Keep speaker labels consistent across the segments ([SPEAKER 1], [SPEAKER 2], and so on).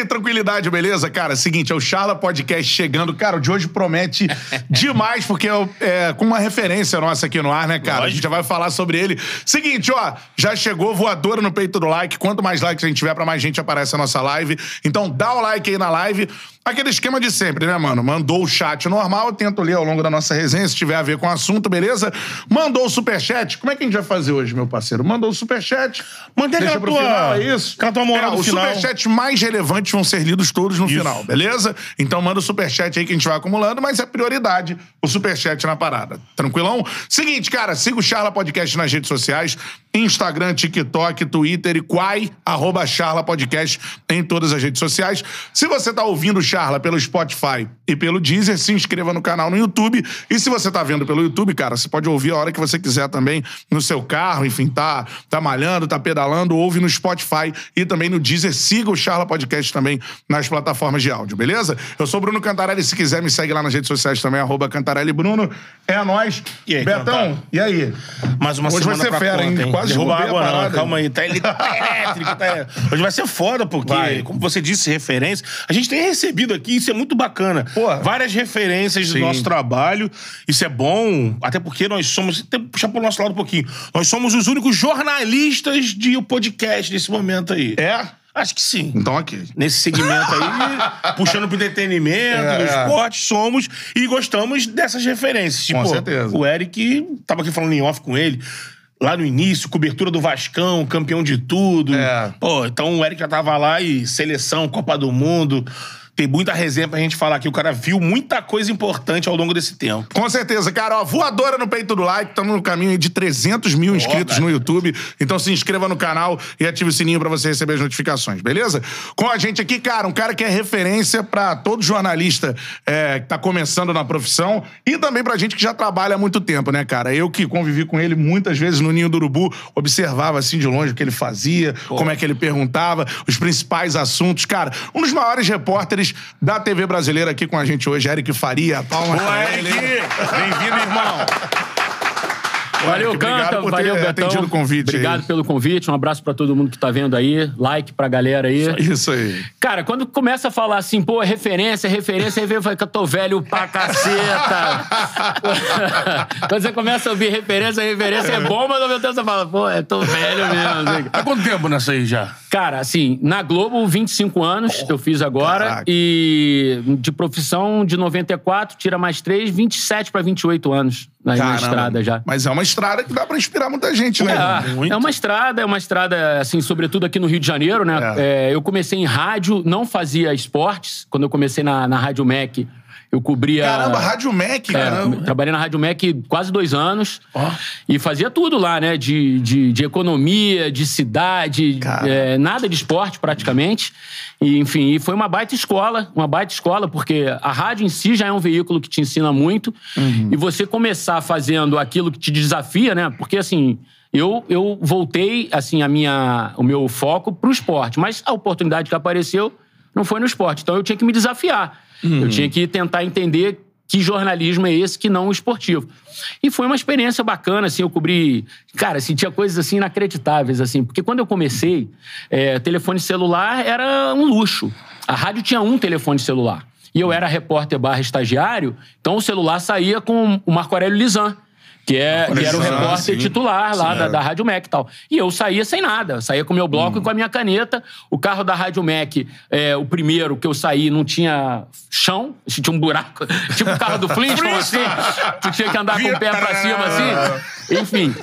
[SPEAKER 1] aí, tranquilidade, beleza? Cara, seguinte, é o Charla Podcast chegando. Cara, o de hoje promete demais, porque é com uma referência nossa aqui no ar, né, cara? Lógico. A gente já vai falar sobre ele. Seguinte, ó, já chegou voadora no peito do like. Quanto mais likes a gente tiver, pra mais gente aparece a nossa live. Então dá o like aí na live. Aquele esquema de sempre, né, mano? Mandou o chat normal, eu tento ler ao longo da nossa resenha, se tiver a ver com o assunto, beleza? Mandou o superchat. Como é que a gente vai fazer hoje, meu parceiro? Mandou o superchat.
[SPEAKER 2] Mantém
[SPEAKER 1] Deixa pro final, é isso?
[SPEAKER 2] Com a tua moral no final.
[SPEAKER 1] Os superchats mais relevantes vão ser lidos todos no final, beleza? Então manda o superchat aí que a gente vai acumulando, mas é prioridade o superchat na parada. Tranquilão? Seguinte, cara, siga o Charla Podcast nas redes sociais, Instagram, TikTok, Twitter e Quai, @Charla Podcast em todas as redes sociais. Se você tá ouvindo o Charla pelo Spotify e pelo Deezer, se inscreva no canal no YouTube. E se você tá vendo pelo YouTube, cara, você pode ouvir a hora que você quiser também no seu carro, enfim, tá malhando, tá pedalando, ouve no Spotify e também no Deezer. Siga o Charla Podcast também nas plataformas de áudio, beleza? Eu sou Bruno Cantarelli, se quiser me segue lá nas redes sociais também, @Cantarelli Bruno. É nóis.
[SPEAKER 2] E aí,
[SPEAKER 1] Betão, e aí?
[SPEAKER 2] Mais uma
[SPEAKER 1] hoje
[SPEAKER 2] semana
[SPEAKER 1] vai ser fera,
[SPEAKER 2] conta,
[SPEAKER 1] hein? Quase
[SPEAKER 2] derrubar
[SPEAKER 1] derrubei
[SPEAKER 2] água,
[SPEAKER 1] a parada.
[SPEAKER 2] não. Calma aí, tá elétrico, tá... Hoje vai ser foda, porque, como você disse, referência. A gente tem recebido aqui, isso é muito bacana.
[SPEAKER 1] Porra.
[SPEAKER 2] Várias referências do nosso trabalho. Isso é bom, até porque nós somos... Tem que puxar pro nosso lado um pouquinho. Nós somos os únicos jornalistas de podcast nesse momento aí.
[SPEAKER 1] É?
[SPEAKER 2] Acho que sim.
[SPEAKER 1] Então, ok.
[SPEAKER 2] Nesse segmento aí, puxando pro entretenimento, do esporte, somos e gostamos dessas referências. Tipo,
[SPEAKER 1] com certeza.
[SPEAKER 2] O Eric, tava aqui falando em off com ele, lá no início, cobertura do Vascão, campeão de tudo. Pô, então o Eric já tava lá e seleção, Copa do Mundo... Tem muita resenha pra gente falar aqui. O cara viu muita coisa importante ao longo desse tempo.
[SPEAKER 1] Com certeza, cara. Ó, voadora no peito do like. Estamos no caminho de 300 mil inscritos no YouTube. Então se inscreva no canal e ative o sininho pra você receber as notificações, beleza? Com a gente aqui, cara, um cara que é referência pra todo jornalista que tá começando na profissão e também pra gente que já trabalha há muito tempo, né, cara? Eu que convivi com ele muitas vezes no Ninho do Urubu, observava assim de longe o que ele fazia, como é que ele perguntava, os principais assuntos. Cara, um dos maiores repórteres da TV brasileira aqui com a gente hoje, Eric Faria. Palmas pra ele.
[SPEAKER 2] Bem-vindo, irmão.
[SPEAKER 3] Valeu, Canta, valeu, Betão.
[SPEAKER 1] Atendido o convite.
[SPEAKER 3] Obrigado
[SPEAKER 1] aí.
[SPEAKER 3] pelo convite, um abraço pra todo mundo que tá vendo aí, like pra galera aí.
[SPEAKER 1] Isso aí.
[SPEAKER 3] Cara, quando começa a falar assim, pô, referência, aí eu falo que eu tô velho pra caceta. Quando você começa a ouvir referência é bom, mas ao mesmo tempo você fala, pô, eu tô velho mesmo.
[SPEAKER 2] Há quanto tempo nessa aí já?
[SPEAKER 3] Cara, assim, na Globo, 25 anos eu fiz agora.
[SPEAKER 1] Caraca.
[SPEAKER 3] E de profissão, de 94, tira mais 3, 27 pra 28 anos na estrada já.
[SPEAKER 1] Mas é uma estrada que dá pra inspirar muita gente, né?
[SPEAKER 3] É uma estrada, assim, sobretudo aqui no Rio de Janeiro, né? Eu comecei em rádio, não fazia esportes. Quando eu comecei na Rádio MEC, eu cobria...
[SPEAKER 1] Caramba, Rádio MEC, caramba.
[SPEAKER 3] Trabalhei na Rádio MEC quase 2 anos. E fazia tudo lá, né? De economia, de cidade, nada de esporte praticamente. E, enfim, foi uma baita escola, porque a rádio em si já é um veículo que te ensina muito. E você começar fazendo aquilo que te desafia, né? Porque, assim... Eu voltei, assim, o meu foco pro esporte. Mas a oportunidade que apareceu não foi no esporte. Então eu tinha que me desafiar. Eu tinha que tentar entender que jornalismo é esse que não o esportivo. E foi uma experiência bacana, assim, eu cobri... Cara, assim, tinha coisas, assim, inacreditáveis, assim. Porque quando eu comecei, telefone celular era um luxo. A rádio tinha um telefone celular. E eu era repórter / estagiário, então o celular saía com o Marco Aurélio Lisan, que era o repórter titular lá da Rádio MEC e tal. E eu saía sem nada. Eu saía com o meu bloco e com a minha caneta. O carro da Rádio MEC, o primeiro que eu saí, não tinha chão. Tinha um buraco. Tipo o carro do Flintstone, assim. Tu tinha que andar com o pé pra cima, assim. Enfim.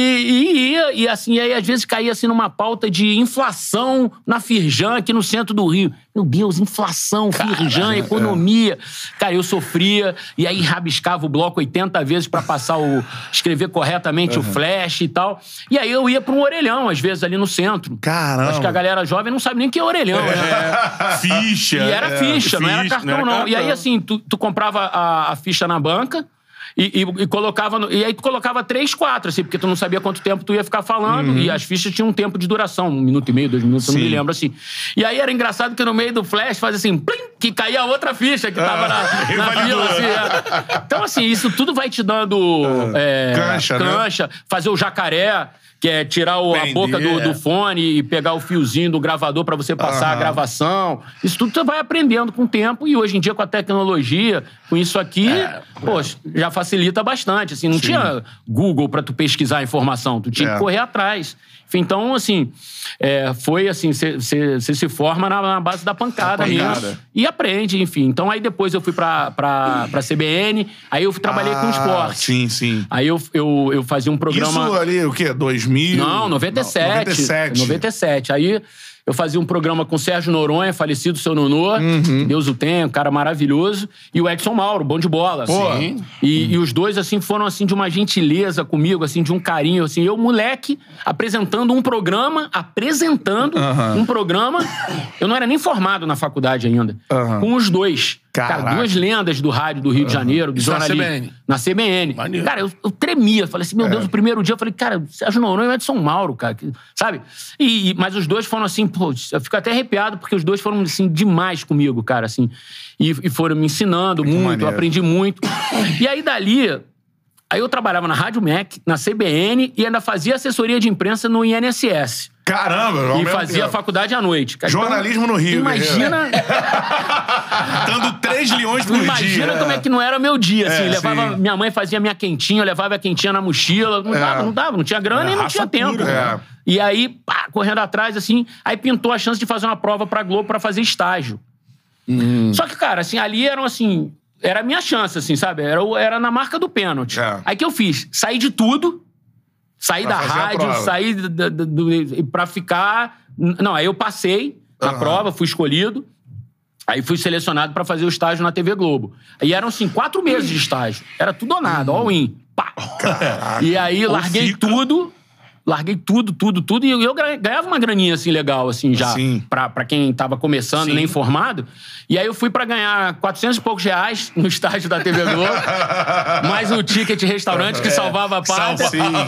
[SPEAKER 3] E assim, aí às vezes caía assim numa pauta de inflação na Firjan, aqui no centro do Rio. Meu Deus, inflação, Firjan, economia. Cara, eu sofria. E aí rabiscava o bloco 80 vezes pra passar escrever corretamente o flash e tal. E aí eu ia pra um orelhão, às vezes, ali no centro.
[SPEAKER 1] Caramba.
[SPEAKER 3] Acho que a galera jovem não sabe nem o que é orelhão, né?
[SPEAKER 2] Ficha.
[SPEAKER 3] E era ficha, não era cartão, não. E aí, assim, tu comprava a ficha na banca e colocava... E aí tu colocava 3, 4, assim, porque tu não sabia quanto tempo tu ia ficar falando. E as fichas tinham um tempo de duração, 1 minuto e meio, 2 minutos, eu não me lembro, assim. E aí era engraçado que no meio do flash fazia assim, plim, que caía outra ficha que tava na fila, assim. Então, assim, isso tudo vai te dando cancha, né? Fazer o jacaré, que é tirar a boca do fone e pegar o fiozinho do gravador pra você passar a gravação. Isso tudo você vai aprendendo com o tempo e hoje em dia com a tecnologia, com isso aqui, já facilita bastante. Assim, não tinha Google pra tu pesquisar a informação, tu tinha que correr atrás. Então, assim, foi assim, você se forma na base da pancada mesmo. E aprende, enfim. Então, aí depois eu fui pra CBN, aí eu trabalhei com esporte.
[SPEAKER 1] Sim, sim.
[SPEAKER 3] Aí eu fazia um programa...
[SPEAKER 1] Isso ali, o quê? 2000?
[SPEAKER 3] Não, 97. 97. Aí... Eu fazia um programa com o Sérgio Noronha, falecido seu Nonô, que Deus o tenha, um cara maravilhoso, e o Edson Mauro, bom de bola. Assim. E os dois, assim, foram, assim, de uma gentileza comigo, assim, de um carinho, assim. Eu, moleque, apresentando um programa, eu não era nem formado na faculdade ainda, com os dois. Cara, duas lendas do rádio do Rio de Janeiro, do jornalismo. Na CBN. Maneiro. Cara, eu tremia. Falei assim, meu Deus, o primeiro dia eu falei, cara, Sérgio Noronha e o Edson Mauro, cara. Sabe? Mas os dois foram assim, pô, eu fico até arrepiado, porque os dois foram, assim, demais comigo, cara, assim. E foram me ensinando muito, eu aprendi muito. E aí, dali... Aí eu trabalhava na Rádio MEC, na CBN, e ainda fazia assessoria de imprensa no INSS.
[SPEAKER 1] Caramba!
[SPEAKER 3] E fazia faculdade à noite. Cara.
[SPEAKER 1] Jornalismo no Rio.
[SPEAKER 3] Imagina...
[SPEAKER 2] Dando 3 leões por dia.
[SPEAKER 3] Imagina como é que não era meu dia, assim. Minha mãe fazia minha quentinha, eu levava a quentinha na mochila. Não dava. Não tinha grana e não tinha tempo. E aí, correndo atrás, assim, aí pintou a chance de fazer uma prova pra Globo pra fazer estágio. Só que, cara, assim, ali eram, assim... Era a minha chance, assim, sabe? Era na marca do pênalti. Aí que eu fiz? Saí de tudo. Saí da rádio, saí pra ficar... Não, aí eu passei na prova, fui escolhido. Aí fui selecionado pra fazer o estágio na TV Globo. Aí eram, assim, 4 meses de estágio. Era tudo ou nada, all in. Pá. E aí larguei tudo... Larguei tudo. E eu ganhava uma graninha, assim, legal, assim, já. Pra quem tava começando, nem formado. E aí eu fui pra ganhar 400 e poucos reais no estágio da TV Globo. Mais o ticket restaurante que salvava a pátria.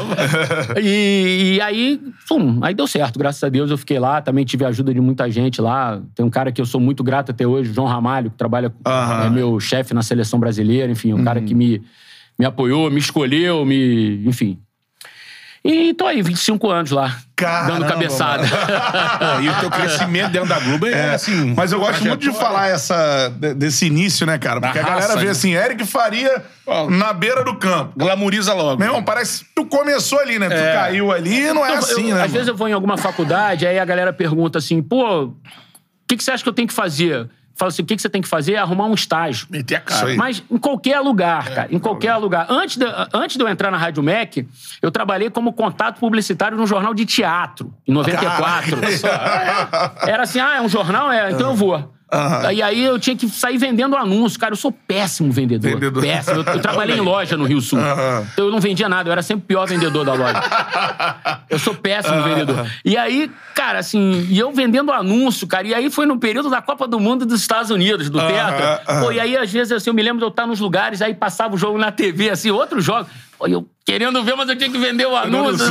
[SPEAKER 3] E aí, aí deu certo, graças a Deus. Eu fiquei lá, também tive a ajuda de muita gente lá. Tem um cara que eu sou muito grato até hoje, João Ramalho, que trabalha, é meu chefe na seleção brasileira. Enfim, um cara que me apoiou, me escolheu, enfim... E tô aí, 25 anos lá, dando cabeçada.
[SPEAKER 2] E o teu crescimento dentro da Globo é assim...
[SPEAKER 1] Mas eu gosto muito de falar desse início, né, cara? Porque a galera vê assim, Eric Faria na beira do campo.
[SPEAKER 2] Glamoriza logo.
[SPEAKER 1] Meu irmão, parece que tu começou ali, né? Tu caiu ali e não é assim, né?
[SPEAKER 3] Às vezes eu vou em alguma faculdade, aí a galera pergunta assim, pô, o que você acha que eu tenho que fazer? Fala assim, o que você tem que fazer é arrumar um estágio.
[SPEAKER 2] Meter a cara.
[SPEAKER 3] Mas em qualquer lugar, cara. Em qualquer lugar. Antes de eu entrar na Rádio MEC, eu trabalhei como contato publicitário num jornal de teatro, em 94. Era assim, é um jornal? Então eu vou. E aí eu tinha que sair vendendo anúncio. Cara, eu sou péssimo vendedor. Péssimo. Eu trabalhei em loja no Rio Sul. Então eu não vendia nada, eu era sempre o pior vendedor da loja. Eu sou péssimo vendedor. E aí, cara, assim, e eu vendendo anúncio, cara, e aí foi no período da Copa do Mundo dos Estados Unidos, do Tetra. Pô, e aí, às vezes, assim, eu me lembro de eu estar nos lugares, aí passava o jogo na TV, assim, outro jogo. Pô, eu querendo ver, mas eu tinha que vender o anúncio.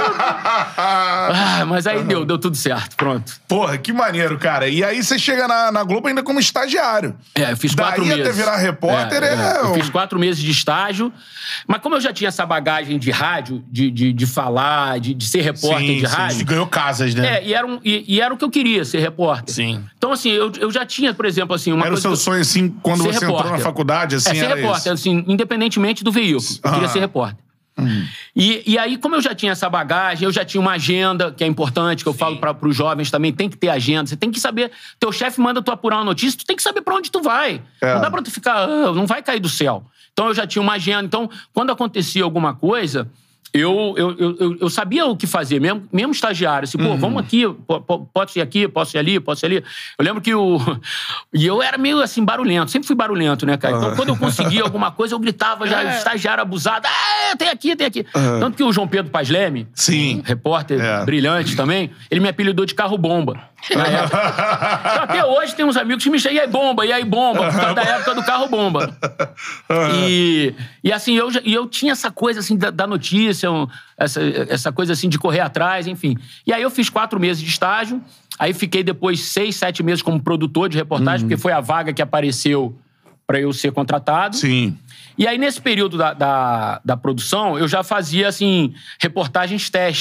[SPEAKER 3] Mas aí deu tudo certo, pronto.
[SPEAKER 1] Porra, que maneiro, cara. E aí você chega na Globo ainda como estagiário.
[SPEAKER 3] Eu fiz 4 meses.
[SPEAKER 1] Daí até virar repórter
[SPEAKER 3] Eu fiz 4 meses de estágio, mas como eu já tinha essa bagagem de rádio, de falar, de ser repórter de rádio...
[SPEAKER 2] Você ganhou casas, né?
[SPEAKER 3] E era o que eu queria, ser repórter.
[SPEAKER 2] Sim.
[SPEAKER 3] Então, assim, eu já tinha, por exemplo, assim...
[SPEAKER 1] Era o seu sonho, assim, quando você entrou na faculdade, assim,
[SPEAKER 3] ser repórter, assim, independentemente do veículo. Eu queria ser repórter. E aí, como eu já tinha essa bagagem, eu já tinha uma agenda, que é importante, que eu falo pros jovens também, tem que ter agenda. Você tem que saber... Teu chefe manda tu apurar uma notícia, tu tem que saber pra onde tu vai. Não dá pra tu ficar... não vai cair do céu. Então, eu já tinha uma agenda. Então, quando acontecia alguma coisa... Eu sabia o que fazer, mesmo estagiário. Assim, pô, vamos aqui, posso ir aqui, posso ir ali, posso ir ali. Eu lembro que E eu era meio assim, barulhento. Sempre fui barulhento, né, cara? Então, quando eu conseguia alguma coisa, eu gritava já, estagiário abusado. Tem aqui. Tanto que o João Pedro Paz Leme, repórter brilhante também, ele me apelidou de carro-bomba. Então, até hoje tem uns amigos que me chamam, e aí bomba, por causa da época do carro-bomba. E assim, eu tinha essa coisa assim da notícia, essa coisa assim de correr atrás, enfim. E aí eu fiz 4 meses de estágio, aí fiquei depois 6, 7 meses como produtor de reportagem, porque foi a vaga que apareceu pra eu ser contratado.
[SPEAKER 1] Sim.
[SPEAKER 3] E aí, nesse período da produção, eu já fazia, assim, reportagens teste.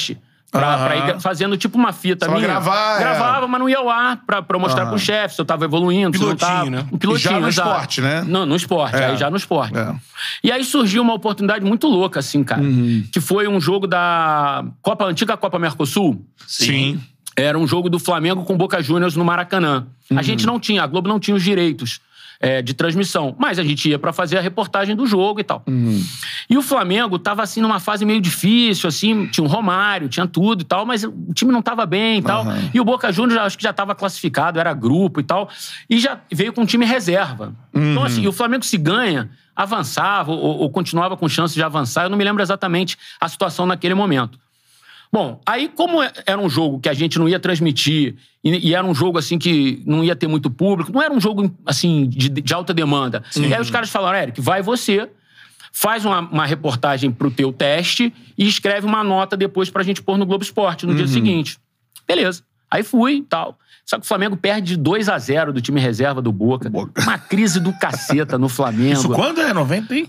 [SPEAKER 3] Pra ir fazendo tipo uma fita
[SPEAKER 1] só
[SPEAKER 3] minha.
[SPEAKER 1] gravar,
[SPEAKER 3] Gravava, mas não ia ao ar pra eu mostrar pro chefe se eu tava evoluindo, se eu não tava.
[SPEAKER 2] né?
[SPEAKER 3] Um pilotinho,
[SPEAKER 1] já no
[SPEAKER 3] exato.
[SPEAKER 1] esporte, né?
[SPEAKER 3] Não, no esporte. Aí já no esporte. E aí surgiu uma oportunidade muito louca, assim, cara. Que foi um jogo da antiga Copa Mercosul.
[SPEAKER 1] Sim.
[SPEAKER 3] Era um jogo do Flamengo com Boca Juniors no Maracanã. A gente não tinha, a Globo não tinha os direitos de transmissão. Mas a gente ia pra fazer a reportagem do jogo e tal. E o Flamengo tava, assim, numa fase meio difícil, assim, tinha um Romário, tinha tudo e tal, mas o time não tava bem e tal. E o Boca Juniors, acho que já tava classificado, era grupo e tal, e já veio com um time reserva. Então, assim, o Flamengo se ganha, avançava ou continuava com chance de avançar, eu não me lembro exatamente a situação naquele momento. Bom, aí como era um jogo que a gente não ia transmitir e era um jogo, assim, que não ia ter muito público, não era um jogo, assim, de alta demanda. E aí os caras falaram, Eric, vai você, faz uma reportagem pro teu teste e escreve uma nota depois pra gente pôr no Globo Esporte no dia seguinte. Beleza. Aí fui e tal. Só que o Flamengo perde de 2-0 do time reserva do Boca. Uma crise do caceta no Flamengo.
[SPEAKER 2] Isso quando é?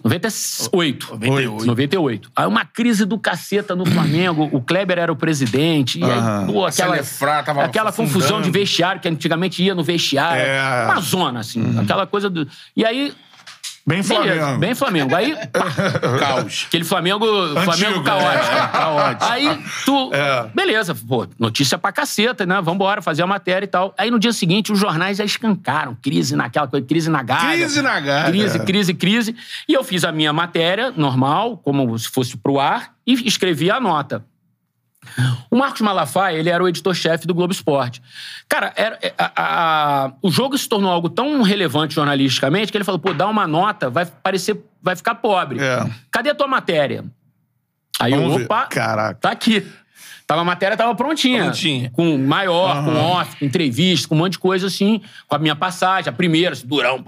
[SPEAKER 3] 98. 98. Aí uma crise do caceta no Flamengo. O Kleber era o presidente. E aí, pô, aquela confusão de vestiário, que antigamente ia no vestiário. Uma zona, assim. Aquela coisa do... E aí...
[SPEAKER 1] Bem Flamengo.
[SPEAKER 3] Bem Flamengo. Aí,
[SPEAKER 2] caos.
[SPEAKER 3] Aquele Flamengo caótico. Aí, beleza, pô, notícia pra caceta, né? Vambora, fazer a matéria e tal. Aí, no dia seguinte, os jornais já escancaram. Crise naquela coisa, crise na Gávea. Crise. E eu fiz a minha matéria, normal, como se fosse pro ar, e escrevi a nota. O Marcos Malafaia, ele era o editor-chefe do Globo Esporte. Cara, o jogo se tornou algo tão relevante jornalisticamente que ele falou, pô, dá uma nota, vai ficar pobre. Cadê a tua matéria? Aí opa,
[SPEAKER 1] caraca,
[SPEAKER 3] tá aqui. A matéria tava prontinha. Com maior, com off, com entrevista, com um monte de coisa assim, com a minha passagem, a primeira, assim, durão,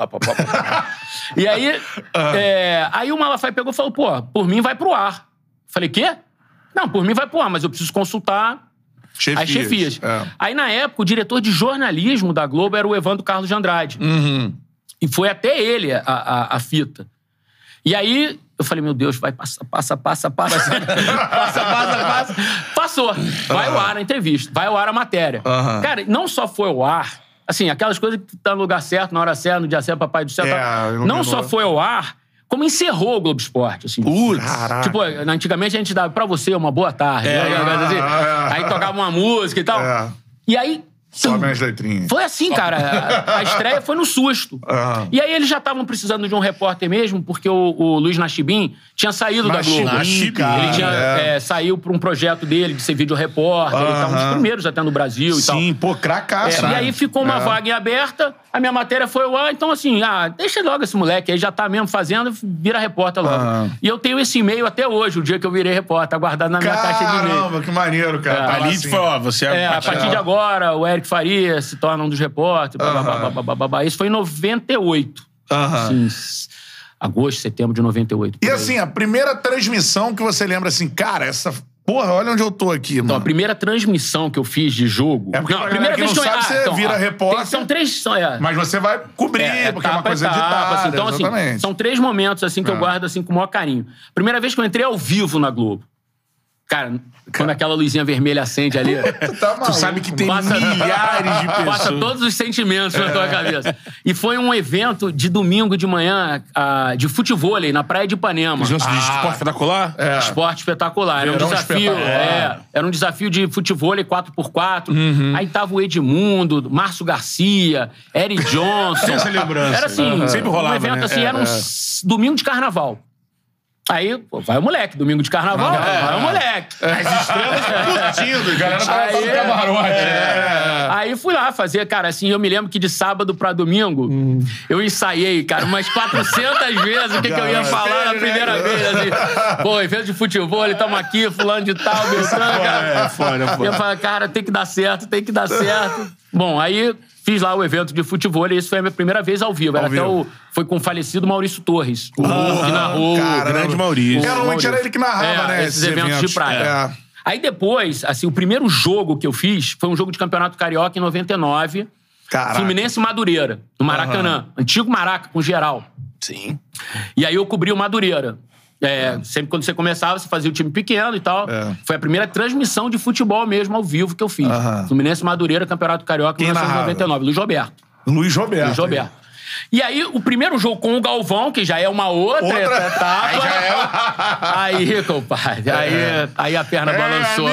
[SPEAKER 3] E aí, aí o Malafaia pegou e falou, pô, por mim vai pro ar. Falei, quê? Não, por mim vai pro ar, mas eu preciso consultar as chefias. Aí, na época, o diretor de jornalismo da Globo era o Evandro Carlos de Andrade. E foi até ele a fita. E aí, eu falei, meu Deus, vai, passa. Passou. Vai ao ar a entrevista, vai ao ar a matéria. Cara, não só foi ao ar, assim, aquelas coisas que tá no lugar certo, na hora certa, no dia certo, papai do céu. Não só foi ao ar, como encerrou o Globo Esporte, assim.
[SPEAKER 1] Caraca.
[SPEAKER 3] Tipo, antigamente a gente dava pra você uma boa tarde. Aí tocava uma música e tal. E aí...
[SPEAKER 1] Sobe as letrinhas.
[SPEAKER 3] Foi assim, cara. A estreia foi no susto. E aí eles já estavam precisando de um repórter mesmo, porque o Luiz Nachibim tinha saído da Globo. Ele tinha saiu pra um projeto dele de ser vídeo-repórter e tal. Um dos primeiros até no Brasil e tal.
[SPEAKER 1] Sim, pô, cracaço.
[SPEAKER 3] E aí ficou uma vaga em aberta, a minha matéria foi ao ar, então assim, deixa logo esse moleque aí, já tá mesmo fazendo, vira repórter logo. E eu tenho esse e-mail até hoje, o dia que eu virei repórter, tá guardado na minha caixa de e-mail.
[SPEAKER 1] Caramba, que maneiro, cara.
[SPEAKER 2] Ali foi, ó, você
[SPEAKER 3] a partir de agora, o Eric Faria se torna um dos repórteres, Isso foi em 98. Assim, agosto, setembro de 98.
[SPEAKER 1] E assim, a primeira transmissão que você lembra assim, cara, essa... Porra, olha onde eu tô aqui, mano.
[SPEAKER 3] Então, a primeira transmissão que eu fiz de jogo...
[SPEAKER 1] Porque a primeira vez que não sabe, você vira repórter...
[SPEAKER 3] São três...
[SPEAKER 1] Mas você vai cobrir, porque é uma coisa editada.
[SPEAKER 3] Assim, então, assim, são 3 momentos assim, que eu guardo assim, com o maior carinho. Primeira vez que eu entrei ao vivo na Globo. Cara, quando aquela luzinha vermelha acende ali...
[SPEAKER 1] Tu
[SPEAKER 2] sabe que tem milhares de pessoas.
[SPEAKER 3] Passa todos os sentimentos na tua cabeça. E foi um evento de domingo de manhã de futevôlei na Praia de Ipanema.
[SPEAKER 2] De esporte espetacular?
[SPEAKER 3] Esporte espetacular. Era um desafio. Era um desafio de futevôlei 4x4. Aí tava o Edmundo, Márcio Garcia, Eric Johnson.
[SPEAKER 2] Essa lembrança.
[SPEAKER 3] Era assim,
[SPEAKER 2] sempre rolava,
[SPEAKER 3] um evento
[SPEAKER 2] né?
[SPEAKER 3] assim, era um domingo de carnaval. Aí, pô, vai o moleque, domingo de carnaval, vai o moleque.
[SPEAKER 2] As estrelas curtindo, galera pra no camarote.
[SPEAKER 3] Aí fui lá fazer, cara, assim, eu me lembro que de sábado pra domingo, eu ensaiei, cara, umas 400 vezes o que eu ia falar na primeira vez, assim. Pô, evento de futebol, tamo aqui, fulano de tal, Beltrano, cara.
[SPEAKER 2] Foda.
[SPEAKER 3] E eu falei, cara, tem que dar certo. Bom, aí... Fiz lá o evento de futebol e isso foi a minha primeira vez ao vivo. Foi com o falecido Maurício Torres, que narrou.
[SPEAKER 2] O grande Maurício.
[SPEAKER 1] Normalmente era ele que narrava, né?
[SPEAKER 3] Esses eventos de praia. Aí depois, assim, o primeiro jogo que eu fiz foi um jogo de Campeonato Carioca em 99.
[SPEAKER 1] Caraca.
[SPEAKER 3] Fluminense e Madureira, no Maracanã. Antigo Maraca, com geral.
[SPEAKER 2] Sim.
[SPEAKER 3] E aí eu cobri o Madureira. Sempre quando você começava, você fazia o time pequeno e tal. Foi a primeira transmissão de futebol mesmo ao vivo que eu fiz. Fluminense Madureira, Campeonato Carioca, 1999. Luiz Roberto.
[SPEAKER 1] Luiz Roberto.
[SPEAKER 3] E aí, o primeiro jogo com o Galvão, que já é uma outra etapa.
[SPEAKER 2] Aí já é...
[SPEAKER 3] Aí, compadre, aí a perna balançou.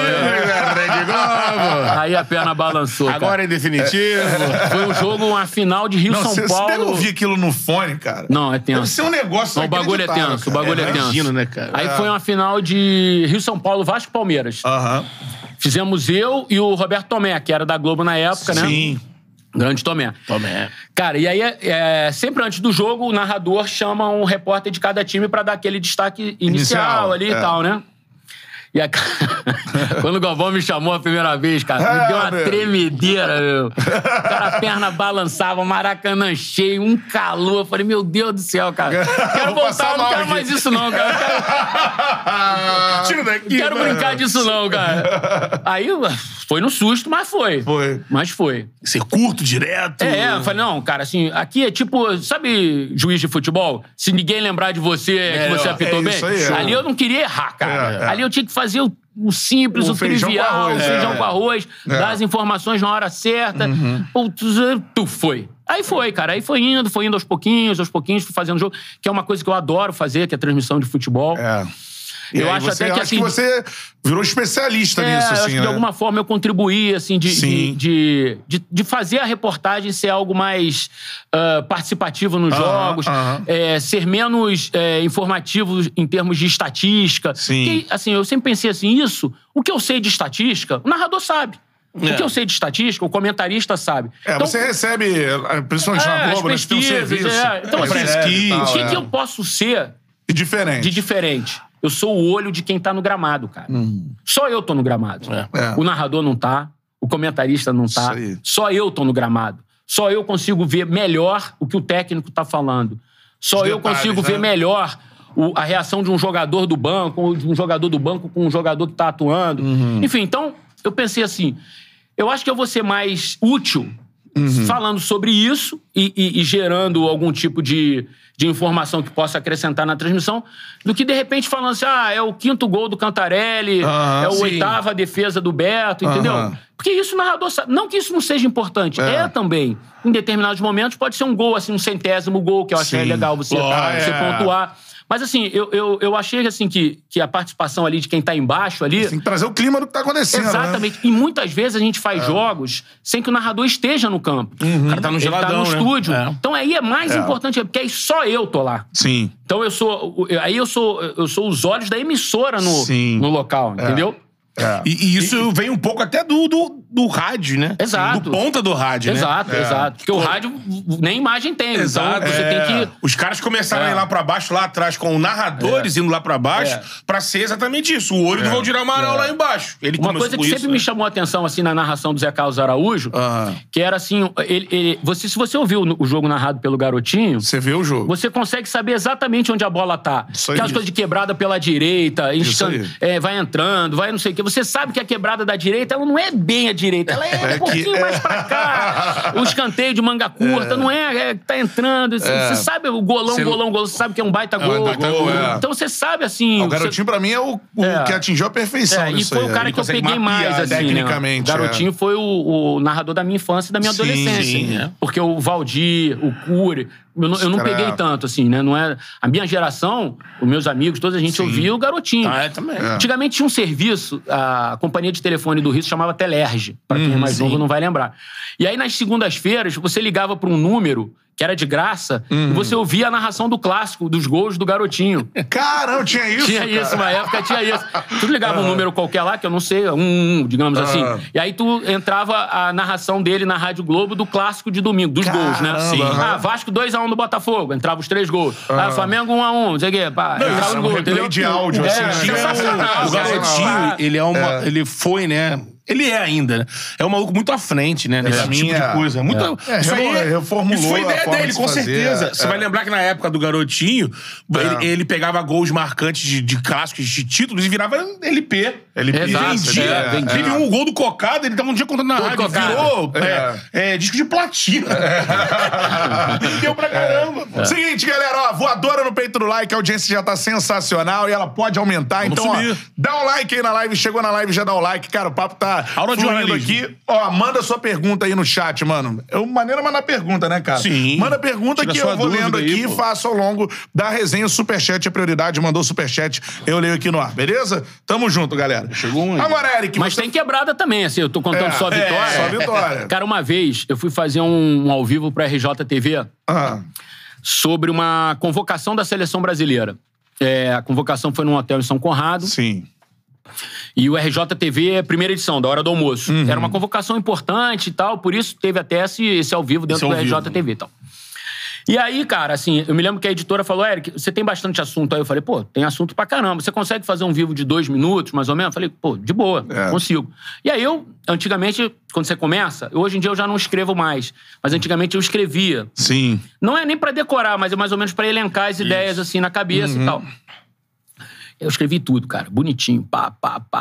[SPEAKER 3] Aí a perna balançou,
[SPEAKER 2] Agora é definitivo.
[SPEAKER 3] Foi um jogo, uma final de Rio-São Paulo.
[SPEAKER 1] Você deve ouvir aquilo no fone, cara.
[SPEAKER 3] Não, é tenso.
[SPEAKER 1] Deve ser um negócio
[SPEAKER 3] o bagulho é tenso, o bagulho é tenso.
[SPEAKER 2] Imagino, né, cara?
[SPEAKER 3] Aí foi uma final de Rio-São Paulo, Vasco e Palmeiras. Fizemos eu e o Roberto Tomé, que era da Globo na época, né?
[SPEAKER 1] Sim.
[SPEAKER 3] Grande Tomé. Cara, e aí, sempre antes do jogo, o narrador chama um repórter de cada time pra dar aquele destaque inicial ali e tal, né? E aí, quando o Galvão me chamou a primeira vez, cara, me deu uma tremedeira, meu. Cara, a perna balançava, Maracanã cheio, um calor. Eu falei, meu Deus do céu, cara. Quero voltar, não quero mais isso não, cara.
[SPEAKER 2] Tira daqui.
[SPEAKER 3] Quero brincar disso não, cara. Aí, foi no susto, mas foi. Mas foi.
[SPEAKER 2] Ser curto, direto.
[SPEAKER 3] Eu falei, não, cara, assim, aqui é tipo, sabe juiz de futebol? Se ninguém lembrar de você, que você apitou bem. Ali eu não queria errar, cara. Ali eu tinha que fazer o simples, o trivial, o feijão com arroz, dar as informações na hora certa. Tu foi. Aí foi, cara. Aí foi indo aos pouquinhos, fui fazendo jogo, que é uma coisa que eu adoro fazer, que é transmissão de futebol. Eu acho até que, assim...
[SPEAKER 1] que você virou especialista nisso, assim,
[SPEAKER 3] eu acho que de alguma forma eu contribuí, assim, de fazer a reportagem ser algo mais participativo nos jogos, ser menos informativo em termos de estatística. Porque, assim, eu sempre pensei assim, o que eu sei de estatística, o narrador sabe. O que eu sei de estatística, o comentarista sabe.
[SPEAKER 1] Então, você recebe, principalmente na Globo, você tem um serviço.
[SPEAKER 3] Então, assim, o que eu posso ser de diferente? Eu sou o olho de quem tá no gramado, cara. Só eu tô no gramado. O narrador não tá, o comentarista não tá. Só eu tô no gramado. Só eu consigo ver melhor o que o técnico tá falando. Só eu consigo ver melhor a reação de um jogador do banco, ou de um jogador do banco com um jogador que tá atuando. Enfim, então, eu pensei assim, eu acho que eu vou ser mais útil falando sobre isso e gerando algum tipo de informação que possa acrescentar na transmissão, do que, de repente, falando assim, é o 5º gol do Cantarelli, é a 8ª defesa do Beto, entendeu? Porque isso o narrador sabe. Não que isso não seja importante, também. Em determinados momentos pode ser um gol, assim, um 100º gol, que eu achei legal você pontuar. Mas, assim, eu achei assim, que a participação ali de quem tá embaixo ali...
[SPEAKER 1] Tem que trazer o clima do que tá acontecendo,
[SPEAKER 3] exatamente. Né? E muitas vezes a gente faz jogos sem que o narrador esteja no campo.
[SPEAKER 2] O cara tá no geladão,
[SPEAKER 3] tá no estúdio. Então aí é mais importante, porque aí só eu tô lá. Então eu sou os olhos da emissora no local, entendeu?
[SPEAKER 2] E isso vem um pouco até do rádio, né?
[SPEAKER 3] Exato.
[SPEAKER 2] Do ponta do rádio, né?
[SPEAKER 3] Exato. Porque o rádio nem imagem tem. Exato. Então você tem que...
[SPEAKER 2] Os caras começaram a ir lá pra baixo, lá atrás, com narradores indo lá pra baixo, pra ser exatamente isso. O olho do Valdir Amaral lá embaixo.
[SPEAKER 3] Uma coisa que sempre me chamou a atenção, assim, na narração do Zé Carlos Araújo, que era assim, se você ouviu o jogo narrado pelo Garotinho...
[SPEAKER 1] Você vê o jogo.
[SPEAKER 3] Você consegue saber exatamente onde a bola tá. Aquelas coisas de quebrada pela direita, vai entrando, vai não sei o quê. Você sabe que a quebrada da direita, ela não é bem a direita, ela é um pouquinho mais pra cá. O escanteio de manga curta, não é tá entrando. Você sabe o golão, você sabe que é um baita gol. Então você sabe, assim...
[SPEAKER 1] O Garotinho, pra mim, é o que atingiu a perfeição
[SPEAKER 3] E foi o cara que eu peguei mais, assim,
[SPEAKER 1] tecnicamente.
[SPEAKER 3] Né? Garotinho foi o narrador da minha infância e da minha adolescência. Porque o Valdir, o Cury... Eu não peguei tanto, assim, né? Não é... A minha geração, os meus amigos, toda a gente ouvia o Garotinho.
[SPEAKER 2] Também.
[SPEAKER 3] Antigamente tinha um serviço, a companhia de telefone do Rio se chamava Telerge, pra quem é mais novo não vai lembrar. E aí, nas segundas-feiras, você ligava pra um número que era de graça, e você ouvia a narração do clássico, dos gols do Garotinho.
[SPEAKER 1] Caramba, tinha isso,
[SPEAKER 3] Tinha isso, uma época tinha isso. Tu ligava um número qualquer lá, que eu não sei, digamos assim, e aí tu entrava a narração dele na Rádio Globo do clássico de domingo, dos gols, né? Vasco 2-1 do Botafogo, entrava os 3 gols. Flamengo 1-1, não sei o quê. Entrava no gol, entendeu?
[SPEAKER 1] De áudio, assim.
[SPEAKER 2] O Garotinho, ele foi, né? Ele é ainda, né? É um maluco muito à frente, né? Nesse tipo de coisa. Isso aí
[SPEAKER 1] reformulou.
[SPEAKER 2] Isso foi ideia dele, com certeza. Você vai lembrar que na época do Garotinho, ele pegava gols marcantes de clássicos, de títulos, e virava LP.
[SPEAKER 1] Ele
[SPEAKER 2] vendia. Teve um gol do Cocada, ele tava um dia contando na rádio, virou disco de platina. Vendeu pra caramba.
[SPEAKER 1] Seguinte, galera, ó, voadora no peito do like, a audiência já tá sensacional e ela pode aumentar. Vamos então, subir. Ó, dá um like aí na live, chegou na live, já dá o like. Cara, o papo tá fluindo aqui. Ó, manda sua pergunta aí no chat, mano. É uma maneira de mandar pergunta, né, cara?
[SPEAKER 2] Sim.
[SPEAKER 1] Manda pergunta que eu vou lendo aqui e faço ao longo da resenha. O superchat é prioridade, mandou o superchat, eu leio aqui no ar, beleza? Tamo junto, galera.
[SPEAKER 2] Chegou um aí.
[SPEAKER 1] Agora, Eric,
[SPEAKER 3] mas tem quebrada também, assim, eu tô contando só a vitória.
[SPEAKER 1] Só a vitória.
[SPEAKER 3] Cara, uma vez eu fui fazer um ao vivo pra RJTV sobre uma convocação da seleção brasileira. A convocação foi num hotel em São Conrado.
[SPEAKER 1] Sim.
[SPEAKER 3] E o RJTV é a primeira edição, da hora do almoço. Era uma convocação importante e tal, por isso teve até esse ao vivo dentro do RJTV e tal. E aí, cara, assim, eu me lembro que a editora falou, Eric, você tem bastante assunto. Aí eu falei, pô, tem assunto pra caramba. Você consegue fazer um vivo de 2 minutos, mais ou menos? Eu falei, pô, de boa, consigo. E aí eu, antigamente, quando você começa, hoje em dia eu já não escrevo mais, mas antigamente eu escrevia.
[SPEAKER 1] Sim.
[SPEAKER 3] Não é nem pra decorar, mas é mais ou menos pra elencar as ideias, assim, na cabeça e tal. Eu escrevi tudo, cara, bonitinho, pá.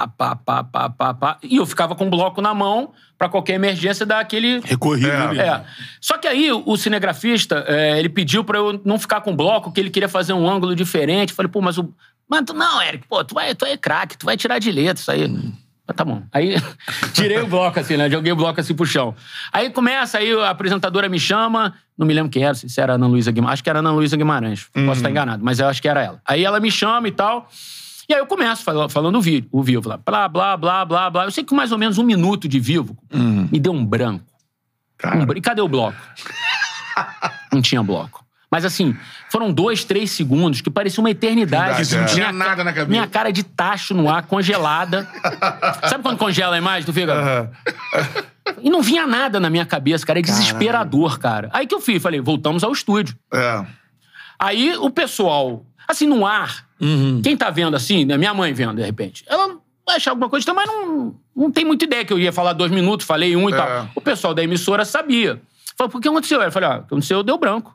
[SPEAKER 3] E eu ficava com um bloco na mão pra qualquer emergência dar aquele...
[SPEAKER 2] Recorrido.
[SPEAKER 3] Só que aí o cinegrafista, ele pediu pra eu não ficar com bloco, que ele queria fazer um ângulo diferente. Eu falei, pô, mas o... Mano, não, Eric, pô, tu é craque, tu vai tirar de letra isso aí. Tá bom. Aí, tirei o bloco assim, né? Joguei o bloco assim pro chão. Aí começa, aí a apresentadora me chama, não me lembro quem era, se era Ana Luísa Guimarães. Acho que era Ana Luísa Guimarães. Posso estar enganado, mas eu acho que era ela. Aí ela me chama e tal. E aí eu começo falando o vivo lá. Blá. Eu sei que com mais ou menos 1 minuto de vivo, me deu um branco. E cadê o bloco? Não tinha bloco. Mas assim, foram 2, 3 segundos que parecia uma eternidade.
[SPEAKER 2] Não tinha nada na cabeça.
[SPEAKER 3] Minha cara de tacho no ar, congelada. Sabe quando congela a imagem? Tu fica... E não vinha nada na minha cabeça, cara. É desesperador, cara. Aí que eu fiz? Falei, voltamos ao estúdio. Aí o pessoal, assim, no ar, quem tá vendo assim, né, minha mãe vendo, de repente, ela vai achar alguma coisa, mas não tem muita ideia que eu ia falar 2 minutos, falei 1 e tal. O pessoal da emissora sabia. Falei, por que aconteceu? Eu falei, o que aconteceu? Deu branco.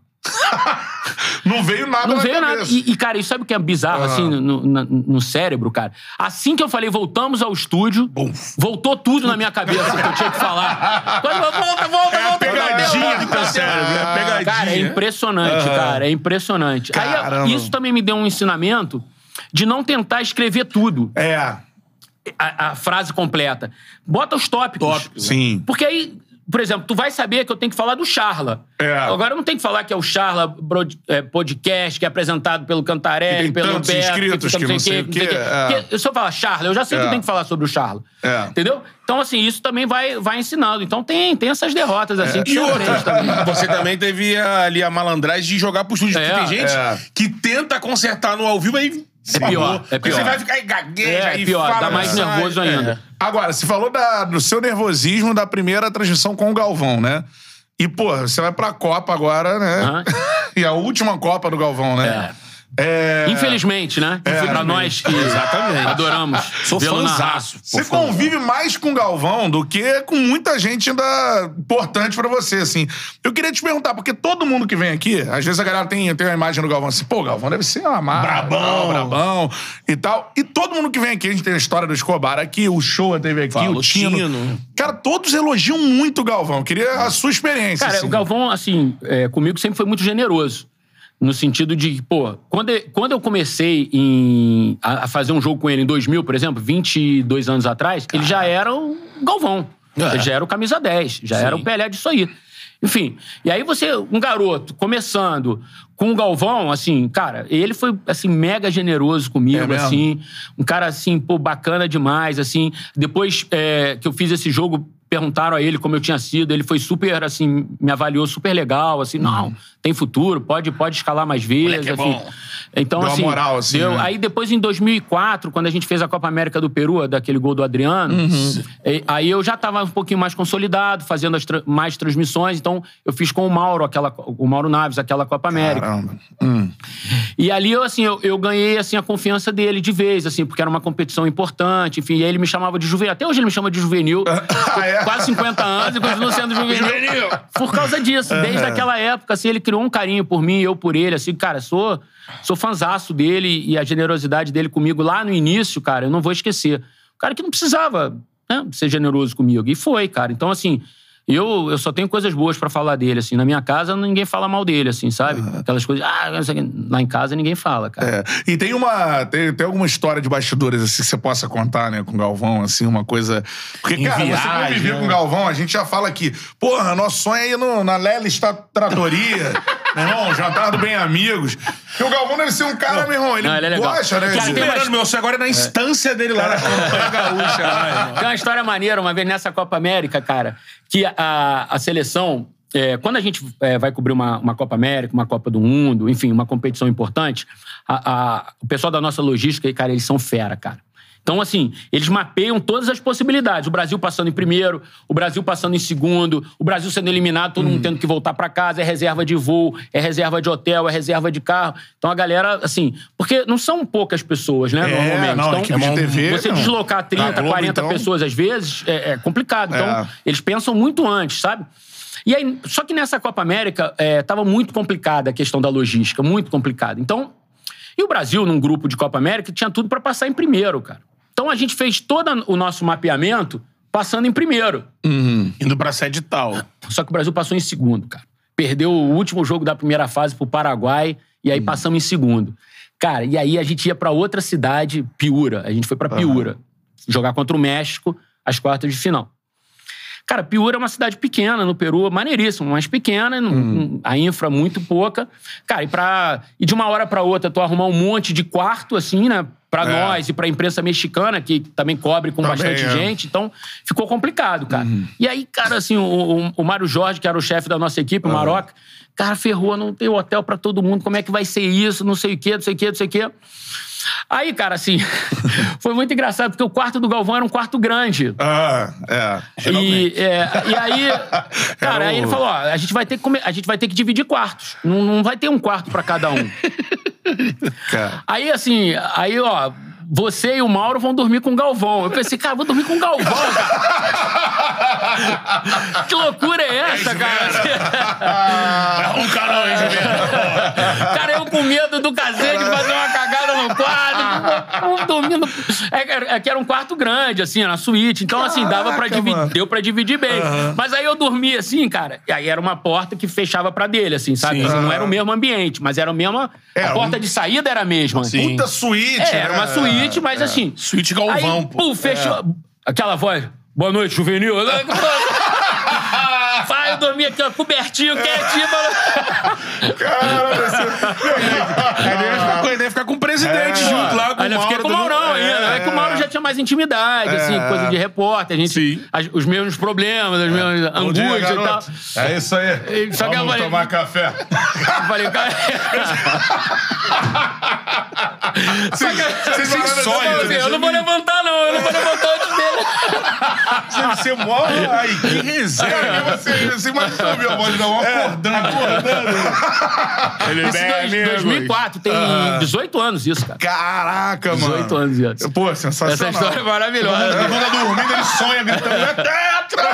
[SPEAKER 1] Não veio nada na cabeça.
[SPEAKER 3] E, cara, isso sabe o que é bizarro, assim, no cérebro, cara? Assim que eu falei, voltamos ao estúdio, voltou tudo na minha cabeça que eu tinha que falar. Volta.
[SPEAKER 2] Pegadinha do teu cérebro. Pegadinha.
[SPEAKER 3] Cara, é impressionante, cara. É impressionante.
[SPEAKER 1] Caramba.
[SPEAKER 3] Aí, isso também me deu um ensinamento de não tentar escrever tudo. A frase completa. Bota os tópicos.
[SPEAKER 1] Sim.
[SPEAKER 3] Porque aí... Por exemplo, tu vai saber que eu tenho que falar do Charla. Agora eu não tenho que falar que é o Charla podcast, que é apresentado pelo Cantarelli, pelo
[SPEAKER 1] Beto, inscritos, que não sei o quê.
[SPEAKER 3] Porque se eu falar Charla, eu já sei que eu tenho que falar sobre o Charla. Entendeu? Então, assim, isso também vai ensinando. Então tem essas derrotas, assim, que também.
[SPEAKER 2] Você também teve ali a malandragem de jogar pro estúdio. Tem gente que tenta consertar no ao vivo aí...
[SPEAKER 3] É pior.
[SPEAKER 2] Porque você vai ficar gagueja e
[SPEAKER 3] pior,
[SPEAKER 2] fala...
[SPEAKER 3] dá mais nervoso ainda.
[SPEAKER 1] Agora, você falou do seu nervosismo da primeira transmissão com o Galvão, né? E, pô, você vai pra Copa agora, né? E a última Copa do Galvão, né?
[SPEAKER 3] Infelizmente, né? Pra nós que adoramos.
[SPEAKER 2] Sou fãzaço.
[SPEAKER 1] Você convive mais com o Galvão do que com muita gente ainda importante pra você, assim. Eu queria te perguntar, porque todo mundo que vem aqui, às vezes a galera tem a imagem do Galvão assim, pô, o Galvão deve ser uma marca, brabão e tal. E todo mundo que vem aqui, a gente tem a história do Escobar aqui, o Show teve aqui, o Tino. Cara, todos elogiam muito o Galvão. Eu queria a sua experiência.
[SPEAKER 3] Cara,
[SPEAKER 1] assim.
[SPEAKER 3] O Galvão, assim, comigo sempre foi muito generoso. No sentido de, pô, quando eu comecei a fazer um jogo com ele em 2000, por exemplo, 22 anos atrás, ele já era o Galvão. Ele já era o camisa 10, já era o Pelé disso aí. Enfim, e aí você, um garoto, começando com o Galvão, assim, cara, ele foi, assim, mega generoso comigo, assim, um cara, assim, pô, bacana demais, assim. Depois que eu fiz esse jogo, perguntaram a ele como eu tinha sido, ele foi super, assim, me avaliou super legal, assim, não, tem futuro, pode escalar mais vezes,
[SPEAKER 2] é bom.
[SPEAKER 3] Então,
[SPEAKER 1] deu
[SPEAKER 3] assim,
[SPEAKER 1] uma moral, assim,
[SPEAKER 3] deu.
[SPEAKER 1] né?
[SPEAKER 3] Aí depois, em 2004, quando a gente fez a Copa América do Peru, daquele gol do Adriano, aí eu já tava um pouquinho mais consolidado, fazendo mais transmissões, então eu fiz com o Mauro Naves, aquela Copa América.
[SPEAKER 1] Caramba.
[SPEAKER 3] E ali, eu ganhei, assim, a confiança dele de vez, assim, porque era uma competição importante, enfim, e aí ele me chamava de juvenil. Até hoje ele me chama de juvenil. Quase 50 anos e continua sendo juvenil. Por causa disso, desde aquela época, assim, ele criou um carinho por mim, eu por ele, assim, cara, sou fãzaço dele e a generosidade dele comigo lá no início, cara, eu não vou esquecer. O cara que não precisava, né, ser generoso comigo. E foi, cara. Então, assim, eu só tenho coisas boas pra falar dele, assim. Na minha casa, ninguém fala mal dele, assim, sabe? Aquelas coisas... lá em casa, ninguém fala, cara.
[SPEAKER 1] E tem alguma história de bastidores, assim, que você possa contar, né, com o Galvão, assim, uma coisa... Porque, cara, você conviver com o Galvão, a gente já fala aqui, porra, nosso sonho é ir na Lelis Tratoria, meu irmão, jantar do Bem Amigos. Porque o Galvão deve ser um cara, meu irmão, ele gosta, né?
[SPEAKER 2] Esperando, meu sonho agora é na instância dele lá na campanha gaúcha. Lá,
[SPEAKER 3] tem uma história maneira, uma vez nessa Copa América, cara, que a seleção, quando a gente vai cobrir uma Copa América, uma Copa do Mundo, enfim, uma competição importante, o pessoal da nossa logística, cara, eles são fera, cara. Então, assim, eles mapeiam todas as possibilidades. O Brasil passando em primeiro, o Brasil passando em segundo, o Brasil sendo eliminado, todo mundo tendo que voltar pra casa, é reserva de voo, é reserva de hotel, é reserva de carro. Então, a galera, assim... Porque não são poucas pessoas, né, normalmente.
[SPEAKER 1] Não,
[SPEAKER 3] então,
[SPEAKER 1] de TV,
[SPEAKER 3] você deslocar 30, Globo, 40 então... pessoas, às vezes, é complicado. Então, eles pensam muito antes, sabe? E aí, só que nessa Copa América, tava muito complicada a questão da logística, muito complicada. Então, e o Brasil, num grupo de Copa América, tinha tudo pra passar em primeiro, cara. Então, a gente fez todo o nosso mapeamento passando em primeiro.
[SPEAKER 2] Indo pra sede tal.
[SPEAKER 3] Só que o Brasil passou em segundo, cara. Perdeu o último jogo da primeira fase pro Paraguai e aí passamos em segundo. Cara, e aí a gente ia pra outra cidade, Piura. A gente foi pra Piura. Jogar contra o México, as quartas de final. Cara, Piura é uma cidade pequena no Peru, maneiríssima, mas pequena, a infra muito pouca. Cara, e de uma hora pra outra, tu arrumar um monte de quarto, assim, né? Pra nós e pra imprensa mexicana, que também cobre com bastante gente. Então, ficou complicado, cara. E aí, cara, assim, o Mário Jorge, que era o chefe da nossa equipe, o Maroca, cara, ferrou, não tem hotel pra todo mundo, como é que vai ser isso, não sei o quê, não sei o quê, não sei o quê. Aí, cara, assim, foi muito engraçado, porque o quarto do Galvão era um quarto grande. E aí, cara, aí ele falou, ó, a gente vai ter que dividir quartos. Não vai ter um quarto pra cada um. Aí, assim, ó, você e o Mauro vão dormir com o Galvão. Eu pensei, cara, vou dormir com o Galvão, cara. Que loucura é essa, cara?
[SPEAKER 2] Um canal aí,
[SPEAKER 3] cara, eu com medo do cacete de fazer uma cagada no quarto. Dormindo. Que era um quarto grande, assim, na suíte. Então, assim, deu pra dividir bem. Mas aí eu dormi, assim, cara. E aí era uma porta que fechava pra dele, assim, sabe? Assim, não era o mesmo ambiente, mas era o mesmo... A porta de saída era a mesma.
[SPEAKER 1] Puta suíte.
[SPEAKER 3] Era uma suíte, mas assim...
[SPEAKER 2] Suíte Galvão,
[SPEAKER 3] aí, pô. Fechou... Aquela voz... Boa noite, juvenil. Vai, eu dormi aqui, ó, cobertinho, quietinho.
[SPEAKER 2] Cara, ele ia ficar com o presidente junto lá, com o Mauro.
[SPEAKER 3] Eu fiquei com o Maurão ainda. É que o Mauro já tinha mais intimidade, assim, coisa de repórter. A gente, os mesmos problemas, as mesmas angústias e tal.
[SPEAKER 1] É isso aí.
[SPEAKER 3] Só que
[SPEAKER 1] vamos tomar café.
[SPEAKER 3] Eu falei, cara...
[SPEAKER 2] Você se insólito.
[SPEAKER 3] Eu não vou levantar, não. Eu não vou levantar antes dele.
[SPEAKER 2] Você morre. Ai, que reserva.
[SPEAKER 1] Você imagina ouvir a voz de Galvão acordando.
[SPEAKER 3] Isso em 2004. Tem 18 anos isso, cara.
[SPEAKER 1] Caraca, mano.
[SPEAKER 3] 18 anos isso.
[SPEAKER 1] Pô, sensacional.
[SPEAKER 3] Essa história é maravilhosa.
[SPEAKER 1] Quando tá dormindo, ele sonha gritando. É tetra!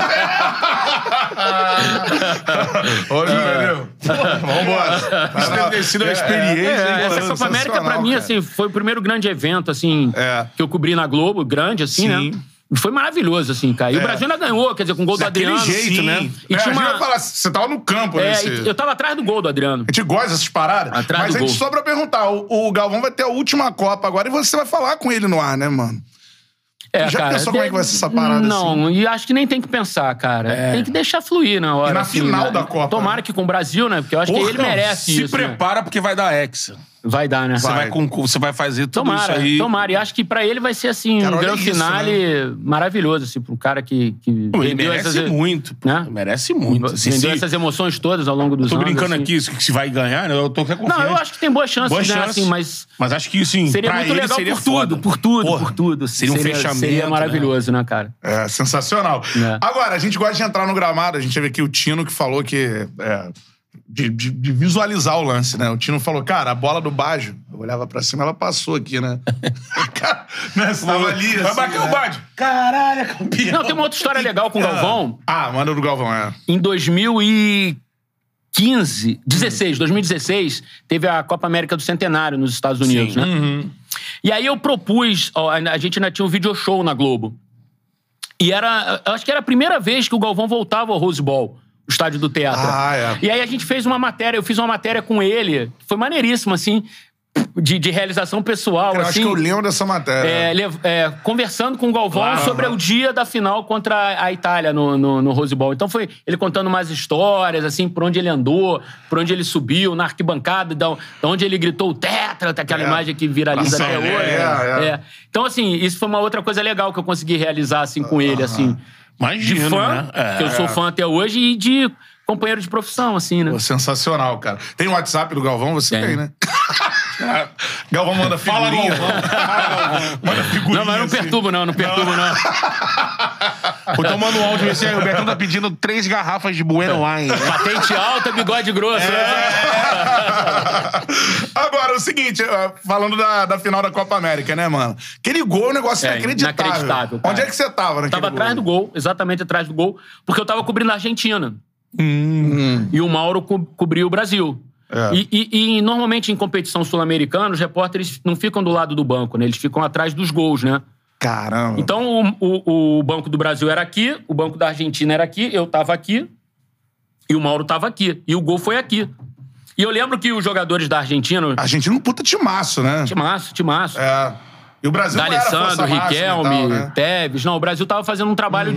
[SPEAKER 1] Ô, Juvenil. Vambora.
[SPEAKER 2] Estabelecido a experiência.
[SPEAKER 3] Essa Copa América, pra mim, assim, foi o primeiro grande evento, assim, que eu cobri na Globo, grande, assim, né? Foi maravilhoso, assim, cara. E o Brasil ainda ganhou, quer dizer, com o gol do Adriano.
[SPEAKER 1] Daquele jeito, né?
[SPEAKER 3] E tinha uma...
[SPEAKER 1] falar, você tava no campo, né?
[SPEAKER 3] Eu tava atrás do gol do Adriano.
[SPEAKER 1] A gente gosta dessas paradas. Mas a gente só pra perguntar, o Galvão vai ter a última Copa agora e você vai falar com ele no ar, né, mano? Já pensou como é que vai ser essa parada
[SPEAKER 3] não,
[SPEAKER 1] assim?
[SPEAKER 3] E acho que nem tem que pensar, cara. Tem que deixar fluir na hora.
[SPEAKER 1] E na
[SPEAKER 3] assim,
[SPEAKER 1] final da Copa.
[SPEAKER 3] Tomara que com o Brasil, né? Porque eu acho que ele merece isso.
[SPEAKER 2] Se prepara, porque vai dar Hexa.
[SPEAKER 3] Vai dar, né?
[SPEAKER 2] Você vai fazer tudo isso aí.
[SPEAKER 3] Tomara. E acho que pra ele vai ser, assim, um grande finale maravilhoso, assim, pra um cara que
[SPEAKER 2] ele merece muito.
[SPEAKER 3] Né?
[SPEAKER 2] Merece muito.
[SPEAKER 3] Vendeu essas emoções todas ao longo dos anos.
[SPEAKER 2] Tô brincando
[SPEAKER 3] assim.
[SPEAKER 2] aqui, se vai ganhar, né? Eu tô até confiante.
[SPEAKER 3] Não, eu acho que tem boas chances, né? Assim, mas
[SPEAKER 2] acho que, assim,
[SPEAKER 3] seria muito legal por tudo.
[SPEAKER 2] Seria um fechamento.
[SPEAKER 3] Seria maravilhoso, né, cara?
[SPEAKER 1] É, sensacional. Agora, a gente gosta de entrar no gramado. A gente teve aqui o Tino que falou que... De visualizar o lance, né? O Tino falou, cara, a bola do Baggio, eu olhava pra cima, ela passou aqui, né? Você tava ali,
[SPEAKER 2] vai bater o Baggio. Caralho, é campeão.
[SPEAKER 3] Não, tem uma outra história legal com o Galvão.
[SPEAKER 1] Manda do Galvão,
[SPEAKER 3] Em 2016, teve a Copa América do Centenário nos Estados Unidos, né? E aí eu propus, a gente ainda tinha um video show na Globo. E eu acho que era a primeira vez que o Galvão voltava ao Rose Bowl, o estádio do Teatro.
[SPEAKER 1] É.
[SPEAKER 3] E aí a gente fez uma matéria, eu fiz uma matéria com ele, foi maneiríssimo, assim, de realização pessoal.
[SPEAKER 1] Eu
[SPEAKER 3] assim,
[SPEAKER 1] acho que eu lembro dessa matéria.
[SPEAKER 3] Conversando com o Galvão sobre o dia da final contra a Itália no Rose Bowl. Então foi ele contando mais histórias, assim, por onde ele andou, por onde ele subiu, na arquibancada, de onde ele gritou o Tetra, aquela imagem que viraliza até hoje. Então, assim, isso foi uma outra coisa legal que eu consegui realizar, assim, com ele, assim.
[SPEAKER 2] Imagina,
[SPEAKER 3] de fã,
[SPEAKER 2] né?
[SPEAKER 3] que eu sou fã até hoje, e de companheiro de profissão, assim, né?
[SPEAKER 1] Pô, sensacional, cara. Tem o WhatsApp do Galvão? Você tem, né? Galvão manda figurinha. Manda figurinha.
[SPEAKER 3] Não, mas não perturbo, não.
[SPEAKER 2] Então manda um áudio assim, o Betão tá pedindo 3 garrafas de Bueno Wine.
[SPEAKER 3] Patente alta, bigode grosso.
[SPEAKER 1] Agora, o seguinte, falando da final da Copa América, né, mano? Aquele gol é um negócio inacreditável.
[SPEAKER 3] Cara.
[SPEAKER 1] Onde é que você tava naquele
[SPEAKER 3] Tava atrás do gol, exatamente atrás do gol, porque eu tava cobrindo a Argentina. E o Mauro cobriu o Brasil. E normalmente em competição sul-americana, os repórteres não ficam do lado do banco, né? Eles ficam atrás dos gols, né?
[SPEAKER 1] Caramba.
[SPEAKER 3] Então o banco do Brasil era aqui, o banco da Argentina era aqui, eu tava aqui e o Mauro tava aqui. E o gol foi aqui. E eu lembro que os jogadores da Argentina...
[SPEAKER 1] A Argentina é um puta timaço, né?
[SPEAKER 3] Timaço.
[SPEAKER 1] E o Brasil
[SPEAKER 3] D'Alessandro, Riquelme,
[SPEAKER 1] né?
[SPEAKER 3] Tevez. Não, o Brasil tava fazendo um trabalho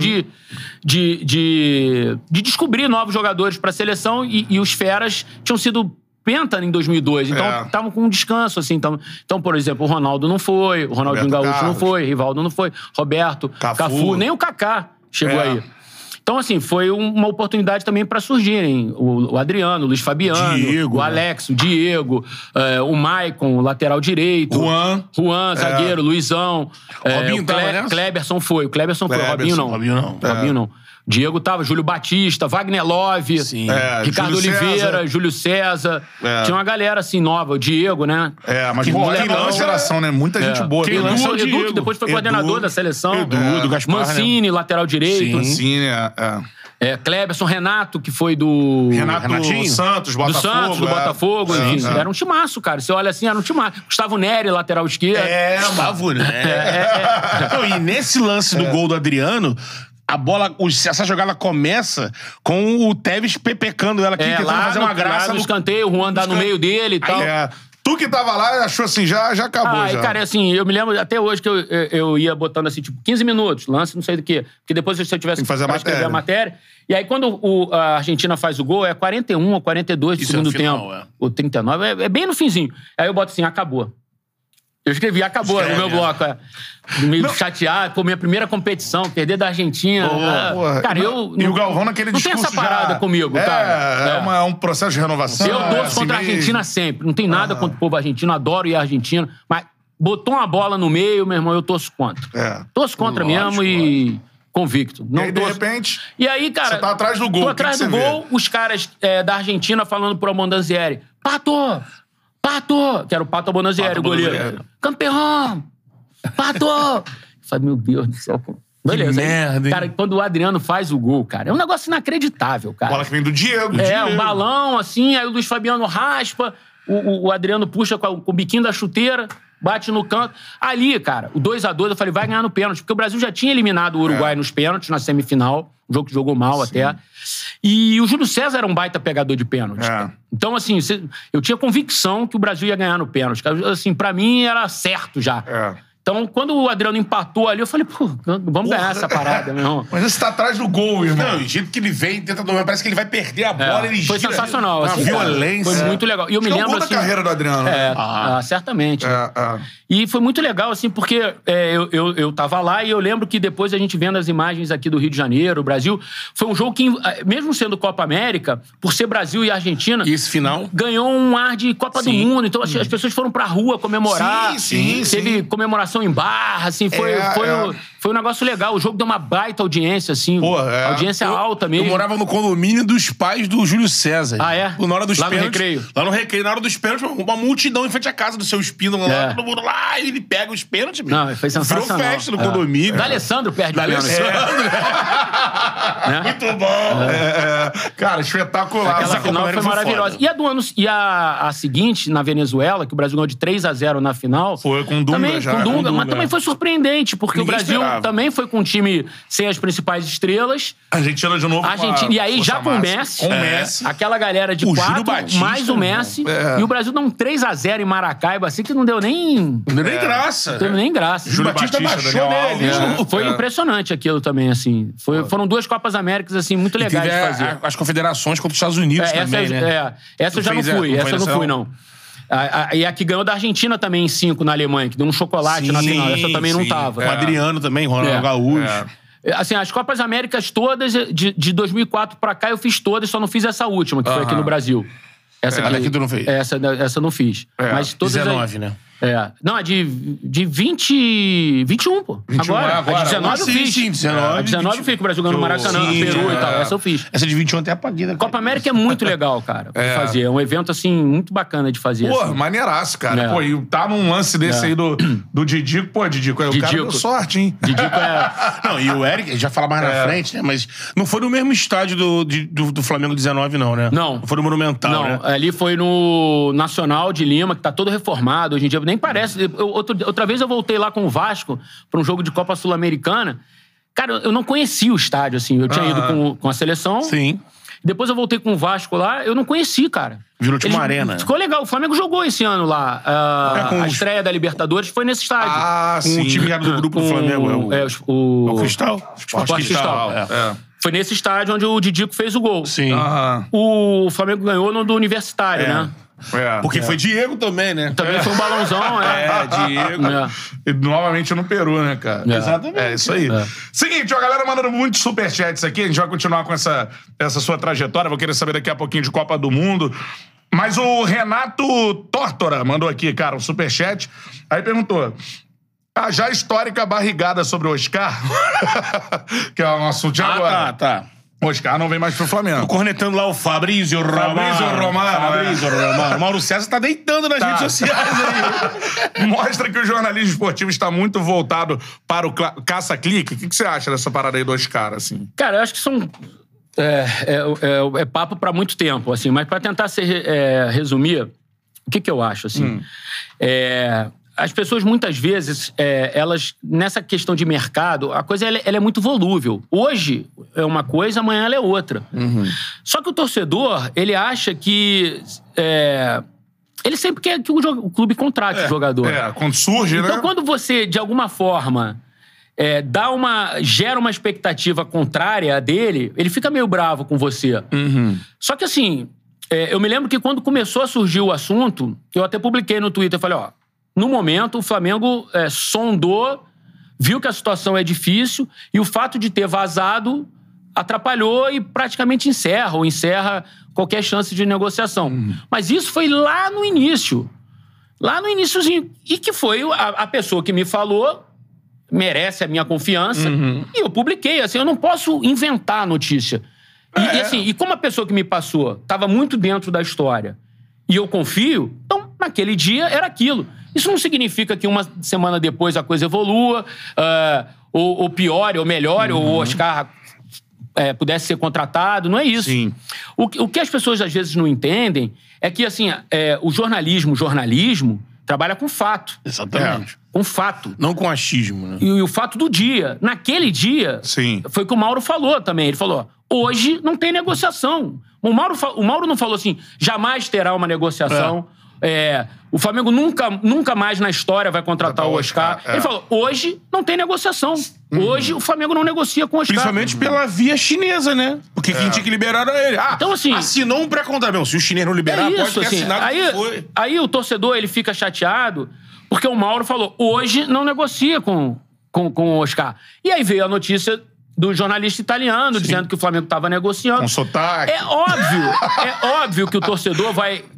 [SPEAKER 3] de descobrir novos jogadores pra seleção e os feras tinham sido penta em 2002. Então, estavam com um descanso, assim. Então, por exemplo, o Ronaldo não foi, o Ronaldinho Gaúcho não foi, Rivaldo não foi, Roberto, Cafu, nem o Kaká chegou aí. Então, assim, foi uma oportunidade também para surgirem o Adriano, o Luiz Fabiano,
[SPEAKER 2] Diego,
[SPEAKER 3] o Alex, o Diego, o Maicon, lateral direito. Juan, zagueiro, Luizão.
[SPEAKER 2] Robinho tava nessa?
[SPEAKER 3] Cleberson foi. O Cleberson foi. O Robinho não. Robinho não. Diego tava, Júlio Batista, Wagner Love, Ricardo
[SPEAKER 1] Júlio
[SPEAKER 3] Oliveira,
[SPEAKER 1] César.
[SPEAKER 3] Júlio César. Tinha uma galera, assim, nova. O Diego, né?
[SPEAKER 1] Mas pô, quem lança geração, né? Muita gente boa.
[SPEAKER 2] Quem lança o
[SPEAKER 3] Edu,
[SPEAKER 2] Diego.
[SPEAKER 3] que depois foi coordenador da seleção.
[SPEAKER 2] Do Gaspar,
[SPEAKER 3] Mancini, lateral direito.
[SPEAKER 1] Mancini,
[SPEAKER 3] Cleberson, Renato, que foi do...
[SPEAKER 1] Renatinho Santos, Botafogo.
[SPEAKER 3] Do Santos, do Botafogo, enfim. Era um timaço, cara. Você olha assim, era um timaço. Gustavo Neri, lateral esquerdo.
[SPEAKER 2] Gustavo Neri. E nesse lance do gol do Adriano... A bola, essa jogada começa com o Tevez pepecando ela aqui, tentando fazer uma graça.
[SPEAKER 3] No escanteio, o Juan dá no meio dele e tal.
[SPEAKER 1] Tu que tava lá achou assim, já acabou.
[SPEAKER 3] E cara, assim, eu me lembro até hoje que eu ia botando assim, tipo, 15 minutos, lance não sei do quê. Porque depois, se eu tivesse que escrever a matéria. E aí, quando a Argentina faz o gol, é 41 ou 42 do segundo tempo. Ou 39, é bem no finzinho. Aí eu boto assim, acabou. Eu escrevi, acabou no meu bloco. Meio chateado, pô, minha primeira competição, perder da Argentina. Cara,
[SPEAKER 1] E o Galvão naquele discurso
[SPEAKER 3] não tem essa parada comigo, cara.
[SPEAKER 1] É um processo de renovação.
[SPEAKER 3] Eu torço contra a Argentina sempre. Não tem nada contra o povo argentino, adoro ir à Argentina. Mas botou uma bola no meio, meu irmão, eu torço contra. Torço contra mesmo e... Convicto.
[SPEAKER 1] Não, e aí, de repente...
[SPEAKER 3] E aí, cara...
[SPEAKER 1] Você tá atrás do gol.
[SPEAKER 3] Tô atrás do gol, os caras da Argentina falando pro Abondanzieri. Pato! Que era o Pato Abondanzieri, o goleiro. Campeão! Pato! Eu falei, meu Deus do céu. Beleza.
[SPEAKER 2] Que merda, hein?
[SPEAKER 3] Cara, quando o Adriano faz o gol, cara, é um negócio inacreditável, cara.
[SPEAKER 1] Bola que vem do Diego.
[SPEAKER 3] Um balão, assim, aí o Luiz Fabiano raspa, o Adriano puxa com o biquinho da chuteira, bate no canto. Ali, cara, o 2-2, eu falei, vai ganhar no pênalti, porque o Brasil já tinha eliminado o Uruguai nos pênaltis, na semifinal, um jogo que jogou mal até. E o Júlio César era um baita pegador de pênalti. Então, assim, eu tinha convicção que o Brasil ia ganhar no pênalti. Assim, pra mim era certo já. Então, quando o Adriano empatou ali, eu falei, pô, vamos ganhar essa parada, meu irmão.
[SPEAKER 1] Mas você tá atrás do gol, irmão.
[SPEAKER 2] Não, e o jeito que ele vem, tenta domar, parece que ele vai perder a bola, ele
[SPEAKER 3] foi
[SPEAKER 2] gira.
[SPEAKER 3] Foi sensacional.
[SPEAKER 2] Uma
[SPEAKER 3] assim,
[SPEAKER 2] violência.
[SPEAKER 3] Foi muito legal. E eu me lembro,
[SPEAKER 1] gol da carreira do Adriano.
[SPEAKER 3] Certamente. E foi muito legal, assim, porque eu tava lá e eu lembro que depois a gente vendo as imagens aqui do Rio de Janeiro, o Brasil, foi um jogo que, mesmo sendo Copa América, por ser Brasil e Argentina...
[SPEAKER 2] E esse final?
[SPEAKER 3] Ganhou um ar de Copa do Mundo. Então, as pessoas foram pra rua comemorar.
[SPEAKER 1] Sim.
[SPEAKER 3] Teve comemoração em barra, assim, foi Foi um negócio legal. O jogo deu uma baita audiência, assim. Audiência alta mesmo.
[SPEAKER 2] Eu morava no condomínio dos pais do Júlio César.
[SPEAKER 3] Ah, é?
[SPEAKER 2] Na hora dos
[SPEAKER 3] lá
[SPEAKER 2] pênaltis.
[SPEAKER 3] No Recreio.
[SPEAKER 2] Lá no Recreio. Na hora dos pênaltis, uma multidão em frente à casa do seu Espíndola. Lá, todo mundo lá, e ele pega os pênaltis.
[SPEAKER 3] Não, foi sensacional.
[SPEAKER 2] Virou festa no condomínio.
[SPEAKER 3] D'Alessandro perde o pênalti.
[SPEAKER 2] Muito bom.
[SPEAKER 1] Cara, espetacular.
[SPEAKER 3] Aquela final foi maravilhosa. E a do ano... E a seguinte, na Venezuela, que o Brasil ganhou de 3-0 na final...
[SPEAKER 1] Foi com Dunga
[SPEAKER 3] também,
[SPEAKER 1] já.
[SPEAKER 3] Com Dunga, mas também foi surpreendente, porque
[SPEAKER 2] Ninguém
[SPEAKER 3] o Brasil
[SPEAKER 2] esperava.
[SPEAKER 3] também foi com um time sem as principais estrelas.
[SPEAKER 1] A Argentina de novo.
[SPEAKER 3] E aí já com o Messi.
[SPEAKER 1] Com o Messi.
[SPEAKER 3] Aquela galera de
[SPEAKER 2] O
[SPEAKER 3] 4,
[SPEAKER 2] Júlio Batista,
[SPEAKER 3] mais o Messi. E o Brasil dá um 3-0 em Maracaibo, assim, que não deu nem...
[SPEAKER 2] Não deu nem graça.
[SPEAKER 3] Não teve nem graça.
[SPEAKER 1] Júlio Batista,
[SPEAKER 2] baixou
[SPEAKER 1] Daniel
[SPEAKER 2] nele.
[SPEAKER 1] Alves.
[SPEAKER 3] Foi impressionante aquilo também, assim. Foram 2 Copas Américas, assim, muito legais de fazer.
[SPEAKER 2] As confederações contra os Estados Unidos também, né?
[SPEAKER 3] Essa eu já não fui. Essa eu não fui, não. E a que ganhou da Argentina também em 5 na Alemanha, que deu um chocolate na final. Essa eu também não tava.
[SPEAKER 2] O Adriano também, Ronaldo Gaúcho.
[SPEAKER 3] Assim, as Copas Américas todas, de 2004 pra cá, eu fiz todas, só não fiz essa última, que foi aqui no Brasil. Essa
[SPEAKER 2] aqui tu não fez?
[SPEAKER 3] Essa eu não fiz. Mas todas
[SPEAKER 2] 19, né?
[SPEAKER 3] Não, é de 21, pô.
[SPEAKER 1] 21
[SPEAKER 3] agora.
[SPEAKER 1] agora.
[SPEAKER 3] A de 19 eu fiz.
[SPEAKER 2] Sim, 19.
[SPEAKER 3] A de 19 eu fiz, que o Brasil ganhou no Maracanã, no Peru e tal. Essa eu fiz.
[SPEAKER 2] Essa de 21 até apaguei. Né?
[SPEAKER 3] Copa América é muito legal, cara, de fazer. É um evento, assim, muito bacana de fazer.
[SPEAKER 1] Pô,
[SPEAKER 3] assim.
[SPEAKER 1] maneiraço, cara. Pô, e tá num lance desse aí do Didico. Pô, Didico, o cara deu sorte, hein?
[SPEAKER 3] Didico
[SPEAKER 2] Não, e o Eric, já fala mais na frente, né? Mas não foi no mesmo estádio do Flamengo 19, não, né?
[SPEAKER 3] Não.
[SPEAKER 2] Foi no Monumental,
[SPEAKER 3] Não,
[SPEAKER 2] né?
[SPEAKER 3] ali foi no Nacional de Lima, que tá todo reformado. Hoje em dia nem parece... Outra vez eu voltei lá com o Vasco pra um jogo de Copa Sul-Americana. Cara, eu não conhecia o estádio, assim. Eu tinha ido com a seleção.
[SPEAKER 2] Sim.
[SPEAKER 3] Depois eu voltei com o Vasco lá, eu não conheci, cara.
[SPEAKER 2] Virou tipo uma arena.
[SPEAKER 3] Ficou legal. O Flamengo jogou esse ano lá. A estreia da Libertadores foi nesse estádio.
[SPEAKER 2] Com o time do grupo do Flamengo. O Cristal.
[SPEAKER 3] Sport Cristal. Foi nesse estádio onde o Didico fez o gol.
[SPEAKER 2] Sim.
[SPEAKER 3] O Flamengo ganhou no do Universitário, né?
[SPEAKER 2] Porque foi Diego também, né?
[SPEAKER 3] Também foi um balãozão,
[SPEAKER 2] Diego.
[SPEAKER 1] E novamente no Peru, né, cara?
[SPEAKER 2] Exatamente.
[SPEAKER 1] É isso aí. Seguinte, ó, a galera mandando muitos superchats aqui. A gente vai continuar com essa sua trajetória. Vou querer saber daqui a pouquinho de Copa do Mundo. Mas o Renato Tórtora mandou aqui, cara, um superchat. Aí perguntou... A já histórica barrigada sobre o Oscar, que é um assunto de agora.
[SPEAKER 2] Tá.
[SPEAKER 1] O Oscar não vem mais pro Flamengo.
[SPEAKER 2] Tô cornetando lá o Fabrício Romano. O Mauro César tá deitando nas redes sociais aí.
[SPEAKER 1] Mostra que o jornalismo esportivo está muito voltado para o caça-clique. O que você acha dessa parada aí do Oscar, assim?
[SPEAKER 3] Cara, eu acho que são... É papo pra muito tempo, assim. Mas pra tentar resumir, o que eu acho, assim? As pessoas, muitas vezes, elas, nessa questão de mercado, a coisa ela é muito volúvel. Hoje é uma coisa, amanhã ela é outra. Só que o torcedor, ele acha que... ele sempre quer que o clube contrate o jogador.
[SPEAKER 1] Quando surge,
[SPEAKER 3] então,
[SPEAKER 1] né?
[SPEAKER 3] quando você, de alguma forma, gera uma expectativa contrária a dele, ele fica meio bravo com você. Só que, assim, eu me lembro que quando começou a surgir o assunto, eu até publiquei no Twitter, falei, no momento, o Flamengo sondou, viu que a situação é difícil e o fato de ter vazado atrapalhou e praticamente encerra qualquer chance de negociação. Mas isso foi lá no início. Lá no iniciozinho. E que foi a pessoa que me falou, merece a minha confiança, e eu publiquei. Assim, eu não posso inventar a notícia. E como a pessoa que me passou estava muito dentro da história e eu confio, então naquele dia era aquilo. Isso não significa que uma semana depois a coisa evolua, ou piore, ou melhore, ou o Oscar pudesse ser contratado. Não é isso.
[SPEAKER 1] Sim.
[SPEAKER 3] O que as pessoas às vezes não entendem é que assim, o jornalismo trabalha com fato.
[SPEAKER 2] Exatamente.
[SPEAKER 3] Com fato.
[SPEAKER 2] Não com achismo, né?
[SPEAKER 3] E o fato do dia. Naquele dia, foi o que o Mauro falou também. Ele falou, hoje não tem negociação. O Mauro não falou assim, jamais terá uma negociação. O Flamengo nunca mais na história vai contratar o Oscar. Ele falou, hoje não tem negociação. Hoje o Flamengo não negocia com o Oscar.
[SPEAKER 2] Principalmente pela via chinesa, né? Porque quem tinha que liberar era ele.
[SPEAKER 3] Então, assim,
[SPEAKER 2] assinou um pré-contrato. Se o chinês não liberar, pode ter
[SPEAKER 3] assim,
[SPEAKER 2] assinado que foi.
[SPEAKER 3] Aí o torcedor, ele fica chateado porque o Mauro falou, hoje não negocia com o Oscar. E aí veio a notícia do jornalista italiano dizendo que o Flamengo estava negociando.
[SPEAKER 1] Com sotaque.
[SPEAKER 3] É óbvio que o torcedor vai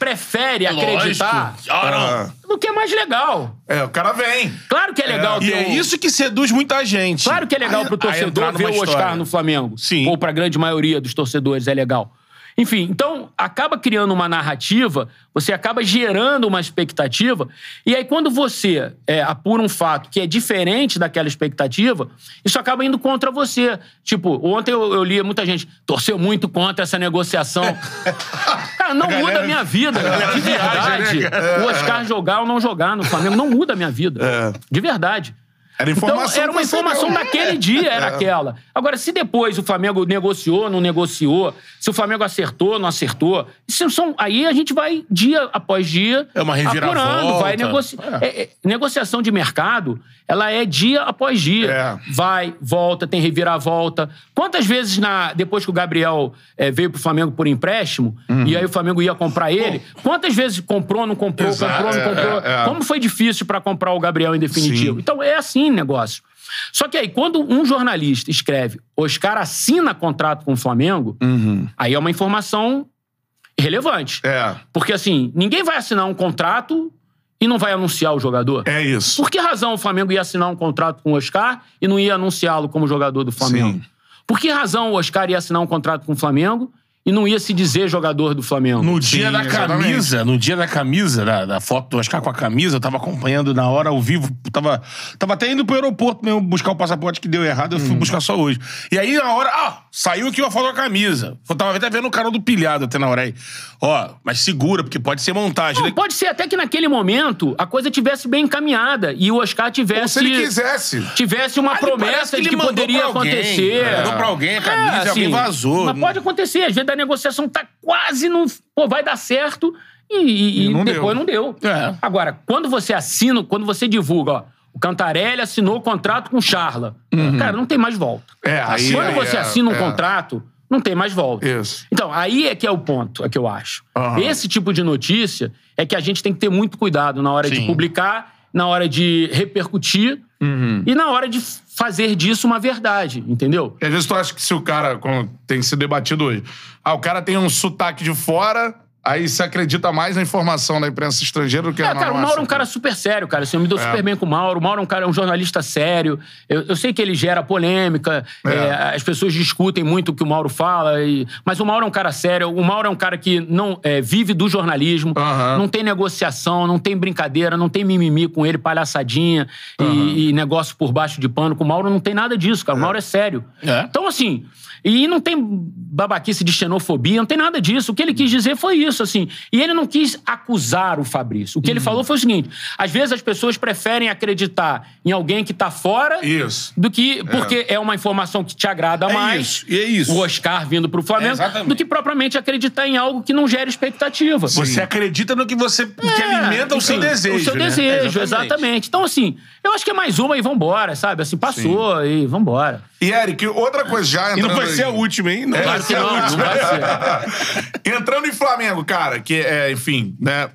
[SPEAKER 3] prefere acreditar no que é mais legal.
[SPEAKER 1] O cara vem.
[SPEAKER 3] Claro que é legal ter
[SPEAKER 2] E é isso que seduz muita gente.
[SPEAKER 3] Claro que é legal pro torcedor ver o Oscar no Flamengo.
[SPEAKER 2] Sim.
[SPEAKER 3] Ou pra grande maioria dos torcedores é legal. Enfim, então, acaba criando uma narrativa, você acaba gerando uma expectativa, e aí quando você apura um fato que é diferente daquela expectativa, isso acaba indo contra você. Tipo, ontem eu li muita gente torceu muito contra essa negociação. Cara, não muda a minha vida, de verdade. O Oscar jogar ou não jogar no Flamengo não muda a minha vida. De verdade. Então, era uma informação daquele dia, era aquela. Agora, se depois o Flamengo negociou, não negociou, se o Flamengo acertou, não acertou, aí a gente vai dia após dia
[SPEAKER 2] uma reviravolta.
[SPEAKER 3] Apurando, vai negociação de mercado, ela é dia após dia. Vai, volta, tem reviravolta. Quantas vezes, depois que o Gabriel veio pro Flamengo por empréstimo, e aí o Flamengo ia comprar ele, quantas vezes comprou, não comprou, comprou, não comprou? Como foi difícil pra comprar o Gabriel em definitivo? Sim. Então, é assim negócio. Só que aí, quando um jornalista escreve Oscar assina contrato com o Flamengo, aí é uma informação irrelevante. Porque, assim, ninguém vai assinar um contrato e não vai anunciar o jogador.
[SPEAKER 1] É isso.
[SPEAKER 3] Por que razão o Flamengo ia assinar um contrato com o Oscar e não ia anunciá-lo como jogador do Flamengo? Sim. Por que razão o Oscar ia assinar um contrato com o Flamengo e não ia se dizer jogador do Flamengo?
[SPEAKER 2] No dia da camisa, da foto do Oscar com a camisa, eu tava acompanhando na hora ao vivo, tava até indo pro aeroporto mesmo buscar o passaporte que deu errado, eu fui buscar só hoje. E aí na hora, saiu aqui uma foto da camisa. Eu tava até vendo o cara do pilhado até na hora aí. Mas segura, porque pode ser montagem.
[SPEAKER 3] Não, pode ser até que naquele momento a coisa tivesse bem encaminhada e o Oscar tivesse...
[SPEAKER 1] Ou se ele quisesse.
[SPEAKER 3] Tivesse uma promessa de que poderia acontecer.
[SPEAKER 2] Mandou pra alguém a camisa e alguém vazou.
[SPEAKER 3] Mas pode acontecer, às vezes a negociação tá quase no... Pô, vai dar certo e depois não deu. Agora, quando você assina, quando você divulga, o Cantarelli assinou o contrato com o Charla. Cara, não tem mais volta. Quando você assina um contrato, não tem mais volta.
[SPEAKER 1] Isso.
[SPEAKER 3] Então, aí é que é o ponto, é que eu acho. Esse tipo de notícia é que a gente tem que ter muito cuidado na hora de publicar, na hora de repercutir e na hora de fazer disso uma verdade, entendeu?
[SPEAKER 1] E às vezes tu acha que se o cara, como tem sido debatido hoje, o cara tem um sotaque de fora, aí você acredita mais na informação da imprensa estrangeira do que na nossa.
[SPEAKER 3] Cara, o Mauro é um cara super sério, cara. Assim, eu me dou super bem com o Mauro. O Mauro é um jornalista sério. Eu sei que ele gera polêmica. As pessoas discutem muito o que o Mauro fala. Mas o Mauro é um cara sério. O Mauro é um cara que não vive do jornalismo. Não tem negociação, não tem brincadeira, não tem mimimi com ele, palhaçadinha e negócio por baixo de pano. Com o Mauro não tem nada disso, cara. O Mauro é sério. Então, assim... E não tem babaquice de xenofobia, não tem nada disso. O que ele quis dizer foi isso, assim. E ele não quis acusar o Fabrício. O que ele falou foi o seguinte: às vezes as pessoas preferem acreditar em alguém que tá fora do que... Porque é uma informação que te agrada mais. O Oscar vindo pro Flamengo. Do que propriamente acreditar em algo que não gera expectativa.
[SPEAKER 2] Você acredita no que você... que alimenta o seu desejo.
[SPEAKER 3] O seu desejo, exatamente. Então, assim, eu acho que é mais uma e vambora, sabe? Assim, passou e vambora.
[SPEAKER 1] E, Eric, outra coisa já entrando...
[SPEAKER 2] E não vai ser a última, hein? Não vai ser a última.
[SPEAKER 3] Não vai ser.
[SPEAKER 1] Entrando em Flamengo, cara, que enfim, né?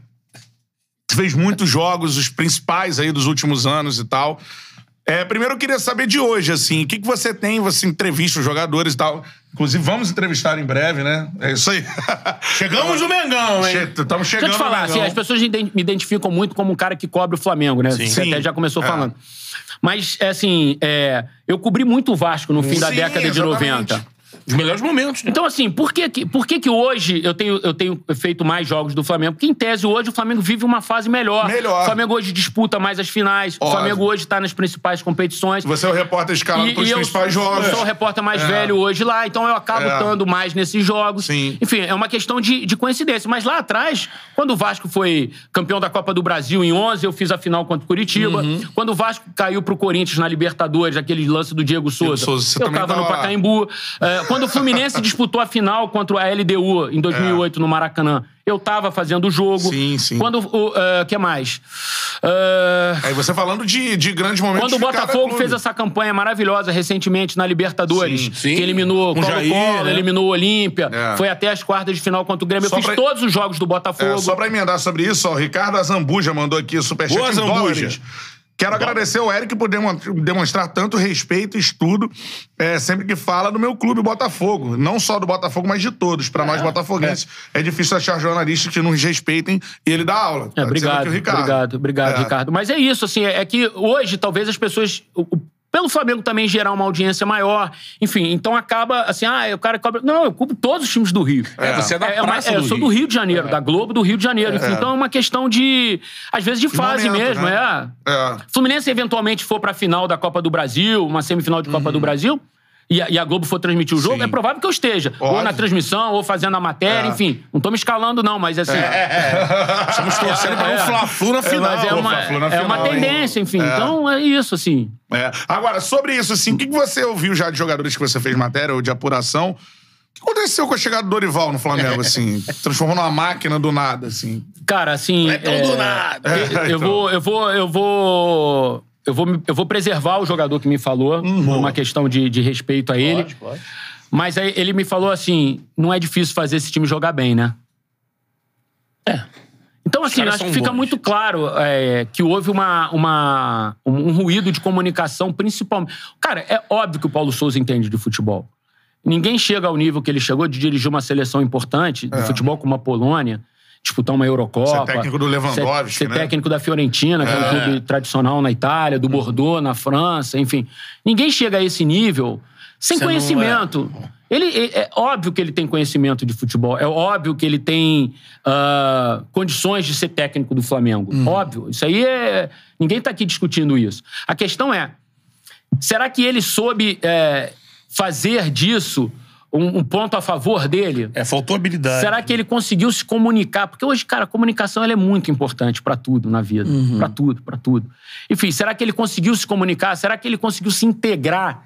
[SPEAKER 1] Fez muitos jogos, os principais aí dos últimos anos e tal. Primeiro eu queria saber de hoje, assim, o que você tem, você entrevista os jogadores e tal. Inclusive, vamos entrevistar em breve, né? É isso aí.
[SPEAKER 2] Chegamos no Mengão, hein?
[SPEAKER 1] Estamos chegando.
[SPEAKER 3] Deixa eu te falar, assim, as pessoas me identificam muito como um cara que cobre o Flamengo, né?
[SPEAKER 2] Sim.
[SPEAKER 3] Você até já começou falando. Mas, assim, eu cobri muito o Vasco no fim da década de 90.
[SPEAKER 2] Os melhores momentos, né?
[SPEAKER 3] Então, assim, por que hoje eu tenho feito mais jogos do Flamengo? Porque, em tese, hoje o Flamengo vive uma fase melhor. O Flamengo hoje disputa mais as finais. O Flamengo hoje tá nas principais competições.
[SPEAKER 1] Você é o repórter escalado pros principais jogos.
[SPEAKER 3] Eu sou o repórter mais velho hoje lá, então eu acabo estando mais nesses jogos.
[SPEAKER 1] Sim.
[SPEAKER 3] Enfim, é uma questão de coincidência. Mas lá atrás, quando o Vasco foi campeão da Copa do Brasil em 11, eu fiz a final contra o Curitiba. Quando o Vasco caiu pro Corinthians na Libertadores, aquele lance do Diego Souza, eu tava no Pacaembu. Quando o Fluminense disputou a final contra a LDU em 2008 no Maracanã, eu tava fazendo o jogo.
[SPEAKER 1] Sim.
[SPEAKER 3] Quando que mais?
[SPEAKER 1] Aí você falando de grandes momentos.
[SPEAKER 3] Quando o Botafogo fez essa campanha maravilhosa recentemente na Libertadores, que eliminou Colo-Colo, eliminou o Olímpia, foi até as quartas de final contra o Grêmio. Eu fiz todos os jogos do Botafogo.
[SPEAKER 1] Só pra emendar sobre isso, o Ricardo Azambuja mandou aqui o superchat em dólares. Quero agradecer ao Eric por demonstrar tanto respeito e estudo sempre que fala do meu clube, Botafogo. Não só do Botafogo, mas de todos. Pra nós, botafoguenses, é difícil achar jornalistas que nos respeitem e ele dá aula.
[SPEAKER 3] Obrigado, Ricardo. Mas é isso, assim, é que hoje talvez as pessoas... Pelo Flamengo também gerar uma audiência maior. Enfim, então acaba assim, o cara cobra... Não, eu cubro todos os times do Rio.
[SPEAKER 2] Você é da praça do
[SPEAKER 3] Eu sou do Rio de Janeiro, da Globo do Rio de Janeiro. Enfim, então é uma questão de... Às vezes de fase momento, mesmo, né? Fluminense eventualmente for pra final da Copa do Brasil, uma semifinal de Copa do Brasil... E a Globo for transmitir o jogo, é provável que eu esteja. Óbvio. Ou na transmissão, ou fazendo a matéria, enfim. Não tô me escalando, não, mas assim...
[SPEAKER 2] Estamos torcendo para um Fla-Flu na final.
[SPEAKER 3] Mas é uma tendência, enfim. Então, é isso, assim.
[SPEAKER 1] Agora, sobre isso, assim, o que você ouviu já de jogadores que você fez matéria ou de apuração? O que aconteceu com a chegada do Dorival no Flamengo, assim? Transformou numa máquina do nada, assim.
[SPEAKER 3] Cara, assim...
[SPEAKER 2] Não é tão do nada.
[SPEAKER 3] Eu vou preservar o jogador que me falou, por uma questão de respeito a ele. Pode. Mas aí ele me falou assim, não é difícil fazer esse time jogar bem, né? Então, assim, acho que fica muito claro que houve um ruído de comunicação, principalmente... Cara, é óbvio que o Paulo Souza entende de futebol. Ninguém chega ao nível que ele chegou de dirigir uma seleção importante de futebol como a Polônia, disputar uma Eurocopa.
[SPEAKER 1] Ser técnico do Lewandowski,
[SPEAKER 3] ser técnico da Fiorentina, que é um clube tradicional na Itália, do Bordeaux, na França, enfim. Ninguém chega a esse nível sem conhecimento. É óbvio que ele tem conhecimento de futebol. É óbvio que ele tem condições de ser técnico do Flamengo. Óbvio. Isso aí ninguém tá aqui discutindo isso. A questão é, será que ele soube fazer disso um ponto a favor dele?
[SPEAKER 2] Faltou habilidade.
[SPEAKER 3] Será que ele conseguiu se comunicar? Porque hoje, cara, a comunicação ela é muito importante pra tudo na vida. Pra tudo. Enfim, será que ele conseguiu se comunicar? Será que ele conseguiu se integrar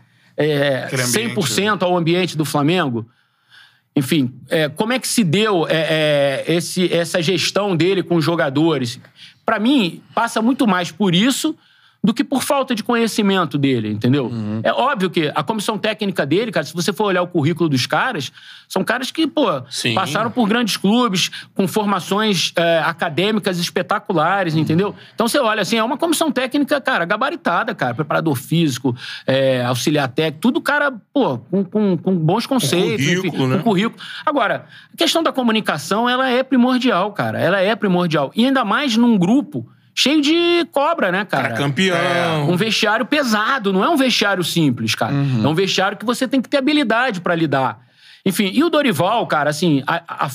[SPEAKER 3] 100% ao ambiente do Flamengo? Enfim, como é que se deu essa gestão dele com os jogadores? Pra mim, passa muito mais por isso do que por falta de conhecimento dele, entendeu? É óbvio que a comissão técnica dele, cara, se você for olhar o currículo dos caras, são caras que, passaram por grandes clubes, com formações acadêmicas espetaculares, entendeu? Então você olha assim, é uma comissão técnica, cara, gabaritada, cara, preparador físico, auxiliar técnico, tudo cara, com bons conceitos, com currículo. Agora, a questão da comunicação, ela é primordial, cara, ela é primordial. E ainda mais num grupo cheio de cobra, né, cara?
[SPEAKER 2] Campeão.
[SPEAKER 3] Um vestiário pesado, não é um vestiário simples, cara. É um vestiário que você tem que ter habilidade pra lidar. Enfim, e o Dorival, cara, assim,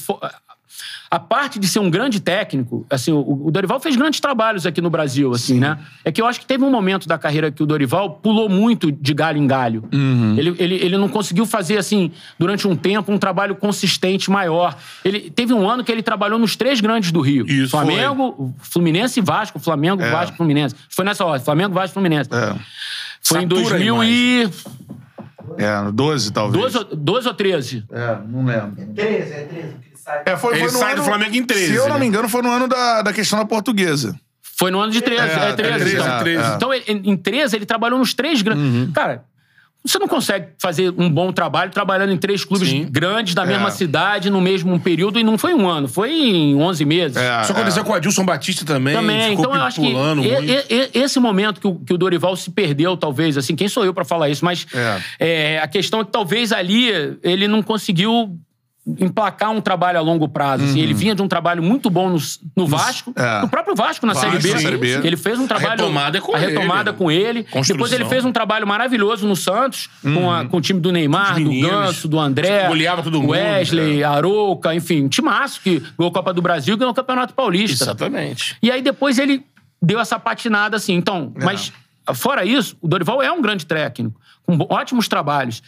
[SPEAKER 3] a parte de ser um grande técnico, assim, o Dorival fez grandes trabalhos aqui no Brasil, assim, né? É que eu acho que teve um momento da carreira que o Dorival pulou muito de galho em galho. Ele não conseguiu fazer, assim, durante um tempo, um trabalho consistente maior. Ele teve um ano que ele trabalhou nos 3 grandes do Rio.
[SPEAKER 2] Isso,
[SPEAKER 3] Flamengo, Fluminense e Vasco. Flamengo, Vasco, Fluminense. Foi nessa ordem. Flamengo, Vasco, Fluminense. Foi em 2000 e...
[SPEAKER 1] 12, talvez.
[SPEAKER 3] 12 ou 13?
[SPEAKER 1] Não lembro.
[SPEAKER 4] 13.
[SPEAKER 2] Ele sai do Flamengo em 13.
[SPEAKER 1] Se eu não me engano, foi no ano da questão da Portuguesa.
[SPEAKER 3] Foi no ano de 13. 13. Então, em 13, ele trabalhou nos 3 grandes... Cara, você não consegue fazer um bom trabalho trabalhando em 3 clubes grandes da mesma cidade, no mesmo período, e não foi um ano, foi em 11 meses.
[SPEAKER 2] Isso aconteceu com o Adilson Batista também. Ficou
[SPEAKER 3] então eu acho que esse momento que o Dorival se perdeu, talvez, assim, quem sou eu pra falar isso, mas a questão é que talvez ali ele não conseguiu emplacar um trabalho a longo prazo. Assim. Ele vinha de um trabalho muito bom no Vasco, no próprio Vasco na Série B. Ele fez um trabalho... A retomada com ele. Depois ele fez um trabalho maravilhoso no Santos, com o time do Neymar, do Ganso, do André, Wesley, Arouca, enfim, um timaço que ganhou a Copa do Brasil e ganhou o Campeonato Paulista.
[SPEAKER 2] Exatamente.
[SPEAKER 3] E aí depois ele deu essa patinada assim. Então, mas fora isso, o Dorival é um grande técnico, com ótimos trabalhos.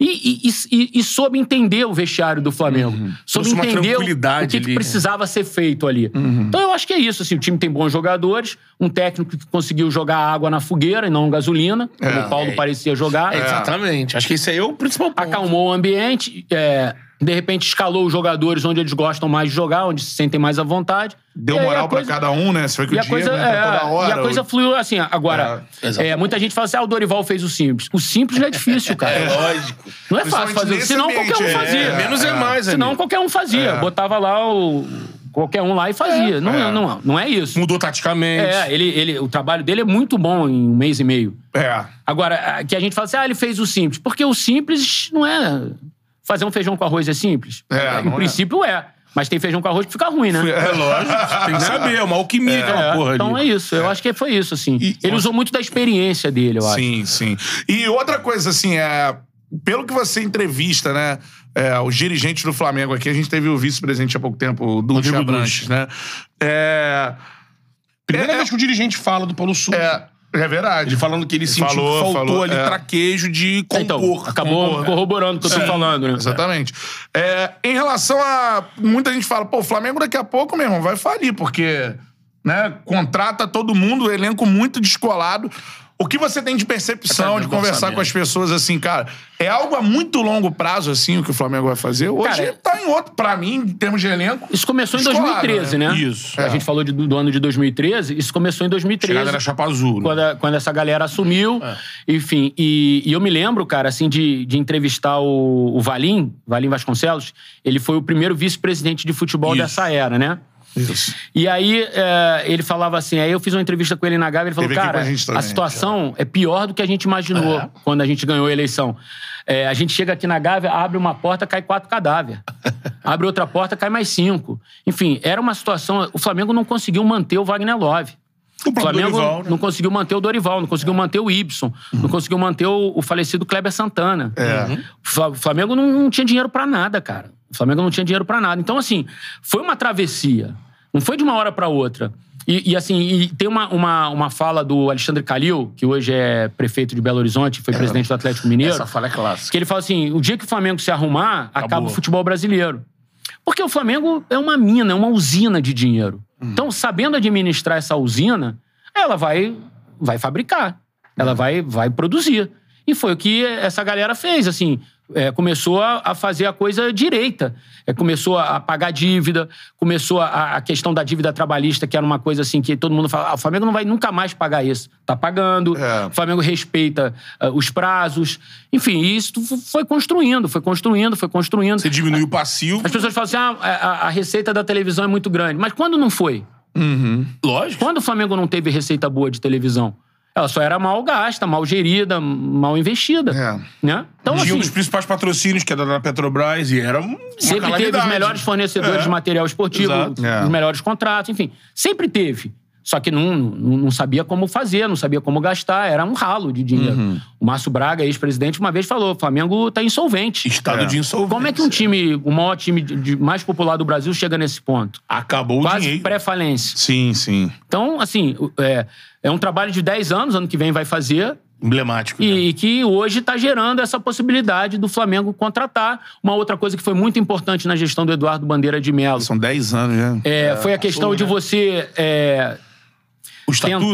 [SPEAKER 3] E soube entender o vestiário do Flamengo. Soube entender o que precisava ser feito ali. Então eu acho que é isso. Assim, o time tem bons jogadores, um técnico que conseguiu jogar água na fogueira e não gasolina, como o Paulo parecia jogar.
[SPEAKER 2] Exatamente. Acho que esse aí é o principal ponto.
[SPEAKER 3] Acalmou o ambiente, de repente escalou os jogadores onde eles gostam mais de jogar, onde se sentem mais à vontade.
[SPEAKER 1] Deu moral pra cada um, né? Você foi com o Diego, toda hora.
[SPEAKER 3] E a coisa fluiu assim. Agora, muita gente fala assim, o Dorival fez o simples. O simples não é difícil, cara.
[SPEAKER 2] Lógico.
[SPEAKER 3] Não é fácil fazer. Senão qualquer um fazia.
[SPEAKER 2] Menos é mais,
[SPEAKER 3] Senão qualquer um fazia. Botava lá qualquer um lá e fazia. Não é isso.
[SPEAKER 2] Mudou taticamente.
[SPEAKER 3] O trabalho dele é muito bom em 1 mês e meio. Agora, que a gente fala assim, ele fez o simples. Porque o simples não é... Fazer um feijão com arroz é simples? Em princípio é. Mas tem feijão com arroz que fica ruim, né?
[SPEAKER 2] Lógico. Tem que saber. É uma alquimia aquela porra ali.
[SPEAKER 3] Então é isso. Eu acho que foi isso, assim. Ele usou muito da experiência dele, eu acho.
[SPEAKER 1] Sim. E outra coisa, assim, pelo que você entrevista, né? Os dirigentes do Flamengo aqui, a gente teve o vice-presidente há pouco tempo, o Dulce Abranches, né?
[SPEAKER 2] Primeira vez que o dirigente fala do Paulo Sousa.
[SPEAKER 1] É verdade.
[SPEAKER 2] Ele falando que ele sentiu que faltou ali traquejo de compor.
[SPEAKER 3] Então, acabou corroborando o que eu tô falando, né?
[SPEAKER 1] Exatamente. Em relação a... Muita gente fala, o Flamengo daqui a pouco, meu irmão, vai falir, porque contrata todo mundo, elenco muito descolado. O que você tem de percepção, de conversar com as pessoas, assim, cara, é algo a muito longo prazo, assim, o que o Flamengo vai fazer? Hoje tá em outro, pra mim, em termos de elenco.
[SPEAKER 3] Isso começou em 2013, né?
[SPEAKER 2] Isso.
[SPEAKER 3] A gente falou do ano de 2013, isso começou em 2013.
[SPEAKER 2] Chegada na Chapa Azul. Né?
[SPEAKER 3] Quando essa galera assumiu. Enfim, e eu me lembro, cara, assim, de entrevistar o Valim Vasconcelos. Ele foi o primeiro vice-presidente de futebol dessa era, né?
[SPEAKER 1] Isso.
[SPEAKER 3] E aí, ele falava assim, aí eu fiz uma entrevista com ele na Gávea, ele falou, cara, a situação é pior do que a gente imaginou quando a gente ganhou a eleição. A gente chega aqui na Gávea, abre uma porta, cai 4 cadáveres. Abre outra porta, cai mais 5. Enfim, era uma situação... O Flamengo não conseguiu manter o Wagner Love. O Flamengo Dorival, né? Não conseguiu manter o Dorival, não conseguiu manter o Ibson, não conseguiu manter o falecido Kleber Santana. O Flamengo não tinha dinheiro pra nada, cara. O Flamengo não tinha dinheiro pra nada. Então, assim, foi uma travessia. Não foi de uma hora pra outra. E tem uma fala do Alexandre Calil, que hoje é prefeito de Belo Horizonte, foi presidente do Atlético Mineiro.
[SPEAKER 2] Essa fala é clássica.
[SPEAKER 3] Que ele fala assim, o dia que o Flamengo se arrumar, acaba o futebol brasileiro. Porque o Flamengo é uma mina, é uma usina de dinheiro. Então, sabendo administrar essa usina, ela vai fabricar. Ela vai produzir. E foi o que essa galera fez, assim... começou a fazer a coisa direita. Começou a pagar dívida, começou a questão da dívida trabalhista, que era uma coisa assim que todo mundo fala, o Flamengo não vai nunca mais pagar isso. Tá pagando, o Flamengo respeita os prazos. Enfim, isso foi construindo.
[SPEAKER 2] Você diminui o passivo.
[SPEAKER 3] As pessoas falam assim, a receita da televisão é muito grande. Mas quando não foi?
[SPEAKER 2] Lógico.
[SPEAKER 3] Quando o Flamengo não teve receita boa de televisão? Ela só era mal gasta, mal gerida, mal investida. Né? Então,
[SPEAKER 2] tinha
[SPEAKER 3] assim,
[SPEAKER 2] um dos principais patrocínios, que era da Petrobras, e era uma
[SPEAKER 3] sempre teve os melhores fornecedores de material esportivo, os melhores contratos, enfim. Sempre teve. Só que não sabia como fazer, não sabia como gastar, era um ralo de dinheiro. O Márcio Braga, ex-presidente, uma vez falou, o Flamengo tá insolvente.
[SPEAKER 2] Estado de insolvência.
[SPEAKER 3] Como é que o maior time mais popular do Brasil chega nesse ponto?
[SPEAKER 2] Acabou o dinheiro.
[SPEAKER 3] Quase pré-falência.
[SPEAKER 1] Sim.
[SPEAKER 3] Então, assim, é um trabalho de 10 anos, ano que vem vai fazer.
[SPEAKER 2] Emblemático.
[SPEAKER 3] E que hoje está gerando essa possibilidade do Flamengo contratar. Uma outra coisa que foi muito importante na gestão do Eduardo Bandeira de Mello.
[SPEAKER 1] São 10 anos já.
[SPEAKER 3] Foi a questão de você...
[SPEAKER 2] o estatuto?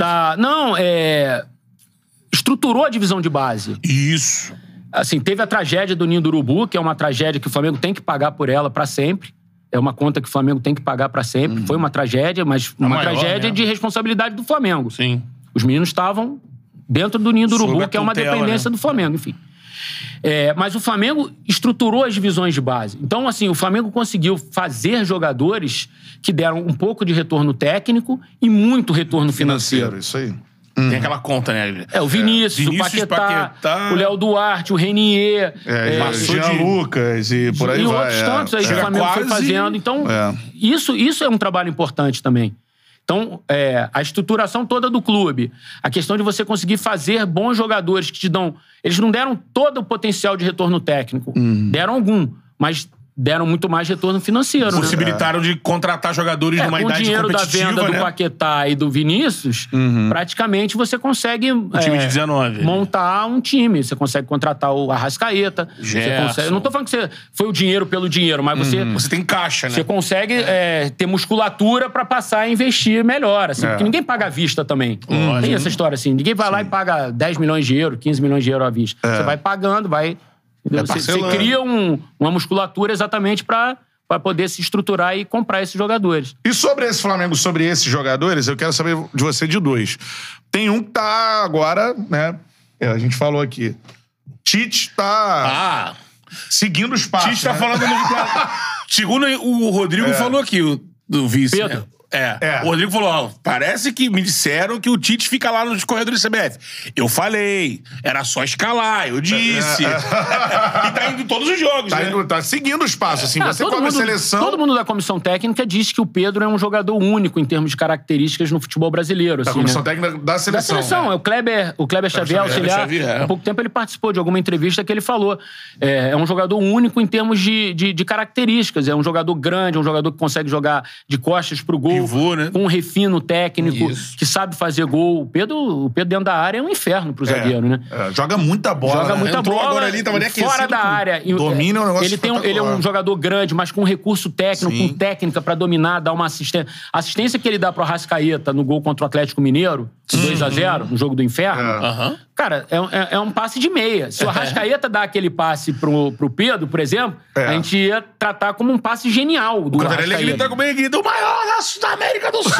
[SPEAKER 3] Estruturou a divisão de base.
[SPEAKER 2] Isso.
[SPEAKER 3] Assim, teve a tragédia do Ninho do Urubu, que é uma tragédia que o Flamengo tem que pagar por ela para sempre. É uma conta que o Flamengo tem que pagar para sempre. Foi uma tragédia, mas uma tragédia de responsabilidade do Flamengo.
[SPEAKER 2] Sim.
[SPEAKER 3] Os meninos estavam dentro do Ninho do Urubu, que é uma dependência do Flamengo, enfim. Mas o Flamengo estruturou as divisões de base. Então, assim, o Flamengo conseguiu fazer jogadores que deram um pouco de retorno técnico e muito retorno financeiro.
[SPEAKER 1] Isso aí.
[SPEAKER 2] Tem aquela conta, né?
[SPEAKER 3] O Vinícius, o Paquetá, o Léo Duarte, o Renier.
[SPEAKER 1] O Jean Lucas e por aí vai.
[SPEAKER 3] E outros tantos aí que o Flamengo foi fazendo. Então, isso é um trabalho importante também. Então, a estruturação toda do clube, a questão de você conseguir fazer bons jogadores que te dão... Eles não deram todo o potencial de retorno técnico. Deram algum, mas deram muito mais retorno financeiro.
[SPEAKER 2] Possibilitaram de contratar jogadores numa idade competitiva,
[SPEAKER 3] com o dinheiro da venda do Paquetá e do Vinícius, praticamente você consegue...
[SPEAKER 2] time de 19.
[SPEAKER 3] Montar um time. Você consegue contratar o Arrascaeta. Eu não tô falando que foi o dinheiro pelo dinheiro, mas você...
[SPEAKER 2] Você tem caixa, né?
[SPEAKER 3] Você consegue ter musculatura pra passar a investir melhor, assim. Porque ninguém paga à vista também. Tem essa história, assim. Ninguém vai lá e paga 10 milhões de euros, 15 milhões de euros à vista. Você vai pagando, Você cria uma musculatura exatamente para poder se estruturar e comprar esses jogadores.
[SPEAKER 1] E sobre esse Flamengo, sobre esses jogadores, eu quero saber de você de dois. Tem um que tá agora, né? A gente falou aqui. Tite seguindo os passos.
[SPEAKER 2] Tite tá falando... Segundo o Rodrigo falou aqui, Do vice,
[SPEAKER 3] Pedro.
[SPEAKER 2] né? O Rodrigo falou, ó, parece que me disseram que o Tite fica lá nos corredores do CBF. Eu falei, era só escalar, eu disse. E tá indo em todos os jogos, né?
[SPEAKER 1] Tá seguindo os passos, assim. Você come a seleção...
[SPEAKER 3] Todo mundo da comissão técnica diz que o Pedro é um jogador único em termos de características no futebol brasileiro.
[SPEAKER 1] Da
[SPEAKER 3] assim,
[SPEAKER 1] comissão
[SPEAKER 3] né?
[SPEAKER 1] técnica da seleção.
[SPEAKER 3] Da seleção. O Kleber Xavier, auxiliar. Há pouco tempo ele participou de alguma entrevista que ele falou. É um jogador único em termos de características. É um jogador grande, é um jogador que consegue jogar de costas pro gol.
[SPEAKER 2] Pivô, né?
[SPEAKER 3] Com um refino técnico, que sabe fazer gol. O Pedro dentro da área é um inferno pro zagueiro, né?
[SPEAKER 1] Joga muita bola.
[SPEAKER 3] Joga muita bola.
[SPEAKER 2] Agora ali, tava nem
[SPEAKER 3] fora da área.
[SPEAKER 1] Domina o negócio.
[SPEAKER 3] Ele é um jogador grande, mas com recurso técnico, com técnica pra dominar, dar uma assistência. A assistência que ele dá pro Arrascaeta no gol contra o Atlético Mineiro, 2-0, no jogo do inferno, cara, é um passe de meia. Se o Arrascaeta dá aquele passe pro Pedro, por exemplo, a gente ia tratar como um passe genial do Arrascaeta.
[SPEAKER 2] Ele tá comigo aqui, do maior da América do Sul!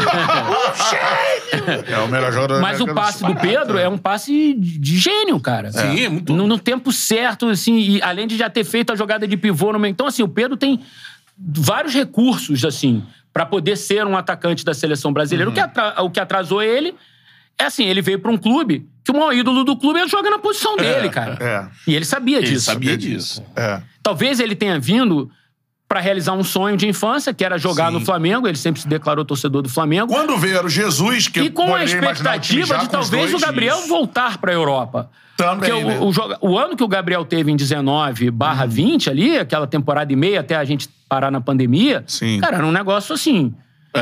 [SPEAKER 1] É o melhor jogador da
[SPEAKER 3] Mas
[SPEAKER 1] América
[SPEAKER 3] o passe
[SPEAKER 1] do Sul.
[SPEAKER 3] do Pedro é um passe de gênio, cara.
[SPEAKER 2] Sim, é muito.
[SPEAKER 3] No tempo certo, assim, e além de já ter feito a jogada de pivô no meio. Então, assim, o Pedro tem vários recursos, assim, pra poder ser um atacante da seleção brasileira. O que atrasou ele é assim, ele veio pra um clube que o maior ídolo do clube joga na posição dele, cara. E ele sabia disso.
[SPEAKER 2] Sabia disso.
[SPEAKER 3] Talvez ele tenha vindo pra realizar um sonho de infância, que era jogar no Flamengo. Ele sempre se declarou torcedor do Flamengo.
[SPEAKER 1] Quando veio era o Jesus, que
[SPEAKER 3] e com a expectativa de talvez o Gabriel voltar pra Europa.
[SPEAKER 1] Também,
[SPEAKER 3] porque o ano que o Gabriel teve em 19/20 ali, aquela temporada e meia até a gente parar na pandemia, cara, era um negócio assim.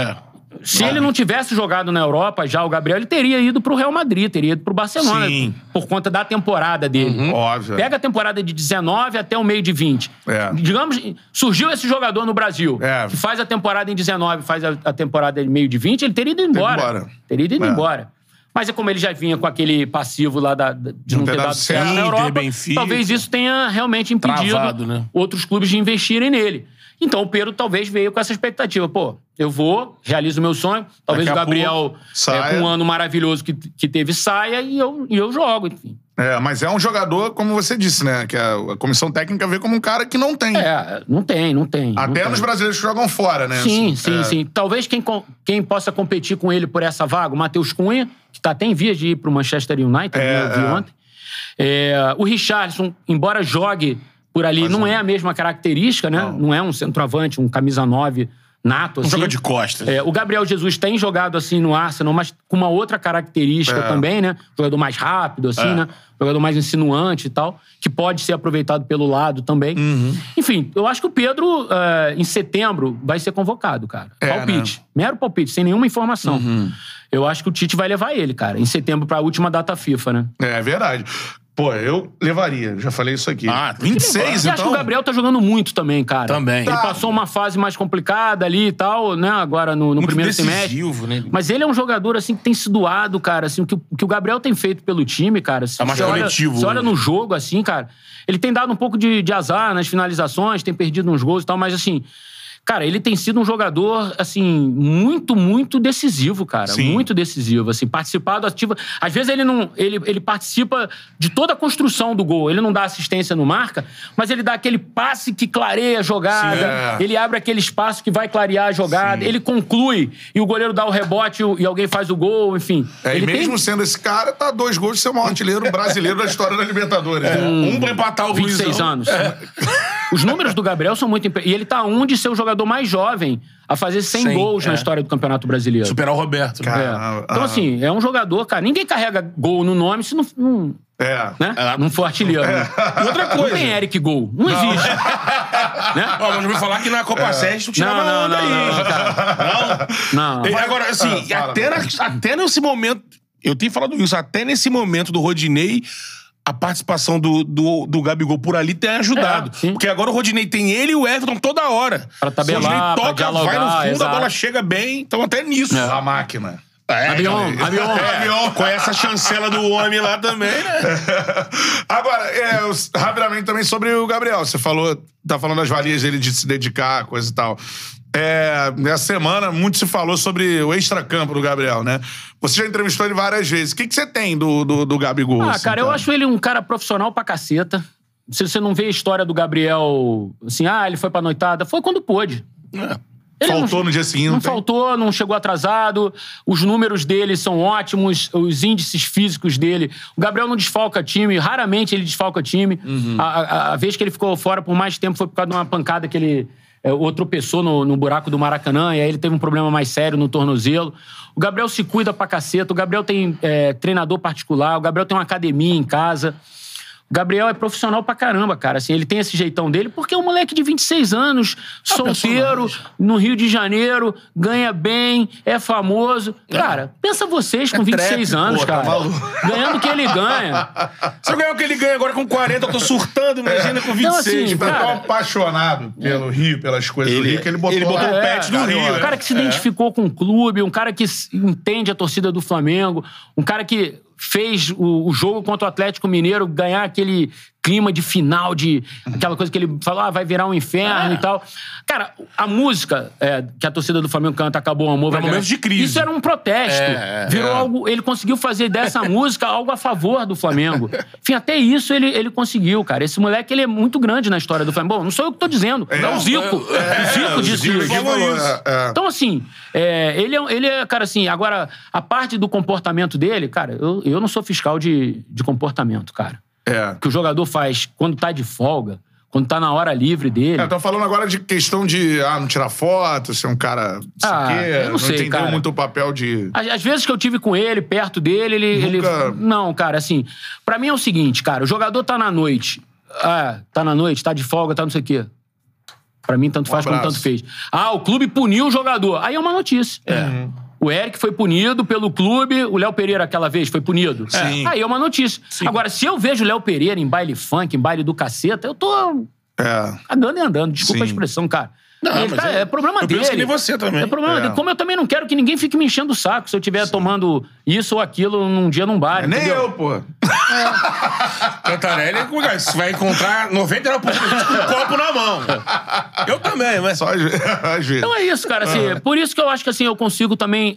[SPEAKER 3] Se ele não tivesse jogado na Europa já, o Gabriel, ele teria ido pro Real Madrid, teria ido pro Barcelona. Por conta da temporada dele.
[SPEAKER 1] Óbvio.
[SPEAKER 3] Pega a temporada de 19 até o meio de 20. Digamos, surgiu esse jogador no Brasil, que faz a temporada em 19, faz a temporada em meio de 20, ele teria ido embora. Teria ido embora. Mas é como ele já vinha com aquele passivo lá de não ter dado certo na Europa, talvez isso tenha realmente impedido outros clubes de investirem nele. Então o Pedro talvez veio com essa expectativa. Pô, eu vou, realizo o meu sonho. Talvez o Gabriel, com um ano maravilhoso que teve, saia e eu jogo, enfim.
[SPEAKER 1] Mas é um jogador, como você disse, né? Que a comissão técnica vê como um cara que não tem.
[SPEAKER 3] Não tem.
[SPEAKER 1] Até nos brasileiros que jogam fora, né?
[SPEAKER 3] Sim. Talvez quem possa competir com ele por essa vaga, o Matheus Cunha, que tá até em vias de ir pro Manchester United, eu vi ontem. O Richarlison, embora jogue por ali, não é a mesma característica, né? Não é um centroavante, um camisa 9 nato, assim.
[SPEAKER 2] Joga de costas.
[SPEAKER 3] O Gabriel Jesus tem jogado assim no Arsenal, mas com uma outra característica também, né? Jogador mais rápido, assim, né? Jogador mais insinuante e tal, que pode ser aproveitado pelo lado também. Enfim, eu acho que o Pedro, em setembro, vai ser convocado, cara. Palpite. Né? Mero palpite, sem nenhuma informação. Eu acho que o Tite vai levar ele, cara, em setembro, pra última data FIFA, né?
[SPEAKER 1] É verdade. Pô, eu levaria. Já falei isso aqui. 26, então?
[SPEAKER 3] Eu acho que o Gabriel tá jogando muito também, cara.
[SPEAKER 2] Também.
[SPEAKER 3] Ele passou uma fase mais complicada ali e tal, né? Agora no primeiro semestre.
[SPEAKER 2] Né?
[SPEAKER 3] Mas ele é um jogador, assim, que tem se doado, cara. Assim, o que o Gabriel tem feito pelo time, cara. Assim,
[SPEAKER 2] tá mais coletivo.
[SPEAKER 3] Você olha no jogo, assim, cara. Ele tem dado um pouco de azar nas finalizações, tem perdido uns gols e tal, mas assim... Cara, ele tem sido um jogador, assim, muito, muito decisivo, cara. Muito decisivo, assim, participado ativo. Às vezes ele participa de toda a construção do gol. Ele não dá assistência no marca, mas ele dá aquele passe que clareia a jogada. Ele abre aquele espaço que vai clarear a jogada. Ele conclui e o goleiro dá o rebote e alguém faz o gol, enfim.
[SPEAKER 1] E mesmo sendo esse cara, tá 2 gols de ser o maior artilheiro brasileiro da história da Libertadores.
[SPEAKER 2] Um pra empatar o
[SPEAKER 3] 26 anos. Os números do Gabriel são muito... E ele tá de ser o jogador mais jovem a fazer 100 gols na história do Campeonato Brasileiro.
[SPEAKER 2] Superar o Roberto.
[SPEAKER 3] Então, assim, é um jogador, cara... Ninguém carrega gol no nome se não... Né? Não for artilheiro. Né?
[SPEAKER 2] E outra coisa...
[SPEAKER 3] Não tem Eric Gol. Não existe. Né?
[SPEAKER 2] Mas eu vou falar que na Copa Sérgio tu tirava onda aí.
[SPEAKER 3] Não.
[SPEAKER 2] Agora, assim, até nesse momento... Eu tenho falado isso. Até nesse momento do Rodinei... A participação do Gabigol por ali tem ajudado. Porque agora o Rodinei tem ele e o Everton toda hora.
[SPEAKER 3] Pra tabelar,
[SPEAKER 2] toca,
[SPEAKER 3] pra dialogar,
[SPEAKER 2] vai no fundo,
[SPEAKER 3] exato.
[SPEAKER 2] A bola chega bem. Então até nisso.
[SPEAKER 1] A máquina.
[SPEAKER 3] Avião.
[SPEAKER 2] Com essa chancela do homem lá também, né?
[SPEAKER 1] Agora, rapidamente também sobre o Gabriel. Você tá falando das valias dele de se dedicar, coisa e tal. Nessa semana, muito se falou sobre o extracampo do Gabriel, né? Você já entrevistou ele várias vezes. O que você tem do Gabigol?
[SPEAKER 3] Assim, cara, eu acho ele um cara profissional pra caceta. Se você não vê a história do Gabriel, assim, ele foi pra noitada, foi quando pôde.
[SPEAKER 1] Faltou no dia seguinte.
[SPEAKER 3] Não faltou, não chegou atrasado. Os números dele são ótimos, os índices físicos dele. O Gabriel não desfalca time, raramente ele desfalca time. A vez que ele ficou fora por mais tempo foi por causa de uma pancada que ele tropeçou no buraco do Maracanã, e aí ele teve um problema mais sério no tornozelo. O Gabriel se cuida pra caceta, o Gabriel tem treinador particular, o Gabriel tem uma academia em casa. O Gabriel é profissional pra caramba, cara. Assim, ele tem esse jeitão dele porque é um moleque de 26 anos, solteiro, no Rio de Janeiro, ganha bem, é famoso. Cara, pensa vocês com 26 anos, cara. Tá ganhando o que ele ganha.
[SPEAKER 2] Se eu ganhar o que ele ganha agora com 40, eu tô surtando, imagina com 26.
[SPEAKER 3] Então, assim,
[SPEAKER 1] Tá tão
[SPEAKER 3] cara,
[SPEAKER 1] apaixonado pelo Rio, pelas coisas do Rio, que ele botou
[SPEAKER 2] o pet do Rio.
[SPEAKER 3] Um cara que se identificou com o clube, um cara que entende a torcida do Flamengo, um cara que fez o jogo contra o Atlético Mineiro ganhar aquele clima de final, aquela coisa que ele falou, vai virar um inferno e tal. Cara, a música que a torcida do Flamengo canta, Acabou o Amor, vai
[SPEAKER 2] momentos de crise.
[SPEAKER 3] Isso era um protesto. Virou algo. Ele conseguiu fazer dessa música algo a favor do Flamengo. Enfim, até isso ele conseguiu, cara. Esse moleque, ele é muito grande na história do Flamengo. Bom, não sou eu que tô dizendo. É o Zico. O Zico disse isso. Então, assim, ele é, cara, assim, agora, a parte do comportamento dele, cara, eu não sou fiscal de comportamento, cara. Que o jogador faz quando tá de folga, quando tá na hora livre dele.
[SPEAKER 1] Tô falando agora de questão de não tirar foto, ser um cara...
[SPEAKER 3] eu não sei,
[SPEAKER 1] entendeu
[SPEAKER 3] cara.
[SPEAKER 1] muito o papel de...
[SPEAKER 3] Às vezes que eu tive com ele, perto dele, ele... Não, cara, assim... Pra mim é o seguinte, cara, o jogador tá na noite. Tá na noite, tá de folga, tá não sei o quê. Pra mim, tanto faz como tanto fez. O clube puniu o jogador. Aí é uma notícia. O Eric foi punido pelo clube, o Léo Pereira aquela vez foi punido.
[SPEAKER 1] Sim.
[SPEAKER 3] Aí é uma notícia.
[SPEAKER 1] Sim.
[SPEAKER 3] Agora, se eu vejo o Léo Pereira em baile funk, em baile do caceta, eu tô andando e andando. Desculpa a expressão, cara.
[SPEAKER 2] Não,
[SPEAKER 3] ele,
[SPEAKER 2] mas
[SPEAKER 3] é problema dele.
[SPEAKER 2] Eu penso que nem você também.
[SPEAKER 3] É problema dele. Como eu também não quero que ninguém fique me enchendo o saco se eu estiver tomando isso ou aquilo num dia num bar.
[SPEAKER 1] Nem
[SPEAKER 3] entendeu?
[SPEAKER 1] eu, pô.
[SPEAKER 2] Cantarelli, você vai encontrar 99% com um copo na mão. Eu também, mas...
[SPEAKER 1] Só às vezes.
[SPEAKER 3] Então é isso, cara. Assim, por isso que eu acho que assim, eu consigo também...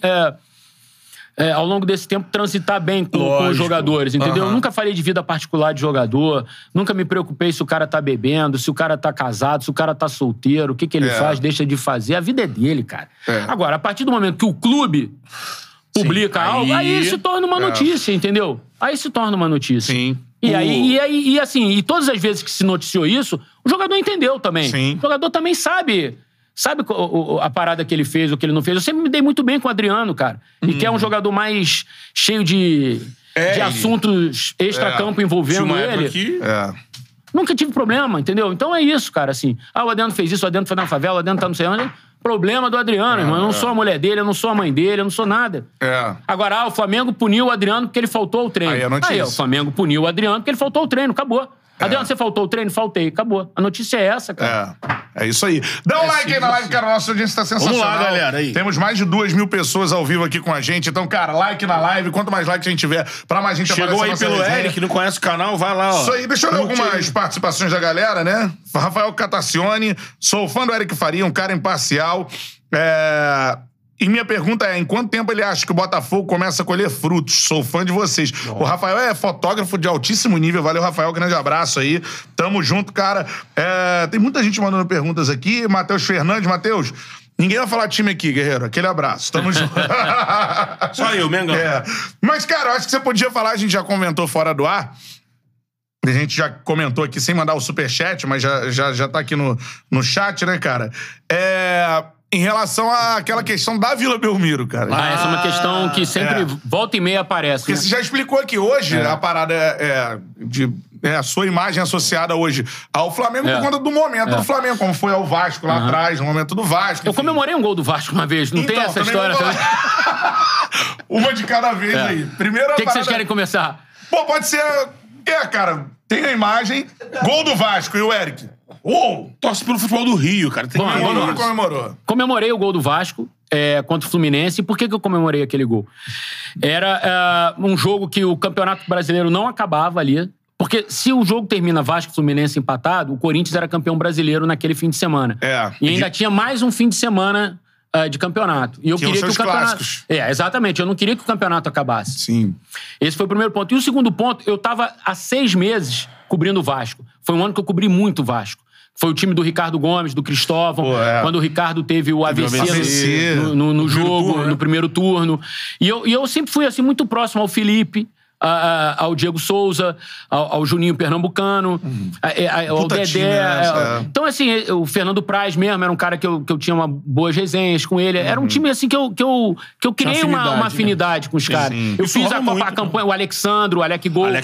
[SPEAKER 3] ao longo desse tempo, transitar bem com os jogadores, entendeu? Eu nunca falei de vida particular de jogador, nunca me preocupei se o cara tá bebendo, se o cara tá casado, se o cara tá solteiro, o que ele faz, deixa de fazer. A vida é dele, cara. Agora, a partir do momento que o clube publica algo, aí se torna uma notícia, entendeu? Aí se torna uma notícia.
[SPEAKER 1] Sim.
[SPEAKER 3] E assim, e todas as vezes que se noticiou isso, o jogador entendeu também.
[SPEAKER 1] Sim.
[SPEAKER 3] O jogador também sabe a parada que ele fez, o que ele não fez. Eu sempre me dei muito bem com o Adriano, cara. E que é um jogador mais cheio de assuntos extra-campo envolvendo ele. Nunca tive problema, entendeu? Então é isso, cara, assim. O Adriano fez isso, o Adriano foi na favela, o Adriano tá não sei onde. Problema do Adriano, irmão. Eu não sou a mulher dele, eu não sou a mãe dele, eu não sou nada. Agora, o Flamengo puniu o Adriano porque ele faltou ao treino.
[SPEAKER 1] Aí a notícia.
[SPEAKER 3] O Flamengo puniu o Adriano porque ele faltou ao treino, acabou. Adriano, você faltou o treino? Faltei. Acabou. A notícia é essa, cara.
[SPEAKER 1] É isso aí. Dá um like aí na live, cara. Nossa audiência tá sensacional.
[SPEAKER 2] Vamos lá, galera. Aí.
[SPEAKER 1] Temos mais de 2.000 pessoas ao vivo aqui com a gente. Então, cara, like na live. Quanto mais likes a gente tiver, pra mais gente
[SPEAKER 2] Chegou aí pelo
[SPEAKER 1] resenha.
[SPEAKER 2] Eric, não conhece o canal, vai lá, ó.
[SPEAKER 1] Isso aí. Deixa eu ler algumas participações da galera, né? Rafael Catacione. Sou fã do Eric Faria, um cara imparcial. E minha pergunta é, em quanto tempo ele acha que o Botafogo começa a colher frutos? Sou fã de vocês. O Rafael é fotógrafo de altíssimo nível. Valeu, Rafael. Grande abraço aí. Tamo junto, cara. Tem muita gente mandando perguntas aqui. Matheus Fernandes. Matheus, ninguém vai falar de time aqui, guerreiro. Aquele abraço. Tamo junto.
[SPEAKER 2] Só eu, Mengão.
[SPEAKER 1] Mas, cara, eu acho que você podia falar, a gente já comentou fora do ar. A gente já comentou aqui sem mandar o superchat, mas já tá aqui no chat, né, cara? Em relação àquela questão da Vila Belmiro, cara.
[SPEAKER 3] Essa é uma questão que sempre volta e meia aparece.
[SPEAKER 1] Porque você já explicou aqui hoje, a parada a sua imagem associada hoje ao Flamengo por conta do momento do Flamengo, como foi ao Vasco lá atrás, no momento do Vasco.
[SPEAKER 3] Eu comemorei um gol do Vasco uma vez, não tem essa história também?
[SPEAKER 1] Uma de cada vez aí. Primeiro,
[SPEAKER 3] o que vocês querem começar?
[SPEAKER 1] Pô, pode ser... cara, tem a imagem, gol do Vasco e o Eric.
[SPEAKER 2] Torce pelo futebol do Rio, cara.
[SPEAKER 1] Comemorou.
[SPEAKER 3] Comemorei o gol do Vasco contra o Fluminense. E por que eu comemorei aquele gol? Era um jogo que o Campeonato Brasileiro não acabava ali. Porque se o jogo termina Vasco e Fluminense empatado, o Corinthians era campeão brasileiro naquele fim de semana. E ainda tinha mais um fim de semana de campeonato. E eu queria que o campeonato...
[SPEAKER 1] clássicos.
[SPEAKER 3] Exatamente. Eu não queria que o campeonato acabasse.
[SPEAKER 1] Sim.
[SPEAKER 3] Esse foi o primeiro ponto. E o segundo ponto, eu tava há 6 meses cobrindo o Vasco. Foi um ano que eu cobri muito o Vasco. Foi o time do Ricardo Gomes, do Cristóvão, quando o Ricardo teve o AVC no jogo, no primeiro turno. E eu sempre fui assim, muito próximo ao Felipe, ao Diego Souza, ao Juninho Pernambucano, ao Dedé.
[SPEAKER 1] Time, né?
[SPEAKER 3] Então, assim, o Fernando Praz mesmo era um cara que eu tinha boas resenhas com ele. Era um time, assim, que eu criei uma afinidade com os caras. Eu fiz a campanha, o Alexandre, o Alec Gol.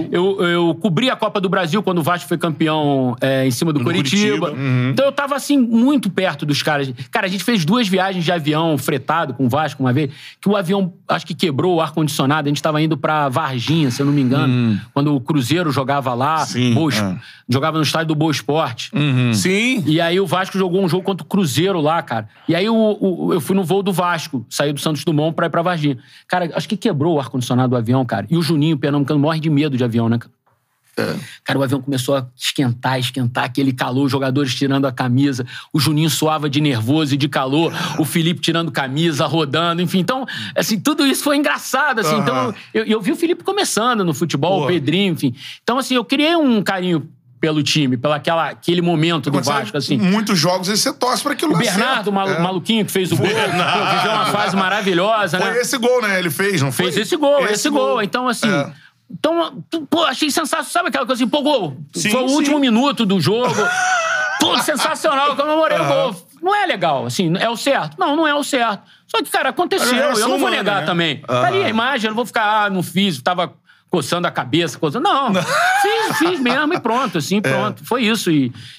[SPEAKER 3] Eu cobri a Copa do Brasil quando o Vasco foi campeão em cima do Coritiba. Então, eu tava, assim, muito perto dos caras. Cara, a gente fez 2 viagens de avião fretado com o Vasco uma vez, que o avião, acho que quebrou o ar-condicionado. A gente tava indo pra Varginha, se eu não me engano, quando o Cruzeiro jogava lá, jogava no estádio do Boa Esporte.
[SPEAKER 2] Sim.
[SPEAKER 3] E aí o Vasco jogou um jogo contra o Cruzeiro lá, cara. E aí eu fui no voo do Vasco, saí do Santos Dumont pra ir pra Varginha. Cara, acho que quebrou o ar-condicionado do avião, cara. E o Juninho Pernambucano morre de medo de avião, né, cara? Cara, o avião começou a esquentar, aquele calor, os jogadores tirando a camisa, o Juninho suava de nervoso e de calor, o Felipe tirando camisa, rodando, enfim. Então, assim, tudo isso foi engraçado, assim. Então, eu vi o Felipe começando no futebol, o Pedrinho, enfim. Então, assim, eu criei um carinho pelo time, aquele momento do Vasco, assim.
[SPEAKER 1] Muitos jogos aí você torce pra aquilo lá.
[SPEAKER 3] O Bernardo, maluquinho, que fez o gol, viveu uma fase maravilhosa, né?
[SPEAKER 1] Foi esse gol, né? Ele fez, não foi?
[SPEAKER 3] Fez esse gol. Então, assim... Então, pô, achei sensacional. Sabe aquela coisa assim, pô, gol. Foi o último minuto do jogo. Pô, sensacional, eu comemorei o gol. Não é legal, assim, é o certo? Não é o certo. Só que, cara, aconteceu. Eu não vou negar também. Tá ali a imagem, eu não vou ficar, não fiz, tava coçando a cabeça, Não, fiz mesmo e pronto, assim, pronto. Foi isso.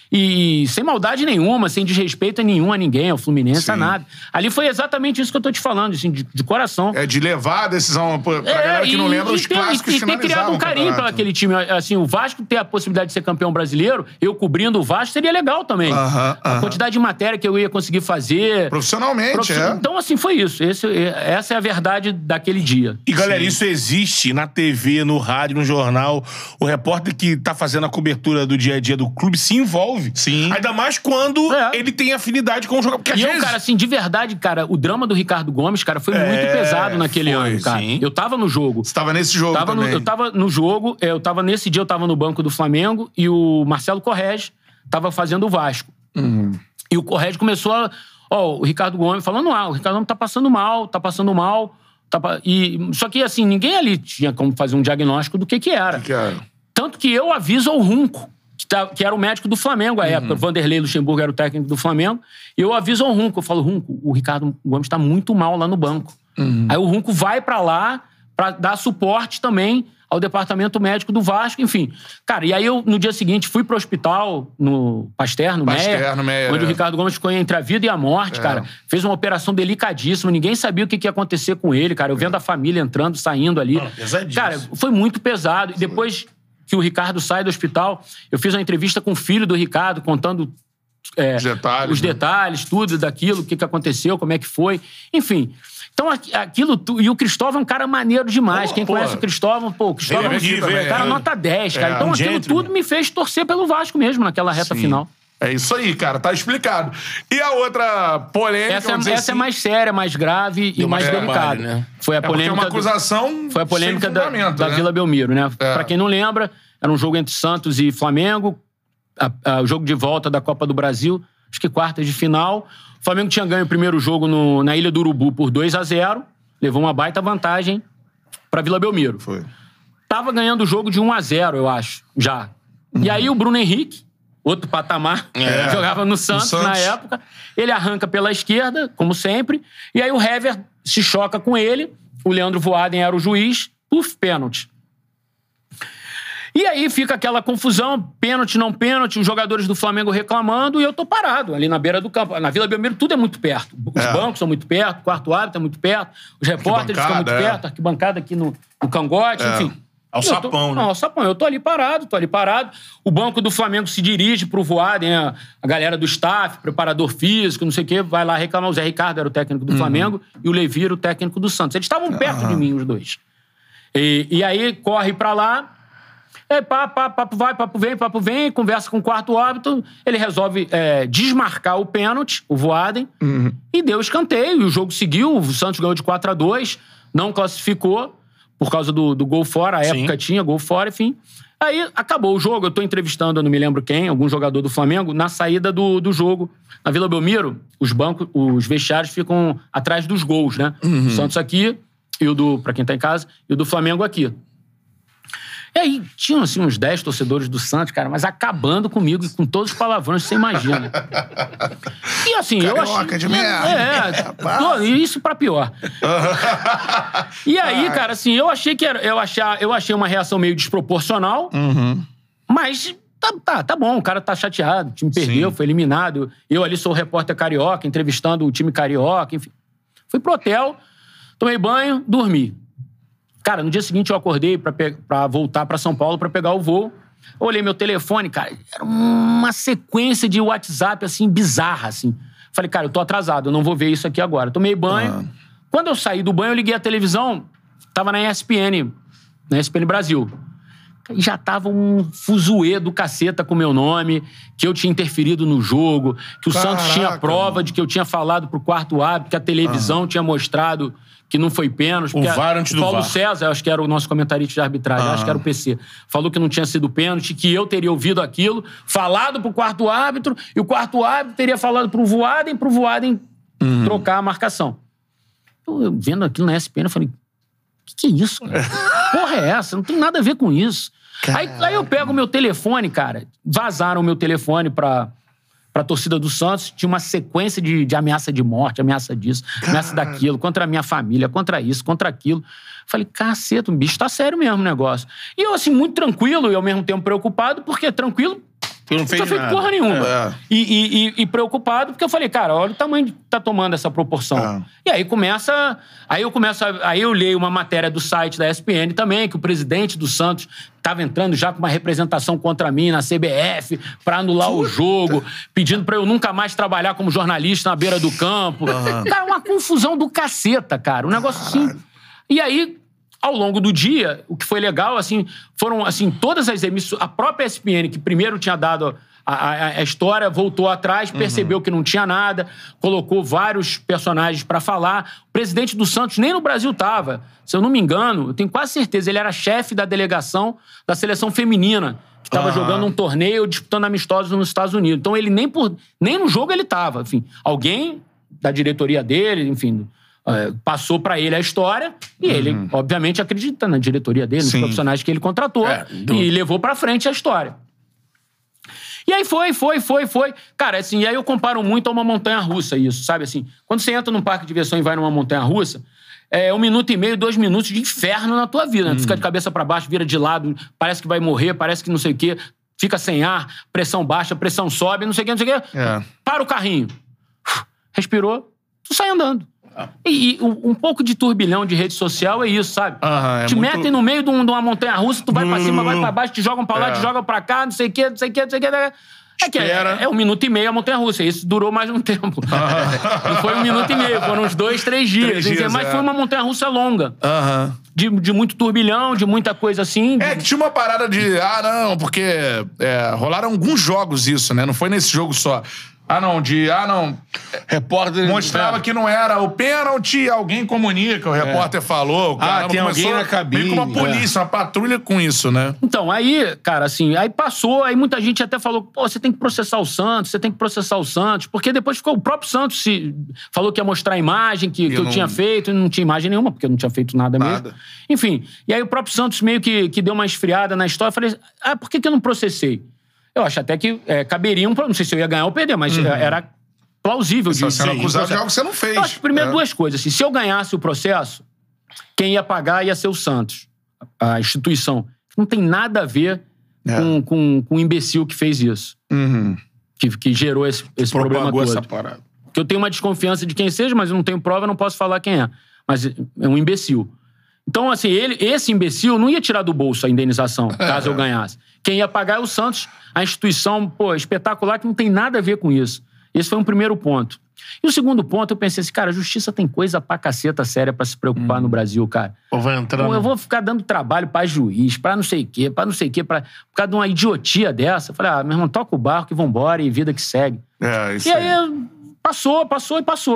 [SPEAKER 3] E sem maldade nenhuma, sem desrespeito nenhum a ninguém, ao Fluminense, a nada. Ali foi exatamente isso que eu tô te falando, assim, de coração.
[SPEAKER 1] De levar a decisão pra galera que não lembra os clássicos
[SPEAKER 3] e ter criado um carinho pelo aquele time. Assim, o Vasco ter a possibilidade de ser campeão brasileiro, eu cobrindo o Vasco, seria legal também. A quantidade de matéria que eu ia conseguir fazer.
[SPEAKER 1] Profissionalmente,
[SPEAKER 3] Então, assim, foi isso. Essa é a verdade daquele dia.
[SPEAKER 2] E, galera, isso existe na TV, no rádio, no jornal. O repórter que tá fazendo a cobertura do dia a dia do clube se envolve.
[SPEAKER 1] Sim.
[SPEAKER 2] Ainda mais quando ele tem afinidade com o jogador.
[SPEAKER 3] Porque cara, assim, de verdade, cara, o drama do Ricardo Gomes, cara, foi muito pesado naquele ano, cara.
[SPEAKER 2] Sim.
[SPEAKER 3] Eu tava no jogo.
[SPEAKER 1] Você tava nesse jogo também?
[SPEAKER 3] Eu tava no jogo, nesse dia eu tava no banco do Flamengo e o Marcelo Correge tava fazendo o Vasco. E o Correge começou o Ricardo Gomes falando, o Ricardo Gomes tá passando mal. Só que, assim, ninguém ali tinha como fazer um diagnóstico do que era. Tanto que eu aviso ao Runco, que era o médico do Flamengo à época. O Vanderlei Luxemburgo era o técnico do Flamengo. E eu aviso ao Runco. Eu falo, Runco, o Ricardo Gomes tá muito mal lá no banco. Aí o Runco vai pra lá pra dar suporte também ao departamento médico do Vasco, enfim. Cara, e aí eu, no dia seguinte, fui pro hospital, no Pasteur, no Meyer, onde o Ricardo Gomes ficou entre a vida e a morte, cara. Fez uma operação delicadíssima, ninguém sabia o que ia acontecer com ele, cara. Eu vendo a família entrando, saindo ali. Cara, foi muito pesado. E depois que o Ricardo sai do hospital, eu fiz uma entrevista com o filho do Ricardo, contando os detalhes, tudo daquilo, o que aconteceu, como é que foi. Enfim... Então, aquilo... E o Cristóvão é um cara maneiro demais. Quem conhece o Cristóvão, o Cristóvão é um cara nota 10, cara. Então, aquilo tudo me fez torcer pelo Vasco mesmo, naquela reta final.
[SPEAKER 1] É isso aí, cara. Tá explicado. E a outra polêmica...
[SPEAKER 3] Essa é mais séria, mais grave e mais delicada. Né? Foi a polêmica...
[SPEAKER 1] Porque é uma acusação
[SPEAKER 3] foi a polêmica da Vila Belmiro, né? Pra quem não lembra, era um jogo entre Santos e Flamengo. O jogo de volta da Copa do Brasil. Acho que quartas de final. O Flamengo tinha ganho o primeiro jogo na Ilha do Urubu por 2-0. Levou uma baita vantagem pra Vila Belmiro.
[SPEAKER 1] Foi.
[SPEAKER 3] Tava ganhando o jogo de 1-0, eu acho, já. E aí o Bruno Henrique, outro patamar, jogava no Santos na época. Ele arranca pela esquerda, como sempre. E aí o Hever se choca com ele. O Leandro Voaden era o juiz. Pênalti. E aí fica aquela confusão, pênalti, não pênalti, os jogadores do Flamengo reclamando e eu tô parado ali na beira do campo. Na Vila Belmiro tudo é muito perto. Os bancos são muito perto, o quarto árbitro é muito perto, os repórteres ficam muito perto, a arquibancada aqui no cangote, enfim.
[SPEAKER 2] Ao sapão, né?
[SPEAKER 3] Não, ao sapão. Eu tô ali parado. O banco do Flamengo se dirige pro Voaden, a galera do staff, preparador físico, não sei o quê, vai lá reclamar. O Zé Ricardo era o técnico do Flamengo e o Levi era o técnico do Santos. Eles estavam perto de mim, os dois. E aí corre pra lá. Papo vai, papo vem, conversa com o quarto árbitro, ele resolve desmarcar o pênalti, o Voaden, e deu escanteio, e o jogo seguiu, o Santos ganhou de 4-2, não classificou, por causa do gol fora, a época tinha gol fora, enfim. Aí acabou o jogo, eu tô entrevistando, eu não me lembro quem, algum jogador do Flamengo, na saída do jogo. Na Vila Belmiro, os bancos, os vestiários ficam atrás dos gols, né? O Santos aqui, e o do, pra quem tá em casa, e o do Flamengo aqui. E aí, tinham assim uns 10 torcedores do Santos, cara, mas acabando comigo e com todos os palavrões que você imagina. E assim, eu achei...
[SPEAKER 1] Carioca de merda.
[SPEAKER 3] Isso pra pior. E aí, cara, assim, eu achei que era... Eu achei uma reação meio desproporcional, mas tá bom, o cara tá chateado, o time perdeu, foi eliminado. Eu ali sou o repórter carioca, entrevistando o time carioca, enfim. Fui pro hotel, tomei banho, dormi. Cara, no dia seguinte eu acordei pra voltar pra São Paulo pra pegar o voo. Eu olhei meu telefone, cara, era uma sequência de WhatsApp, assim, bizarra, assim. Falei, cara, eu tô atrasado, eu não vou ver isso aqui agora. Tomei banho. Quando eu saí do banho, eu liguei a televisão, tava na ESPN Brasil. E já tava um fuzuê do caceta com o meu nome, que eu tinha interferido no jogo, que o Santos tinha prova de que eu tinha falado pro quarto árbitro, que a televisão tinha mostrado que não foi pênalti.
[SPEAKER 2] O VAR antes do VAR.
[SPEAKER 3] O Paulo César, acho que era o nosso comentarista de arbitragem, acho que era o PC, falou que não tinha sido pênalti, que eu teria ouvido aquilo, falado pro quarto árbitro, e o quarto árbitro teria falado pro Voaden trocar a marcação. Eu vendo aquilo na ESPN, eu falei, que é isso, cara? Porra é essa? Não tem nada a ver com isso. Aí eu pego o meu telefone, cara, vazaram o meu telefone pra torcida do Santos, tinha uma sequência de ameaça de morte, ameaça disso, ameaça daquilo, contra a minha família, contra isso, contra aquilo. Falei, caceta, o bicho tá sério mesmo o negócio. E eu, assim, muito tranquilo e ao mesmo tempo preocupado, porque tranquilo,
[SPEAKER 2] não tinha
[SPEAKER 3] feito porra nenhuma. E preocupado, porque eu falei, cara, olha o tamanho que tá tomando essa proporção. E aí Aí eu leio uma matéria do site da ESPN também, que o presidente do Santos tava entrando já com uma representação contra mim na CBF pra anular o jogo, pedindo pra eu nunca mais trabalhar como jornalista na beira do campo. Cara, uma confusão do caceta, cara. Um negócio assim. E aí, ao longo do dia, o que foi legal, assim, foram, assim, todas as emissoras... A própria ESPN, que primeiro tinha dado a história, voltou atrás, percebeu que não tinha nada, colocou vários personagens pra falar. O presidente do Santos nem no Brasil tava. Se eu não me engano, eu tenho quase certeza, ele era chefe da delegação da seleção feminina, que tava jogando um torneio, disputando amistosos nos Estados Unidos. Então, ele nem no jogo ele tava. Enfim, alguém da diretoria dele, enfim... passou pra ele a história e ele, obviamente, acredita na diretoria dele, nos profissionais que ele contratou e levou pra frente a história. E aí foi. Cara, assim, e aí eu comparo muito a uma montanha-russa isso, sabe? Assim, quando você entra num parque de diversão e vai numa montanha-russa, é 1 minuto e meio, 2 minutos de inferno na tua vida, né? Tu fica de cabeça pra baixo, vira de lado, parece que vai morrer, parece que não sei o quê, fica sem ar, pressão baixa, pressão sobe, não sei o quê. Para o carrinho. Respirou, tu sai andando. E um pouco de turbilhão de rede social é isso, sabe? Te metem no meio de uma montanha-russa, tu vai pra cima, vai pra baixo, te jogam pra lá, te jogam pra cá, não sei o quê. É 1 minuto e meio a montanha-russa. Isso durou mais um tempo. Não foi 1 minuto e meio, foram uns 2, 3 dias. Mas foi uma montanha-russa longa. De muito turbilhão, de muita coisa assim.
[SPEAKER 1] Que tinha uma parada de... não, porque rolaram alguns jogos isso, né? Não foi nesse jogo só.
[SPEAKER 2] Repórter...
[SPEAKER 1] Mostrava que não era o pênalti, alguém comunica, o repórter falou.
[SPEAKER 2] Tem alguém na cabine.
[SPEAKER 1] Meio com uma polícia, uma patrulha com isso, né?
[SPEAKER 3] Então, aí, cara, assim, aí passou, aí muita gente até falou, pô, você tem que processar o Santos, porque depois ficou o próprio Santos falou que ia mostrar a imagem que eu tinha feito, e não tinha imagem nenhuma, porque eu não tinha feito nada mesmo. Enfim, e aí o próprio Santos meio que deu uma esfriada na história, eu falei, por que eu não processei? Eu acho até que caberia não sei se eu ia ganhar ou perder, mas era plausível
[SPEAKER 1] de ser acusado de algo que você não fez.
[SPEAKER 3] Eu acho que primeiro 2 coisas. Assim, se eu ganhasse o processo, quem ia pagar ia ser o Santos, a instituição. Não tem nada a ver com o imbecil que fez isso. Que gerou esse problema todo.
[SPEAKER 2] Essa parada.
[SPEAKER 3] Porque eu tenho uma desconfiança de quem seja, mas eu não tenho prova, eu não posso falar quem é. Mas é um imbecil. Então, assim, esse imbecil não ia tirar do bolso a indenização, caso eu ganhasse. Quem ia pagar é o Santos, a instituição, espetacular, que não tem nada a ver com isso. Esse foi um primeiro ponto. E o segundo ponto, eu pensei assim, cara, a justiça tem coisa pra caceta séria pra se preocupar no Brasil, cara. Eu vou ficar dando trabalho pra juiz, pra não sei o quê, por causa de uma idiotia dessa. Eu falei, meu irmão, toca o barco e vambora, e vida que segue.
[SPEAKER 1] Isso
[SPEAKER 3] e aí passou.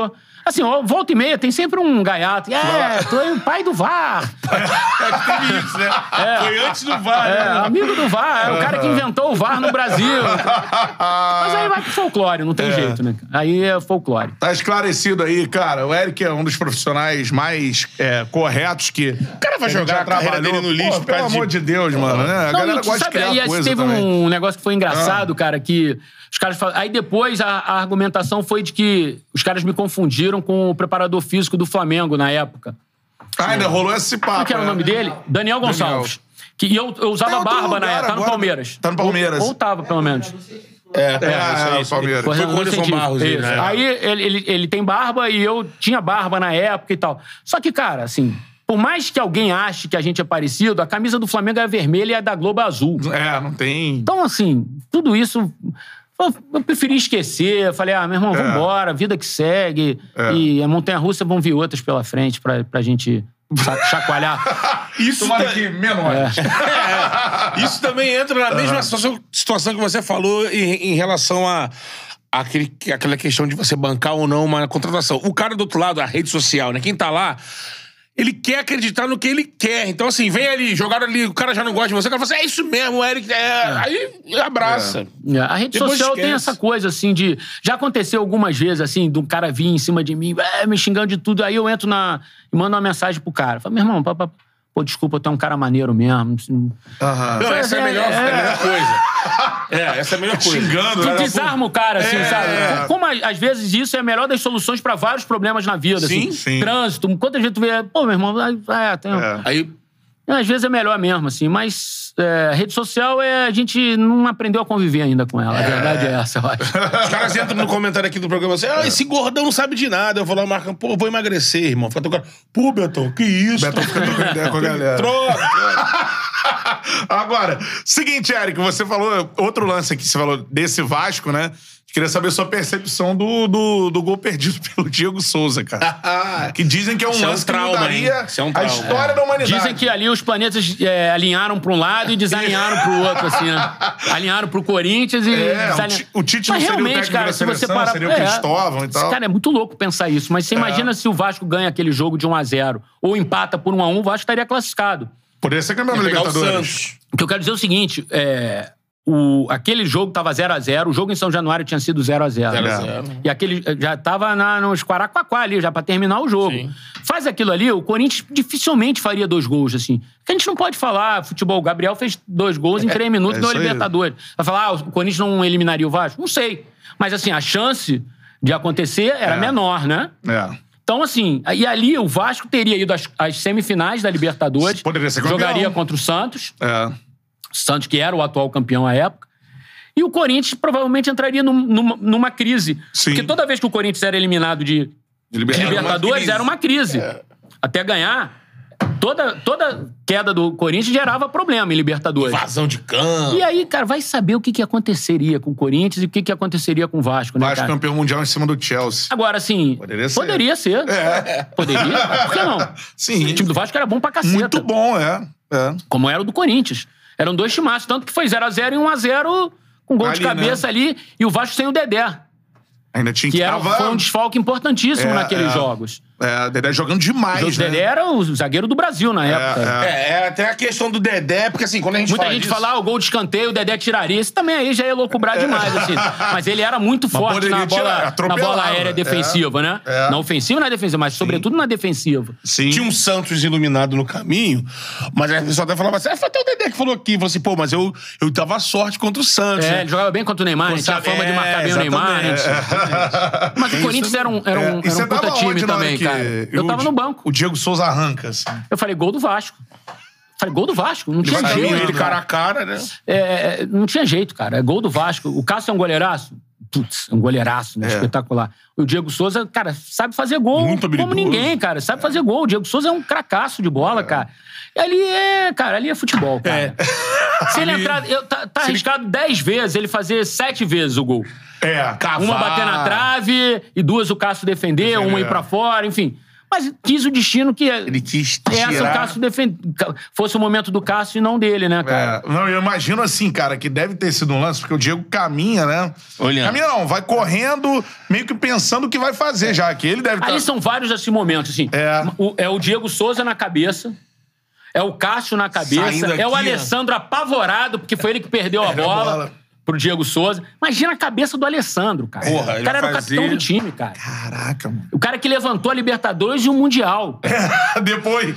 [SPEAKER 3] Assim, volta e meia tem sempre um gaiato. Tu é o pai do VAR.
[SPEAKER 2] Que teve isso, né? Foi antes do VAR, né?
[SPEAKER 3] Amigo do VAR. É o cara que inventou o VAR no Brasil. Mas aí vai pro folclore, não tem jeito, né? Aí é folclore.
[SPEAKER 1] Tá esclarecido aí, cara. O Eric é um dos profissionais mais corretos que...
[SPEAKER 2] O cara vai jogar a carreira dele no lixo.
[SPEAKER 1] Pelo amor de Deus, mano. Né? A galera gosta de criar coisa
[SPEAKER 3] teve
[SPEAKER 1] também.
[SPEAKER 3] Um negócio que foi engraçado, cara, que os caras falaram... Aí depois a argumentação foi de que os caras me confundiram com o preparador físico do Flamengo na época.
[SPEAKER 1] Ainda rolou esse papo.
[SPEAKER 3] Qual que era o nome dele? Daniel Gonçalves. Que eu usava barba na época. Tá no Palmeiras.
[SPEAKER 1] Tá no Palmeiras.
[SPEAKER 3] Ou tava, pelo menos.
[SPEAKER 1] O Palmeiras.
[SPEAKER 2] Foi com o Anderson Barros.
[SPEAKER 3] Né? Aí ele tem barba e eu tinha barba na época e tal. Só que, cara, assim... Por mais que alguém ache que a gente é parecido, a camisa do Flamengo é vermelha e a da Globo é azul.
[SPEAKER 1] Não tem...
[SPEAKER 3] Então, assim, tudo isso... Eu preferi esquecer. Eu falei, meu irmão, vambora, vida que segue. E a montanha-russa vão vir outras pela frente pra gente chacoalhar.
[SPEAKER 1] Isso daqui, menores.
[SPEAKER 2] Isso também entra na mesma situação que você falou em relação àquela questão de você bancar ou não uma contratação. O cara do outro lado, a rede social, né? Quem tá lá... Ele quer acreditar no que ele quer. Então, assim, vem ali, jogaram ali, o cara já não gosta de você, o cara fala assim, é isso mesmo, o Eric... Aí abraça.
[SPEAKER 3] A rede social tem essa coisa, assim, de... Já aconteceu algumas vezes, assim, de um cara vir em cima de mim, me xingando de tudo, aí eu entro e mando uma mensagem pro cara. Falo, meu irmão, pô, desculpa, tu é um cara maneiro mesmo.
[SPEAKER 2] Não, essa é a melhor coisa. Essa é a melhor coisa.
[SPEAKER 1] Xingando.
[SPEAKER 3] Tu desarma o cara, assim, sabe? Como às vezes isso é a melhor das soluções pra vários problemas na vida, assim.
[SPEAKER 1] Sim.
[SPEAKER 3] Trânsito, quantas vezes tu vê... Pô, meu irmão, tem...
[SPEAKER 2] Aí...
[SPEAKER 3] Às vezes é melhor mesmo, assim, mas rede social a gente não aprendeu a conviver ainda com ela. A verdade é essa, eu acho.
[SPEAKER 2] Os caras entram no comentário aqui do programa assim, esse gordão não sabe de nada. Eu vou lá, marcando, pô, vou emagrecer, irmão. Fica tocando, pô, Betão, que isso?
[SPEAKER 1] Betão fica trocando ideia com a galera.
[SPEAKER 2] Troca.
[SPEAKER 1] Agora, seguinte, Eric, você falou, outro lance aqui, você falou desse Vasco, né? Queria saber sua percepção do gol perdido pelo Diego Souza, cara. Que dizem que é um lance que mudaria a história da humanidade.
[SPEAKER 3] Dizem que ali os planetas alinharam pra um lado e desalinharam pro outro, assim, né? Alinharam pro Corinthians e desalinharam.
[SPEAKER 1] O Tite não seria o técnico da seleção, seria o Cristóvão e tal.
[SPEAKER 3] Cara, é muito louco pensar isso. Mas você imagina se o Vasco ganha aquele jogo de 1-0 ou empata por 1-1, o Vasco estaria classificado.
[SPEAKER 1] Poderia ser campeão da Libertadores.
[SPEAKER 3] O que eu quero dizer é o seguinte, aquele jogo tava 0-0, o jogo em São Januário tinha sido 0-0. E aquele já tava nos Quaraquaquá ali, já pra terminar o jogo. Sim. Faz aquilo ali, o Corinthians dificilmente faria 2 gols, assim. Porque a gente não pode falar, futebol, o Gabriel fez 2 gols em 3 minutos no Libertadores. Vai falar, o Corinthians não eliminaria o Vasco? Não sei. Mas assim, a chance de acontecer era menor, né? Então, assim, e ali o Vasco teria ido às semifinais da Libertadores.
[SPEAKER 1] Poderia ser campeão.
[SPEAKER 3] Jogaria contra o Santos. Santos, que era o atual campeão à época. E o Corinthians provavelmente entraria numa crise.
[SPEAKER 1] Sim.
[SPEAKER 3] Porque toda vez que o Corinthians era eliminado de Libertadores, era uma crise. Até ganhar, toda queda do Corinthians gerava problema em Libertadores.
[SPEAKER 2] Invasão de campo.
[SPEAKER 3] E aí, cara, vai saber o que aconteceria com o Corinthians e o que aconteceria com o Vasco, né,
[SPEAKER 1] Vasco
[SPEAKER 3] cara?
[SPEAKER 1] campeão mundial em cima do Chelsea.
[SPEAKER 3] Agora, assim... Poderia ser. Poderia. Por que não?
[SPEAKER 1] Sim.
[SPEAKER 3] O time do Vasco era bom pra caceta.
[SPEAKER 1] Muito bom,
[SPEAKER 3] Como era o do Corinthians. Eram 2 timaços, tanto que foi 0-0 e 1-0 com gol de cabeça ali. E o Vasco sem o Dedé.
[SPEAKER 1] Ainda tinha que
[SPEAKER 3] foi um desfalque importantíssimo naqueles jogos.
[SPEAKER 1] O Dedé jogando demais,
[SPEAKER 3] O Dedé era o zagueiro do Brasil na época.
[SPEAKER 2] Até a questão do Dedé, porque assim, quando a gente
[SPEAKER 3] Muita gente fala, o gol de escanteio, o Dedé tiraria. Isso também aí já ia loucubrar demais, assim. Mas ele era muito forte na bola aérea defensiva, né? Na ofensiva e na defensiva, mas sobretudo na defensiva.
[SPEAKER 1] Sim.
[SPEAKER 2] Tinha um Santos iluminado no caminho, mas a pessoa até falava assim, foi até o Dedé que falou aqui, falou assim, pô, mas eu dava sorte contra o Santos.
[SPEAKER 3] Ele jogava bem contra o Neymar, né? Tinha a fama de marcar bem o Neymar. Mas o Corinthians era um puta time também, cara. Eu tava no banco.
[SPEAKER 1] O Diego Souza arranca, assim.
[SPEAKER 3] Eu falei, gol do Vasco. Não tinha jeito.
[SPEAKER 2] Ele cara a cara, né?
[SPEAKER 3] Não tinha jeito, cara. É gol do Vasco. O Cássio é um goleiraço? Putz, é um goleiraço, né? Espetacular. O Diego Souza, cara, sabe fazer gol como ninguém, cara. Sabe fazer gol. O Diego Souza é um cracaço de bola, cara. E ali é futebol, cara. Se ele entrar... Tá arriscado 10 vezes ele fazer 7 vezes o gol.
[SPEAKER 1] Cavar.
[SPEAKER 3] Uma bater na trave e 2 o Cássio defender, uma ir pra fora, enfim... mas quis o destino que...
[SPEAKER 2] Ele quis tirar...
[SPEAKER 3] o Cássio fosse o momento do Cássio e não dele, né, cara?
[SPEAKER 1] Não, eu imagino assim, cara, que deve ter sido um lance, porque o Diego caminha, né?
[SPEAKER 2] Olhando.
[SPEAKER 1] Caminha não, vai correndo, meio que pensando o que vai fazer já, que ele deve
[SPEAKER 3] Aí são vários assim momentos, assim. É o Diego Souza na cabeça, é o Cássio na cabeça, é o Alessandro apavorado, porque foi ele que perdeu a bola pro Diego Souza. Imagina a cabeça do Alessandro, cara.
[SPEAKER 2] Porra,
[SPEAKER 3] o cara era o capitão do time, cara.
[SPEAKER 1] Caraca, mano.
[SPEAKER 3] O cara que levantou a Libertadores e o Mundial.
[SPEAKER 1] Depois.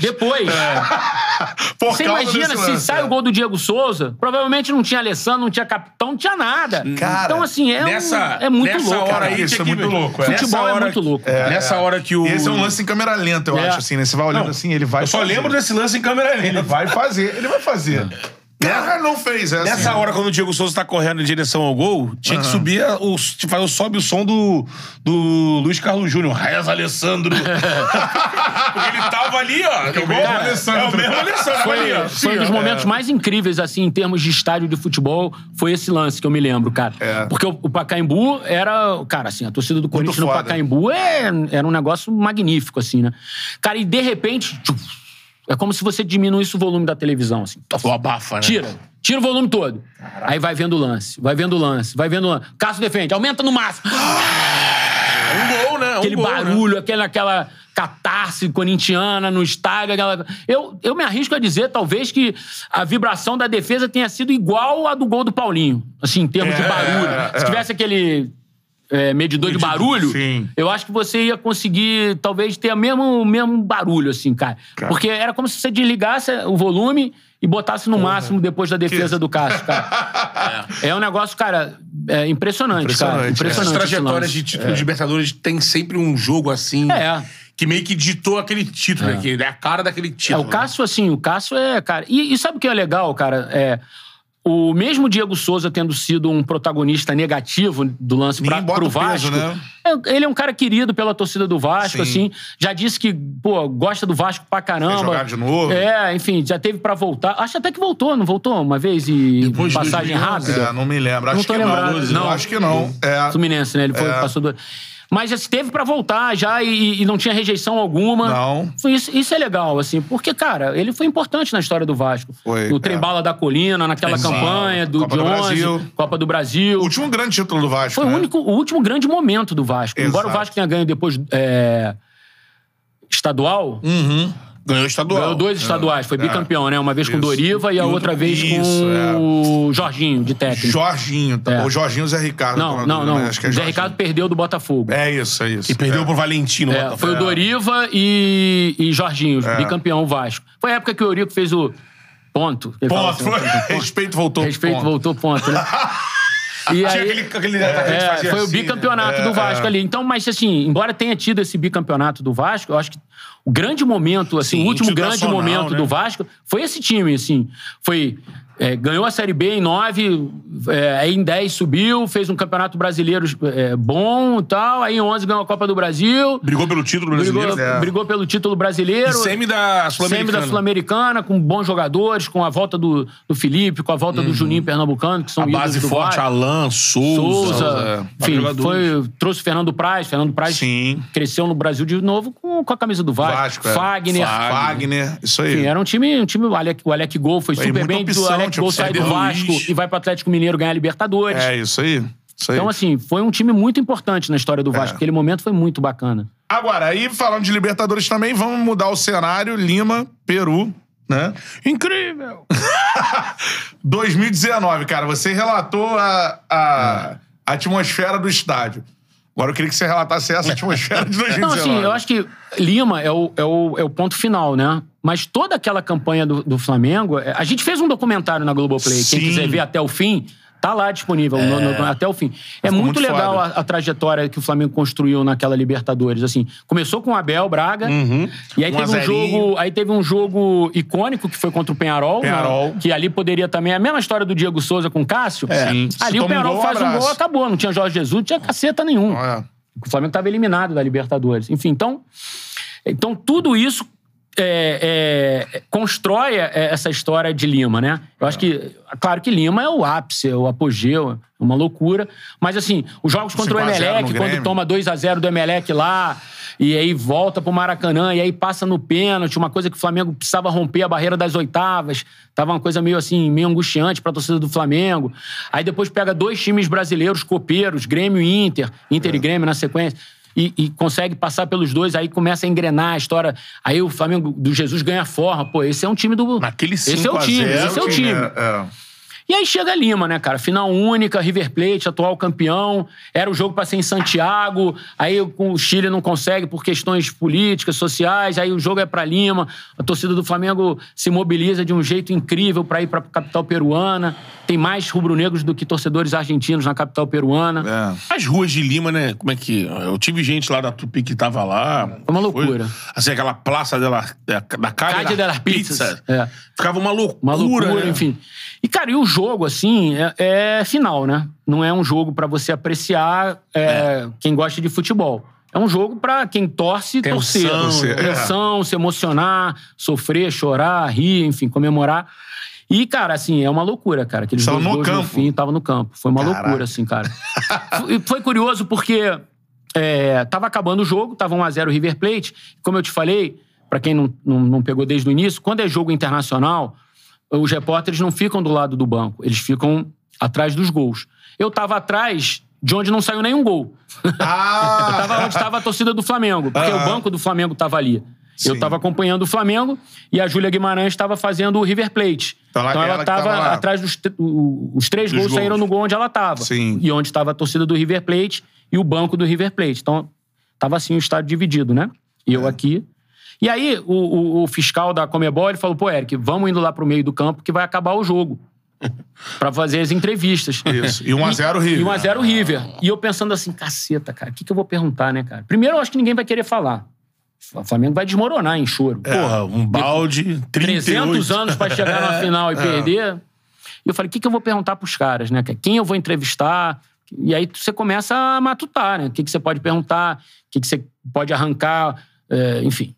[SPEAKER 3] Você imagina se sai o gol do Diego Souza, provavelmente não tinha Alessandro, não tinha capitão, não tinha nada.
[SPEAKER 1] Cara,
[SPEAKER 3] então, assim, é muito louco.
[SPEAKER 2] Hora aí,
[SPEAKER 1] isso é muito louco.
[SPEAKER 3] Futebol é muito louco.
[SPEAKER 2] Nessa hora que o...
[SPEAKER 1] Esse é um lance em câmera lenta, eu acho, assim, né? Você vai olhando assim, ele vai...
[SPEAKER 2] Eu só lembro desse lance em câmera lenta.
[SPEAKER 1] Ele vai fazer. Cara, não fez essa.
[SPEAKER 2] Nessa hora, quando o Diego Souza tá correndo em direção ao gol, tinha que subir fazer o sobe o som do Luiz Carlos Júnior. Reza Alessandro. Porque ele tava ali, ó.
[SPEAKER 1] É o mesmo Alessandro.
[SPEAKER 2] É o mesmo Alessandro.
[SPEAKER 3] Foi um dos momentos mais incríveis, assim, em termos de estádio de futebol, foi esse lance que eu me lembro, cara. Porque o Pacaembu era... Cara, assim, a torcida do Corinthians no Pacaembu era um negócio magnífico, assim, né? Cara, e de repente... É como se você diminuísse o volume da televisão, assim.
[SPEAKER 2] Ou abafa, né?
[SPEAKER 3] Tira o volume todo. Caraca. Aí vai vendo o lance. Cássio defende, aumenta no máximo.
[SPEAKER 2] É um gol, né?
[SPEAKER 3] Aquele barulho, né? aquela catarse corintiana no estádio. Eu me arrisco a dizer, talvez, que a vibração da defesa tenha sido igual à do gol do Paulinho. Assim, em termos de barulho. Se tivesse aquele... medidor de barulho,
[SPEAKER 1] sim.
[SPEAKER 3] Eu acho que você ia conseguir, talvez, ter o mesmo barulho, assim, cara. Porque era como se você desligasse o volume e botasse no máximo depois da defesa do Cássio, cara. É um negócio, cara, impressionante, cara. Impressionante.
[SPEAKER 2] As trajetórias de título de Libertadores tem sempre um jogo assim... Que meio que ditou aquele título aqui, é a cara daquele título.
[SPEAKER 3] O Cássio, assim, cara... E sabe o que é legal, cara? O mesmo Diego Souza tendo sido um protagonista negativo do lance pro Vasco,
[SPEAKER 1] né?
[SPEAKER 3] Ele é um cara querido pela torcida do Vasco, assim. Já disse que, gosta do Vasco pra caramba.
[SPEAKER 1] Quer jogar de novo.
[SPEAKER 3] Enfim, já teve pra voltar. Acho até que voltou, não voltou uma vez? E
[SPEAKER 2] depois
[SPEAKER 3] passagem rápida.
[SPEAKER 1] Não me lembro.
[SPEAKER 3] Acho que não.
[SPEAKER 1] Acho que não.
[SPEAKER 3] Fluminense, né? Ele passou do... Mas já teve pra voltar já e não tinha rejeição alguma.
[SPEAKER 1] Não.
[SPEAKER 3] Isso é legal, assim, porque, cara, ele foi importante na história do Vasco. O Trem-Bala da Colina, naquela campanha de 11, Copa do Brasil.
[SPEAKER 1] O último grande título do Vasco,
[SPEAKER 3] foi o último grande momento do Vasco.
[SPEAKER 1] Exato.
[SPEAKER 3] Embora o Vasco tenha ganho depois estadual...
[SPEAKER 2] Ganhou estadual.
[SPEAKER 3] Ganhou 2 estaduais. Foi bicampeão, né? Uma vez com o Doriva e a outra vez com o Jorginho, de técnico.
[SPEAKER 1] Jorginho. O Jorginho e o Zé Ricardo.
[SPEAKER 3] Não.
[SPEAKER 1] Acho que
[SPEAKER 3] o Zé Ricardo perdeu do Botafogo.
[SPEAKER 1] É isso.
[SPEAKER 2] E perdeu pro Valentino.
[SPEAKER 3] Foi o Doriva e Jorginho, bicampeão Vasco. Foi a época que o Eurico fez o ponto.
[SPEAKER 1] Respeito voltou
[SPEAKER 3] ponto, né? E aí, foi o bicampeonato do Vasco ali. Então, mas assim, embora tenha tido esse bicampeonato do Vasco, eu acho que o grande momento, assim, o último grande momento do Vasco foi esse time, assim. Ganhou a Série B em 9, aí em 10 subiu, fez um campeonato brasileiro bom e tal, aí em 11 ganhou a Copa do Brasil.
[SPEAKER 2] Brigou pelo título brasileiro.
[SPEAKER 3] Brigou pelo título brasileiro.
[SPEAKER 2] E semi da
[SPEAKER 3] Sul-Americana, com bons jogadores, com a volta do Felipe, com a volta do Juninho Pernambucano, que são
[SPEAKER 2] a base
[SPEAKER 3] do
[SPEAKER 2] forte, Alan, Souza.
[SPEAKER 3] Enfim, trouxe o Fernando Praz. Fernando Praz cresceu no Brasil de novo com a camisa do Vasco.
[SPEAKER 1] Fagner, isso aí.
[SPEAKER 3] Enfim, era um time o Alec Gol foi super bem, o Alec Gol sai do Vasco e vai pro Atlético Mineiro ganhar a Libertadores.
[SPEAKER 1] Isso aí.
[SPEAKER 3] Então, assim, foi um time muito importante na história do Vasco. Aquele momento foi muito bacana.
[SPEAKER 1] Agora, aí falando de Libertadores também, vamos mudar o cenário. Lima, Peru, né?
[SPEAKER 2] Incrível!
[SPEAKER 1] 2019, cara, você relatou a atmosfera do estádio. Agora eu queria que você relatasse essa atmosfera de 2019.
[SPEAKER 3] Não, assim, eu acho que Lima é o ponto final, né? Mas toda aquela campanha do Flamengo... A gente fez um documentário na Globoplay. Quem quiser ver até o fim... Tá lá disponível, até o fim. É muito legal a trajetória que o Flamengo construiu naquela Libertadores. Assim, começou com o Abel Braga, e aí teve um jogo icônico que foi contra o Penharol, que ali poderia também... A mesma história do Diego Souza com o Cássio. Ali o Penharol faz um gol, acabou. Não tinha Jorge Jesus, não tinha caceta nenhum. O Flamengo estava eliminado da Libertadores. Enfim, então tudo isso constrói essa história de Lima, né? Eu acho que, claro que Lima é o ápice, é o apogeu, é uma loucura. Mas, assim, os jogos contra o Emelec, quando toma 2-0 do Emelec lá, e aí volta pro Maracanã, e aí passa no pênalti, uma coisa que o Flamengo precisava romper a barreira das oitavas. Tava uma coisa meio assim, meio angustiante pra torcida do Flamengo. Aí depois pega 2 times brasileiros copeiros, Grêmio e Inter e Grêmio na sequência. E consegue passar pelos 2, aí começa a engrenar a história. Aí o Flamengo do Jesus ganha forma. Pô, esse é um time do...
[SPEAKER 2] Naquele 5
[SPEAKER 3] esse é o time, esse é o time. E aí chega Lima, né, cara? Final única, River Plate, atual campeão. Era o jogo pra ser em Santiago. Aí o Chile não consegue por questões políticas, sociais. Aí o jogo é pra Lima. A torcida do Flamengo se mobiliza de um jeito incrível pra ir pra capital peruana. Tem mais rubro-negros do que torcedores argentinos na capital peruana.
[SPEAKER 2] As ruas de Lima, né? Como é que... Eu tive gente lá da Tupi que tava lá.
[SPEAKER 3] Foi uma loucura.
[SPEAKER 2] Assim, aquela praça da Calle
[SPEAKER 3] das Pizzas.
[SPEAKER 2] Ficava uma loucura.
[SPEAKER 3] Uma loucura,
[SPEAKER 2] né?
[SPEAKER 3] enfim. E, cara, e o jogo, assim, é final, né? Não é um jogo pra você apreciar quem gosta de futebol. É um jogo pra quem torce, torcer. Tensão, se emocionar, sofrer, chorar, rir, enfim, comemorar. E, cara, assim, é uma loucura, cara. Aqueles 2 gols no fim, tava no campo. Foi uma loucura, assim, cara. Foi curioso porque tava acabando o jogo, tava 1-0 River Plate. Como eu te falei, pra quem não pegou desde o início, quando é jogo internacional, os repórteres não ficam do lado do banco. Eles ficam atrás dos gols. Eu tava atrás de onde não saiu nenhum gol. Eu tava onde tava a torcida do Flamengo, porque o banco do Flamengo tava ali. Sim. Eu tava acompanhando o Flamengo e a Júlia Guimarães estava fazendo o River Plate. Então ela tava atrás dos... Os 3 gols saíram no gol onde ela tava.
[SPEAKER 1] Sim.
[SPEAKER 3] E onde tava a torcida do River Plate e o banco do River Plate. Então, tava assim o estádio dividido, né? E eu aqui. E aí, o fiscal da Conmebol, ele falou, pô, Eric, vamos indo lá pro meio do campo que vai acabar o jogo. Pra fazer as entrevistas.
[SPEAKER 1] Isso. E 1-0 River.
[SPEAKER 3] E 1-0 River. E eu pensando assim, caceta, cara, o que eu vou perguntar, né, cara? Primeiro, eu acho que ninguém vai querer falar. O Flamengo vai desmoronar em choro.
[SPEAKER 2] Porra, um balde,
[SPEAKER 3] 300 anos pra chegar na final e perder. E eu falei, o que eu vou perguntar pros caras, né? Quem eu vou entrevistar? E aí você começa a matutar, né? O que você pode perguntar, o que você pode arrancar, enfim.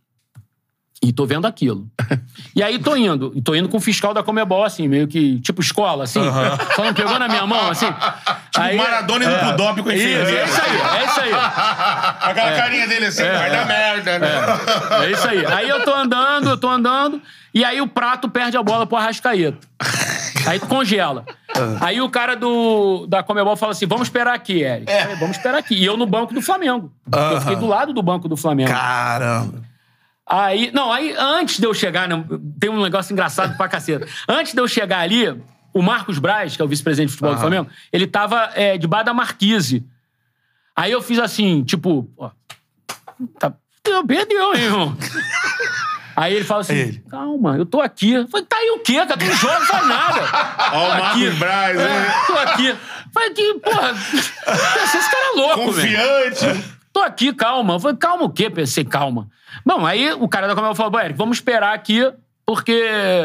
[SPEAKER 3] E tô vendo aquilo. E aí tô indo com o fiscal da Conmebol, assim, meio que, tipo escola, assim. Só não pegou na minha mão, assim.
[SPEAKER 2] Tipo aí, Maradona indo pro doping com a enfermeira.
[SPEAKER 3] É isso aí.
[SPEAKER 2] Aquela carinha dele assim, vai dar merda, né?
[SPEAKER 3] É isso aí. Aí eu tô andando, e aí o Prato perde a bola pro Arrascaeta. Aí congela. Aí o cara da Conmebol fala assim, vamos esperar aqui, Eric. Falei, vamos esperar aqui. E eu no banco do Flamengo. Eu fiquei do lado do banco do Flamengo.
[SPEAKER 1] Caramba.
[SPEAKER 3] Aí antes de eu chegar, né, tem um negócio engraçado pra caceta. Antes de eu chegar ali, o Marcos Braz, que é o vice-presidente de futebol do Flamengo, ele tava debaixo da marquise. Aí eu fiz assim, tipo, ó, perdeu, hein, irmão? Aí ele fala assim, calma, eu tô aqui. Eu falei, tá aí o quê, cara? Tu não joga, não faz nada.
[SPEAKER 2] Ó, o Marcos Braz, né?
[SPEAKER 3] Tô aqui. Falei que, porra, esse cara é louco,
[SPEAKER 2] confiante.
[SPEAKER 3] Velho. Tô aqui, calma. Eu falei, calma o quê? Pensei, calma. Bom, aí o cara da Conmebol falou, Eric, vamos esperar aqui, porque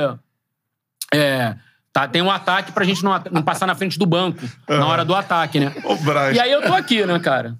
[SPEAKER 3] tem um ataque pra gente não passar na frente do banco na hora do ataque, né? E aí eu tô aqui, né, cara?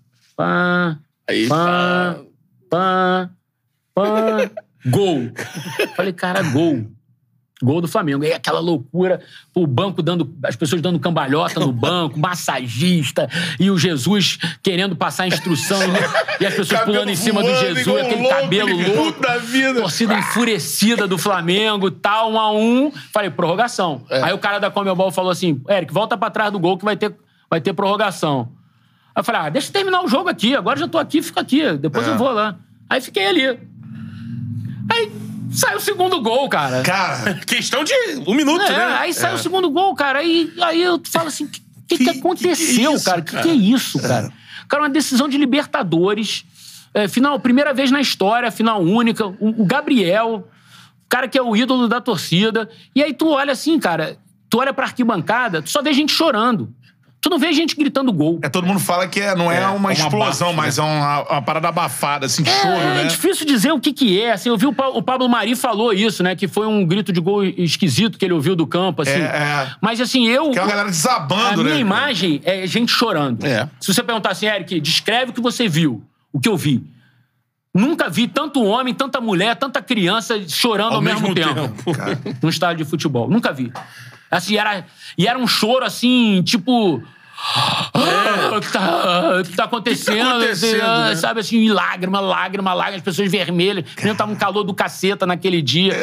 [SPEAKER 3] Gol. Falei, cara, gol. Gol do Flamengo. Aí aquela loucura, o banco as pessoas dando cambalhota no banco, massagista, e o Jesus querendo passar a instrução, e as pessoas pulando em cima do Jesus, aquele cabelo louco, torcida enfurecida do Flamengo, tal, 1-1. Falei, prorrogação. Aí o cara da Conmebol falou assim, Eric, volta pra trás do gol que vai ter prorrogação. Aí eu falei, deixa eu terminar o jogo aqui, agora já tô aqui, fico aqui, depois eu vou lá. Aí fiquei ali. Aí sai o segundo gol, cara.
[SPEAKER 2] Cara, questão de 1 minuto, né?
[SPEAKER 3] Aí sai o segundo gol, cara. Aí eu falo assim, o que aconteceu, que é isso, cara? O que é isso, cara? Cara, uma decisão de Libertadores. Final, primeira vez na história, final única. O Gabriel, o cara que é o ídolo da torcida. E aí tu olha assim, cara, tu olha pra arquibancada, tu só vê gente chorando. Tu não vê gente gritando gol.
[SPEAKER 1] Todo mundo fala que não é uma explosão, bafo, mas é uma parada abafada, assim, choro, né? É
[SPEAKER 3] difícil dizer o que é. Assim, eu vi o Pablo Mari falou isso, né? Que foi um grito de gol esquisito que ele ouviu do campo, assim. Mas, assim,
[SPEAKER 1] que é uma galera desabando, né?
[SPEAKER 3] A minha imagem é gente chorando. Se você perguntar assim, Eric, descreve o que você viu, o que eu vi. Nunca vi tanto homem, tanta mulher, tanta criança chorando ao mesmo tempo. No estádio de futebol. Nunca vi. Assim, era um choro, assim, tipo... O que tá acontecendo?
[SPEAKER 2] Né?
[SPEAKER 3] Sabe assim, lágrima, as pessoas vermelhas. Tava um calor do caceta naquele dia.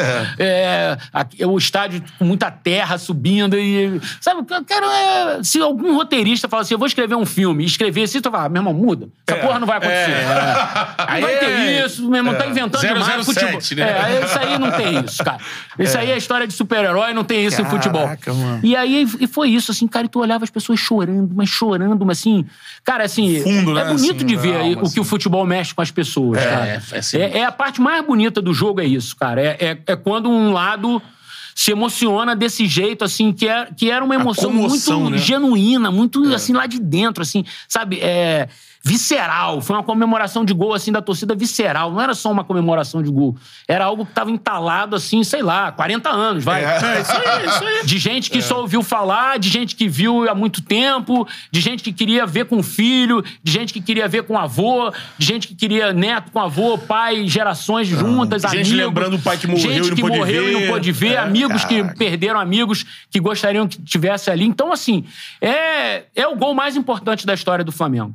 [SPEAKER 3] O estádio com muita terra subindo. Sabe, cara, se algum roteirista fala assim, eu vou escrever um filme, e escrever assim, tu fala, meu irmão, muda. Essa porra não vai acontecer. Não vai ter isso, meu irmão, tá inventando demais futebol. Isso aí não tem isso, cara. Isso aí é história de super-herói, não tem isso em futebol. Mano. E aí foi isso, assim, cara, e tu olhava as pessoas chorando, mas assim, cara, assim,
[SPEAKER 1] fundo,
[SPEAKER 3] é bonito
[SPEAKER 1] assim,
[SPEAKER 3] de ver
[SPEAKER 1] alma,
[SPEAKER 3] o que o futebol mexe com as pessoas, cara. É a parte mais bonita do jogo, é isso, cara. É quando um lado se emociona desse jeito, assim, que era uma emoção
[SPEAKER 2] comoção,
[SPEAKER 3] muito genuína, muito, assim, lá de dentro, assim, sabe? Visceral. Foi uma comemoração de gol, assim, da torcida visceral. Não era só uma comemoração de gol. Era algo que tava entalado, assim, sei lá, 40 anos, vai.
[SPEAKER 2] Isso aí.
[SPEAKER 3] De gente que só ouviu falar, de gente que viu há muito tempo, de gente que queria ver com o filho, de gente que queria ver com o avô, de gente que queria neto com avô, pai, gerações juntas, amigos.
[SPEAKER 2] Gente lembrando o pai que morreu
[SPEAKER 3] gente que morreu e não pôde ver, amigos que perderam amigos que gostariam que tivesse ali. Então, assim, é o gol mais importante da história do Flamengo.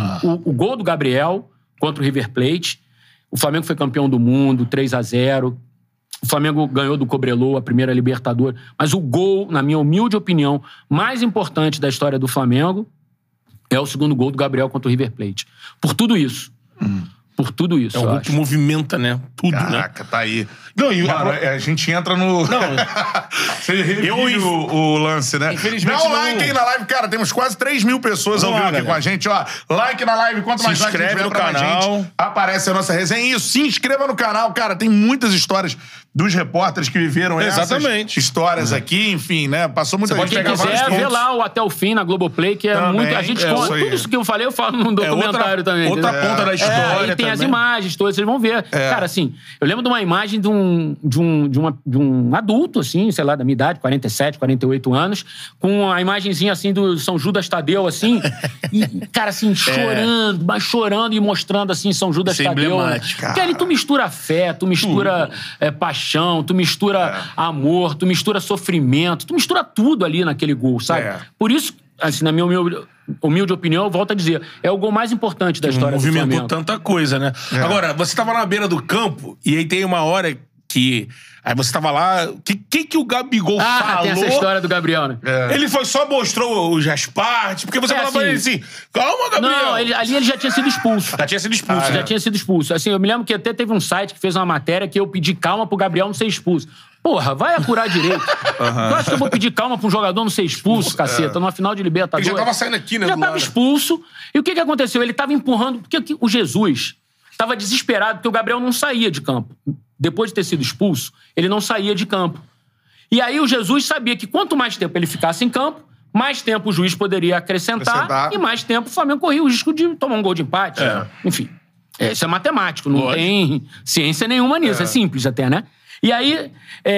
[SPEAKER 3] O gol do Gabriel contra o River Plate. O Flamengo foi campeão do mundo, 3-0. O Flamengo ganhou do Cobreloa a primeira Libertadores. Mas o gol, na minha humilde opinião, mais importante da história do Flamengo é o segundo gol do Gabriel contra o River Plate. Por tudo isso. Por tudo isso.
[SPEAKER 2] É um gol que movimenta, né? Tudo,
[SPEAKER 1] Caraca,
[SPEAKER 2] né?
[SPEAKER 1] tá aí.
[SPEAKER 2] Não,
[SPEAKER 1] Mano, a gente entra no...
[SPEAKER 2] Não.
[SPEAKER 1] Você revive o lance, né?
[SPEAKER 2] Infelizmente,
[SPEAKER 1] dá um like aí na live, cara. Temos quase 3 mil pessoas ao vivo aqui com a gente, ó. Like na live. Quanto mais like
[SPEAKER 2] inscreve no
[SPEAKER 1] pra
[SPEAKER 2] canal.
[SPEAKER 1] gente, aparece a nossa resenha. Isso, se inscreva no canal, cara. Tem muitas histórias dos repórteres que viveram essas histórias aqui. Enfim, né? Passou muita gente.
[SPEAKER 3] Quem quiser, vê lá o Até o Fim na Globoplay, que é
[SPEAKER 1] também,
[SPEAKER 3] muito... A gente conta tudo isso que eu falei, eu falo num documentário também.
[SPEAKER 2] Outra ponta da história
[SPEAKER 3] e tem
[SPEAKER 2] também.
[SPEAKER 3] as imagens todas, vocês vão ver. Cara, assim, eu lembro de uma imagem de um adulto, assim, sei lá, da minha idade, 47, 48 anos, com a imagenzinha, assim, do São Judas Tadeu, assim, e, cara, assim, chorando, mas chorando e mostrando, assim, São Judas Tadeu. Porque ali tu mistura fé, tu mistura paixão, tu mistura amor, tu mistura sofrimento, tu mistura tudo ali naquele gol, sabe? Por isso, assim, na minha humilde opinião, eu volto a dizer, é o gol mais importante da história do Flamengo.
[SPEAKER 2] Movimentou tanta coisa, né? Agora, você tava na beira do campo e aí tem uma hora que... Aí você tava lá... O que o Gabigol falou?
[SPEAKER 3] Tem essa história do Gabriel, né?
[SPEAKER 2] Ele só mostrou os aspartes, porque você falava pra ele assim, calma, Gabriel.
[SPEAKER 3] Não, ali ele já tinha sido expulso.
[SPEAKER 2] Já tinha sido expulso.
[SPEAKER 3] Já tinha sido expulso. Assim, eu me lembro que até teve um site que fez uma matéria que eu pedi calma pro Gabriel não ser expulso. Porra, vai apurar direito. Eu acho que eu vou pedir calma pra um jogador não ser expulso, caceta, numa final de Libertadores.
[SPEAKER 2] Ele já tava saindo aqui, né?
[SPEAKER 3] Já tava expulso. E o que aconteceu? Ele tava empurrando... Porque o Jesus tava desesperado porque o Gabriel não saía de campo. Depois de ter sido expulso, ele não saía de campo. E aí o Jesus sabia que quanto mais tempo ele ficasse em campo, mais tempo o juiz poderia acrescentar e mais tempo o Flamengo corria o risco de tomar um gol de empate. Enfim, isso é matemático, não tem ciência nenhuma nisso, é simples até, né? E aí,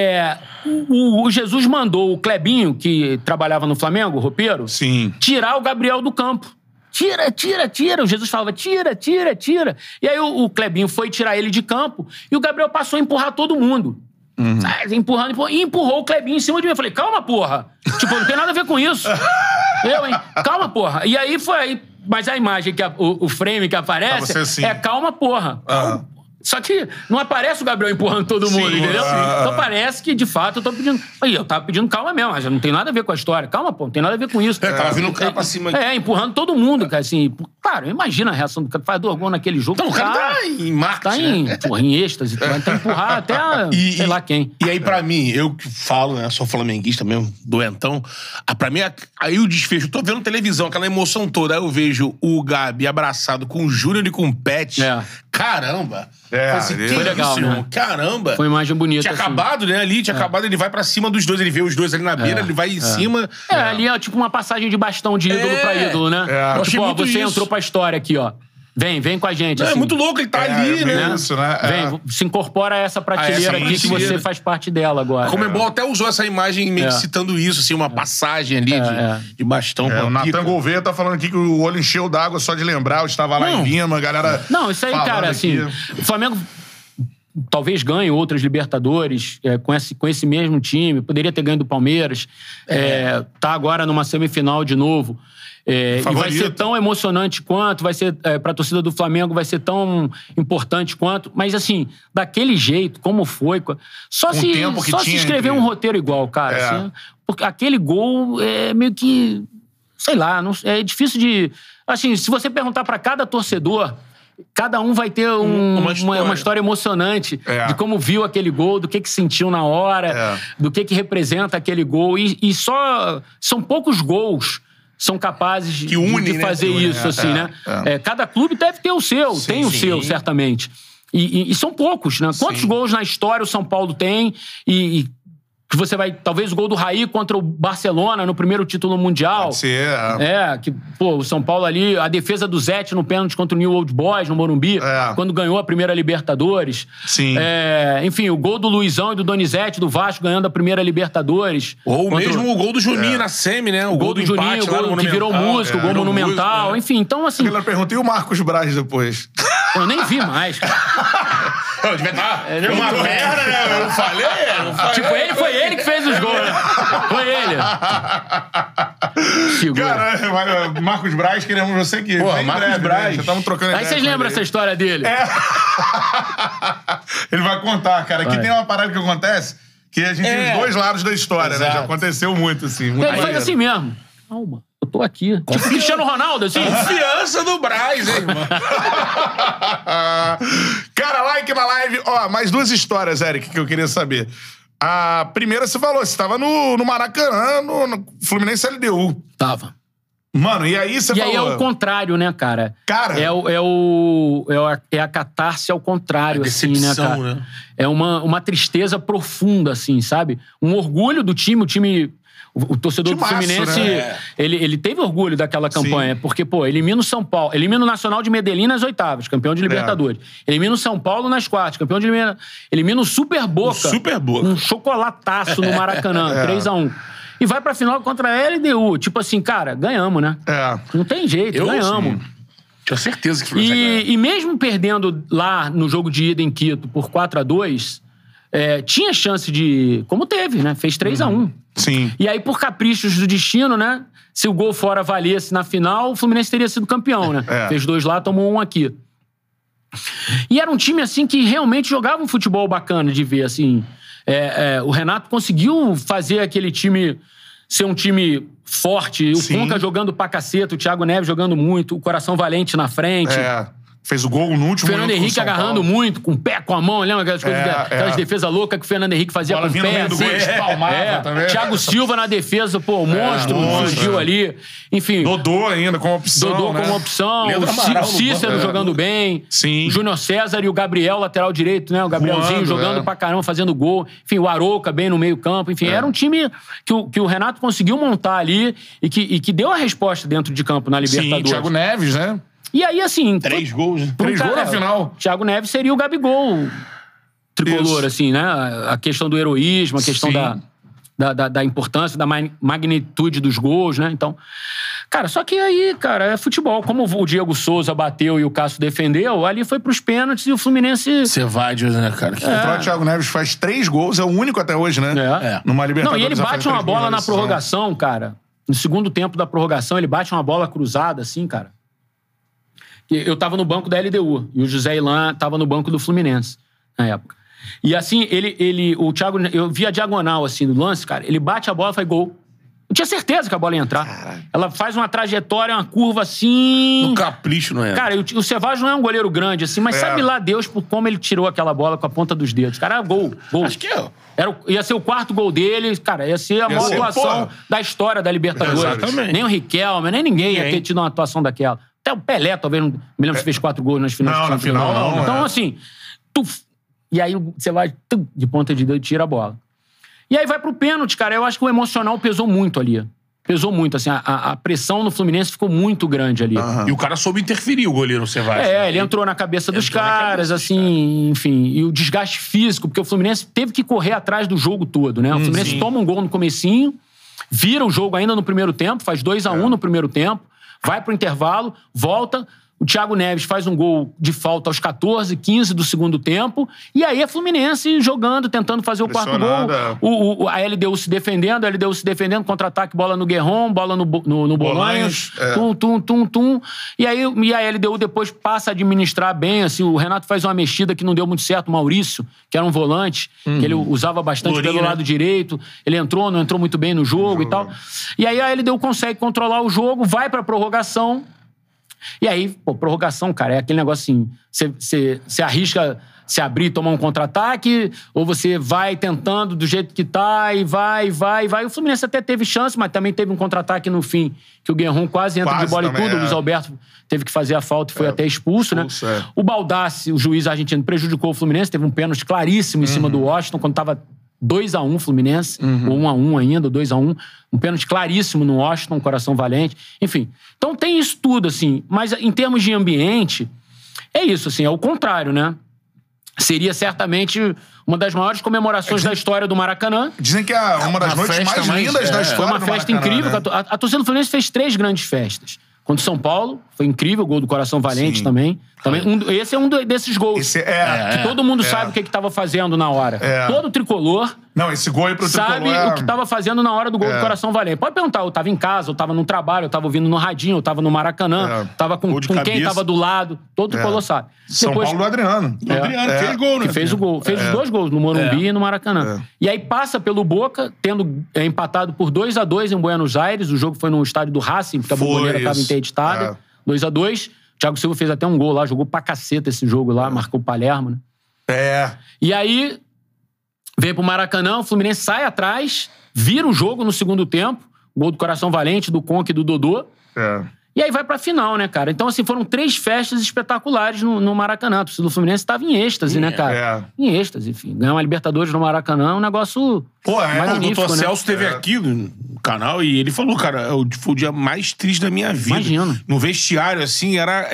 [SPEAKER 3] o Jesus mandou o Clebinho, que trabalhava no Flamengo, o roupeiro, tirar o Gabriel do campo. Tira. O Jesus falava, tira. E aí o Clebinho foi tirar ele de campo e o Gabriel passou a empurrar todo mundo. Empurrando. E empurrou o Clebinho em cima de mim. Eu falei, calma, porra. Tipo, não tem nada a ver com isso. Calma, porra. E aí foi aí. Mas a imagem, o frame que aparece é calma, porra. Só que não aparece o Gabriel empurrando todo mundo, entendeu? Então parece que, de fato, eu tô pedindo... Eu tava pedindo calma mesmo, mas não tem nada a ver com a história. Calma, pô, não tem nada a ver com isso.
[SPEAKER 2] Tava vindo o cara pra cima.
[SPEAKER 3] Empurrando todo mundo, cara, assim... Claro, imagina a reação do cara. Faz 2 gols naquele jogo.
[SPEAKER 2] Então, o cara tá em marketing,
[SPEAKER 3] em êxtase. Vai ter que empurrar até sei lá quem.
[SPEAKER 2] E aí, pra mim, eu que falo, né? Sou flamenguista mesmo, doentão. Pra mim, aí o desfecho... Eu tô vendo televisão, aquela emoção toda. Aí eu vejo o Gabi abraçado com o Júnior e com o Pet. Caramba!
[SPEAKER 3] Foi legal, né?
[SPEAKER 2] Caramba!
[SPEAKER 3] Foi uma imagem bonita.
[SPEAKER 2] Tinha acabado, né? Ali, tinha acabado, ele vai pra cima dos dois, ele vê os dois ali na beira, ele vai em cima.
[SPEAKER 3] Ali é tipo uma passagem de bastão de ídolo pra ídolo, né? Tipo, ó, você entrou pra história aqui, ó. Vem com a gente. Assim.
[SPEAKER 2] É muito louco, ele tá ali, né?
[SPEAKER 1] Isso, né?
[SPEAKER 3] Vem, se incorpora a essa prateleira aqui que você faz parte dela agora.
[SPEAKER 2] A Conmebol até usou essa imagem meio citando isso, assim, uma passagem ali de bastão.
[SPEAKER 1] O Natan Gouveia tá falando aqui que o olho encheu d'água só de lembrar, eu estava lá em Lima, a galera...
[SPEAKER 3] Não, isso aí, cara, assim, o Flamengo talvez ganhe outras Libertadores com esse mesmo time. Poderia ter ganho do Palmeiras. Tá agora numa semifinal de novo. E vai ser tão emocionante quanto, vai ser pra torcida do Flamengo, vai ser tão importante quanto. Mas, assim, daquele jeito, como foi... Só se escrever um roteiro igual, cara. Assim, porque aquele gol é meio que... Sei lá, é difícil de... Assim, se você perguntar pra cada torcedor... Cada um vai ter uma história emocionante de como viu aquele gol, do que sentiu na hora, do que representa aquele gol. E só... São poucos gols são capazes de fazer isso, assim, né? Cada clube deve ter o seu, tem o seu, certamente. E são poucos, né? Quantos gols na história o São Paulo tem que você vai... Talvez o gol do Raí contra o Barcelona no primeiro título mundial.
[SPEAKER 1] Pode ser,
[SPEAKER 3] que, pô, o São Paulo ali... A defesa do Zete no pênalti contra o New Old Boys, no Morumbi, quando ganhou a primeira Libertadores.
[SPEAKER 1] Sim.
[SPEAKER 3] Enfim, o gol do Luizão e do Donizete, do Vasco, ganhando a primeira Libertadores.
[SPEAKER 2] Ou mesmo o gol do Juninho na semi, né? O gol do
[SPEAKER 3] Juninho,
[SPEAKER 2] empate,
[SPEAKER 3] o gol que virou música, o gol monumental. Enfim, então, assim...
[SPEAKER 1] Aquela pergunta, e o Marcos Braz depois?
[SPEAKER 3] Eu nem vi mais, cara.
[SPEAKER 2] Devia estar uma merda, né? Eu não falei.
[SPEAKER 3] Tipo, foi ele que fez os gols, né? Foi ele. Segura.
[SPEAKER 1] Cara, Marcos Braz, queremos você aqui.
[SPEAKER 2] Porra, Marcos Braz.
[SPEAKER 1] Já estamos trocando ideia.
[SPEAKER 3] Aí vocês lembram essa história dele?
[SPEAKER 1] Ele vai contar, cara. Aqui tem uma parada que acontece que a gente tem os dois lados da história, né? Já aconteceu muito, assim. Muito
[SPEAKER 3] Ele faz assim mesmo. Calma. Eu tô aqui. Tipo o Cristiano Ronaldo, assim.
[SPEAKER 2] Confiança do Braz, hein, irmão?
[SPEAKER 1] Cara, like na live. Ó, mais duas histórias, Eric, que eu queria saber. A primeira, você falou, você tava no Maracanã, no Fluminense LDU.
[SPEAKER 3] Tava.
[SPEAKER 1] Mano, e aí você falou...
[SPEAKER 3] E aí é o contrário, né, cara?
[SPEAKER 1] Cara...
[SPEAKER 3] É a catarse ao contrário, assim, né, cara?
[SPEAKER 2] Né?
[SPEAKER 3] É uma tristeza profunda, assim, sabe? Um orgulho do time, o torcedor do Fluminense,
[SPEAKER 1] né?
[SPEAKER 3] ele teve orgulho daquela campanha, porque, pô, elimina o São Paulo, elimina o Nacional de Medellín nas oitavas, campeão de Libertadores. Elimina o São Paulo nas quartas, campeão de elimina o Super Boca. Um chocolataço no Maracanã, 3-1. E vai pra final contra a LDU. Tipo assim, cara, ganhamos, né? Não tem jeito, ganhamos.
[SPEAKER 2] Sim. Tinha certeza que o Fluminense ia ganhar.
[SPEAKER 3] E mesmo perdendo lá no jogo de ida em Quito por 4-2, tinha chance de... Como teve, né? Fez 3-1.
[SPEAKER 1] Sim.
[SPEAKER 3] E aí, por caprichos do destino, né? Se o gol fora valesse na final, o Fluminense teria sido campeão, né? Fez 2 lá, tomou 1 aqui. E era um time, assim, que realmente jogava um futebol bacana de ver, assim. O Renato conseguiu fazer aquele time ser um time forte. O Conca jogando pra caceta, o Thiago Neves jogando muito, o Coração Valente na frente.
[SPEAKER 1] Fez o gol no último minuto.
[SPEAKER 3] Fernando Henrique agarrando muito, com o pé, com a mão, lembra aquelas coisas, aquelas defesas loucas que o Fernando Henrique fazia com o pé, assim. Thiago Silva na defesa, pô, o monstro surgiu ali. Enfim.
[SPEAKER 1] Dodô ainda como opção.
[SPEAKER 3] Como opção. O Cícero jogando bem.
[SPEAKER 1] Sim.
[SPEAKER 3] Júnior César e o Gabriel, lateral direito, né? O Gabrielzinho jogando pra caramba, fazendo gol. Enfim, o Arouca bem no meio-campo. Enfim, era um time que o Renato conseguiu montar ali e que deu a resposta dentro de campo na Libertadores.
[SPEAKER 1] Sim, Thiago Neves, né?
[SPEAKER 3] E aí, assim...
[SPEAKER 2] 3 gols, né?
[SPEAKER 1] 3 gols na final.
[SPEAKER 3] Thiago Neves seria o Gabigol tricolor, assim, né? A questão do heroísmo, a questão da importância, da magnitude dos gols, né? Então... Cara, só que aí, cara, é futebol. Como o Diego Souza bateu e o Cássio defendeu, ali foi pros pênaltis e o Fluminense...
[SPEAKER 2] Você vai, né, cara?
[SPEAKER 1] O Thiago Neves faz 3 gols, é o único até hoje, né? Numa Libertadores.
[SPEAKER 3] Não, e ele bate uma bola na prorrogação, cara. No segundo tempo da prorrogação, ele bate uma bola cruzada, assim, cara. Eu tava no banco da LDU e o José Ilan tava no banco do Fluminense na época. E assim, o Thiago, eu vi a diagonal assim do lance, cara, ele bate a bola e faz gol. Eu tinha certeza que a bola ia entrar. Caralho. Ela faz uma trajetória, uma curva assim...
[SPEAKER 2] No capricho, não é?
[SPEAKER 3] Cara, o Cevallos não é um goleiro grande assim, mas sabe lá Deus por como ele tirou aquela bola com a ponta dos dedos. Cara, gol.
[SPEAKER 2] Acho que
[SPEAKER 3] ia ser o 4º gol dele, cara, ia ser a maior atuação da história da Libertadores.
[SPEAKER 2] Exatamente.
[SPEAKER 3] Nem o Riquelme, nem ninguém ia ter tido uma atuação daquela. Até o Pelé, talvez, não me lembro se fez 4 gols nas finais.
[SPEAKER 1] Não, na final não.
[SPEAKER 3] Então, assim, e aí você vai de ponta de dedo e tira a bola. E aí vai pro pênalti, cara. Eu acho que o emocional pesou muito ali. Pesou muito, assim. A pressão no Fluminense ficou muito grande ali.
[SPEAKER 2] E o cara soube interferir, o goleiro Cevallos.
[SPEAKER 3] Ele entrou na cabeça dos caras, assim, enfim. E o desgaste físico, porque o Fluminense teve que correr atrás do jogo todo, né? O Fluminense toma um gol no comecinho, vira o jogo ainda no primeiro tempo, faz 2-1 no primeiro tempo, vai pro intervalo, volta, O Thiago Neves faz um gol de falta aos 14, 15 do segundo tempo. E aí a Fluminense jogando, tentando fazer o quarto gol. A LDU se defendendo, contra-ataque, bola no Guerron, bola no Bolonha. Tum. E a LDU depois passa a administrar bem, assim, o Renato faz uma mexida que não deu muito certo, o Maurício, que era um volante, que ele usava bastante pelo lado direito, ele não entrou muito bem no jogo e tal. E aí a LDU consegue controlar o jogo, vai pra prorrogação. E aí, prorrogação, cara, é aquele negócio assim, você arrisca se abrir e tomar um contra-ataque, ou você vai tentando do jeito que tá, e vai. O Fluminense até teve chance, mas também teve um contra-ataque no fim, que o Guerron quase entra de bola e tudo, o Luiz Alberto teve que fazer a falta e foi até expulso, né? O Baldassi, o juiz argentino, prejudicou o Fluminense, teve um pênalti claríssimo em cima do Washington, quando tava 2-1 Fluminense, ou 1-1 ainda, 2-1. Um pênalti claríssimo no Washington, um coração valente. Enfim, então tem isso tudo, assim. Mas em termos de ambiente, é isso, assim, é o contrário, né? Seria certamente uma das maiores comemorações da história do Maracanã.
[SPEAKER 1] Dizem que é uma das noites mais lindas da história
[SPEAKER 3] do Maracanã. Foi uma festa incrível. Né? A torcida do Fluminense fez 3 grandes festas. Contra o São Paulo, foi incrível, o gol do Coração Valente também. Esse é um desses gols. Que todo mundo sabe o que estava fazendo na hora. Todo tricolor...
[SPEAKER 1] Não, esse gol aí pro tricolor
[SPEAKER 3] sabe o que estava fazendo na hora do gol do Coração Valente. Pode perguntar, eu tava em casa, eu tava no trabalho, eu tava ouvindo no radinho, eu tava no Maracanã, tava com quem tava do lado. Todo tricolor sabe.
[SPEAKER 1] São Paulo do Adriano.
[SPEAKER 2] O Adriano fez gol, né?
[SPEAKER 3] Que fez o gol. Fez os 2 gols, no Morumbi e no Maracanã. E aí passa pelo Boca, tendo empatado por 2-2 em Buenos Aires. O jogo foi no estádio do Racing, porque a Bomboneira estava interditada. 2-2. O Thiago Silva fez até um gol lá, jogou pra caceta esse jogo lá, marcou o Palermo, né? E aí... Vem pro Maracanã, o Fluminense sai atrás, vira o jogo no segundo tempo, gol do Coração Valente, do Conca e do Dodô. E aí vai pra final, né, cara? Então, assim, foram 3 festas espetaculares no Maracanã. A torcida do Fluminense estava em êxtase, né, cara? Em êxtase, enfim. Ganhar uma Libertadores no Maracanã é um negócio magnífico,
[SPEAKER 2] o Dr. Celso esteve aqui no canal e ele falou, cara, foi o dia mais triste da minha vida.
[SPEAKER 3] Imagina.
[SPEAKER 2] No vestiário, assim,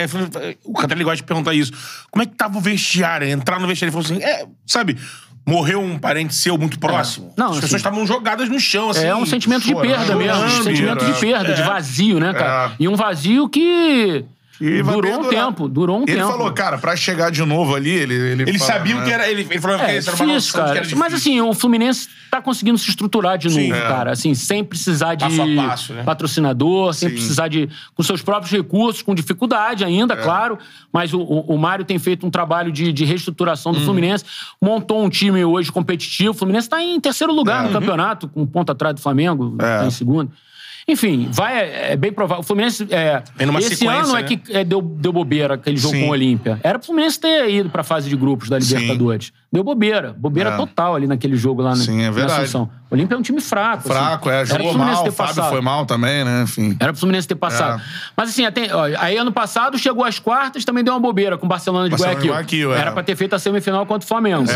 [SPEAKER 2] o Catarina gosta de perguntar isso. Como é que tava o vestiário? Entrar no vestiário, ele falou assim, sabe... Morreu um parente seu muito próximo.
[SPEAKER 3] Não,
[SPEAKER 2] as pessoas estavam jogadas no chão, assim.
[SPEAKER 3] É um sentimento de perda mesmo. Um sentimento de perda, de vazio, né, cara? E um vazio que durou um tempo.
[SPEAKER 1] Ele falou, cara, pra chegar de novo ali, ele
[SPEAKER 2] sabia o que era. Ele falou que
[SPEAKER 3] era uma noção cara. Que era difícil. Mas assim, o Fluminense tá conseguindo se estruturar de novo, cara. Assim, sem precisar de
[SPEAKER 2] passo a passo, né?
[SPEAKER 3] patrocinador, sem precisar de... Com seus próprios recursos, com dificuldade ainda, claro. Mas o Mário tem feito um trabalho de reestruturação do Fluminense. Montou um time hoje competitivo. O Fluminense tá em 3º lugar no campeonato, com um ponto atrás do Flamengo, tá em 2º. Enfim, é bem provável. O Fluminense... esse ano é que deu bobeira aquele jogo com o Olímpia. Era pro Fluminense ter ido pra fase de grupos da Libertadores. Deu bobeira. Bobeira total ali naquele jogo lá na Assunção. O Olímpia é um time fraco.
[SPEAKER 1] Jogou mal, o Fábio foi mal também, né? Enfim.
[SPEAKER 3] Era pro Fluminense ter passado. Mas assim, aí ano passado chegou às quartas, também deu uma bobeira com o Barcelona de Guayaquil. Era pra ter feito a semifinal contra o Flamengo.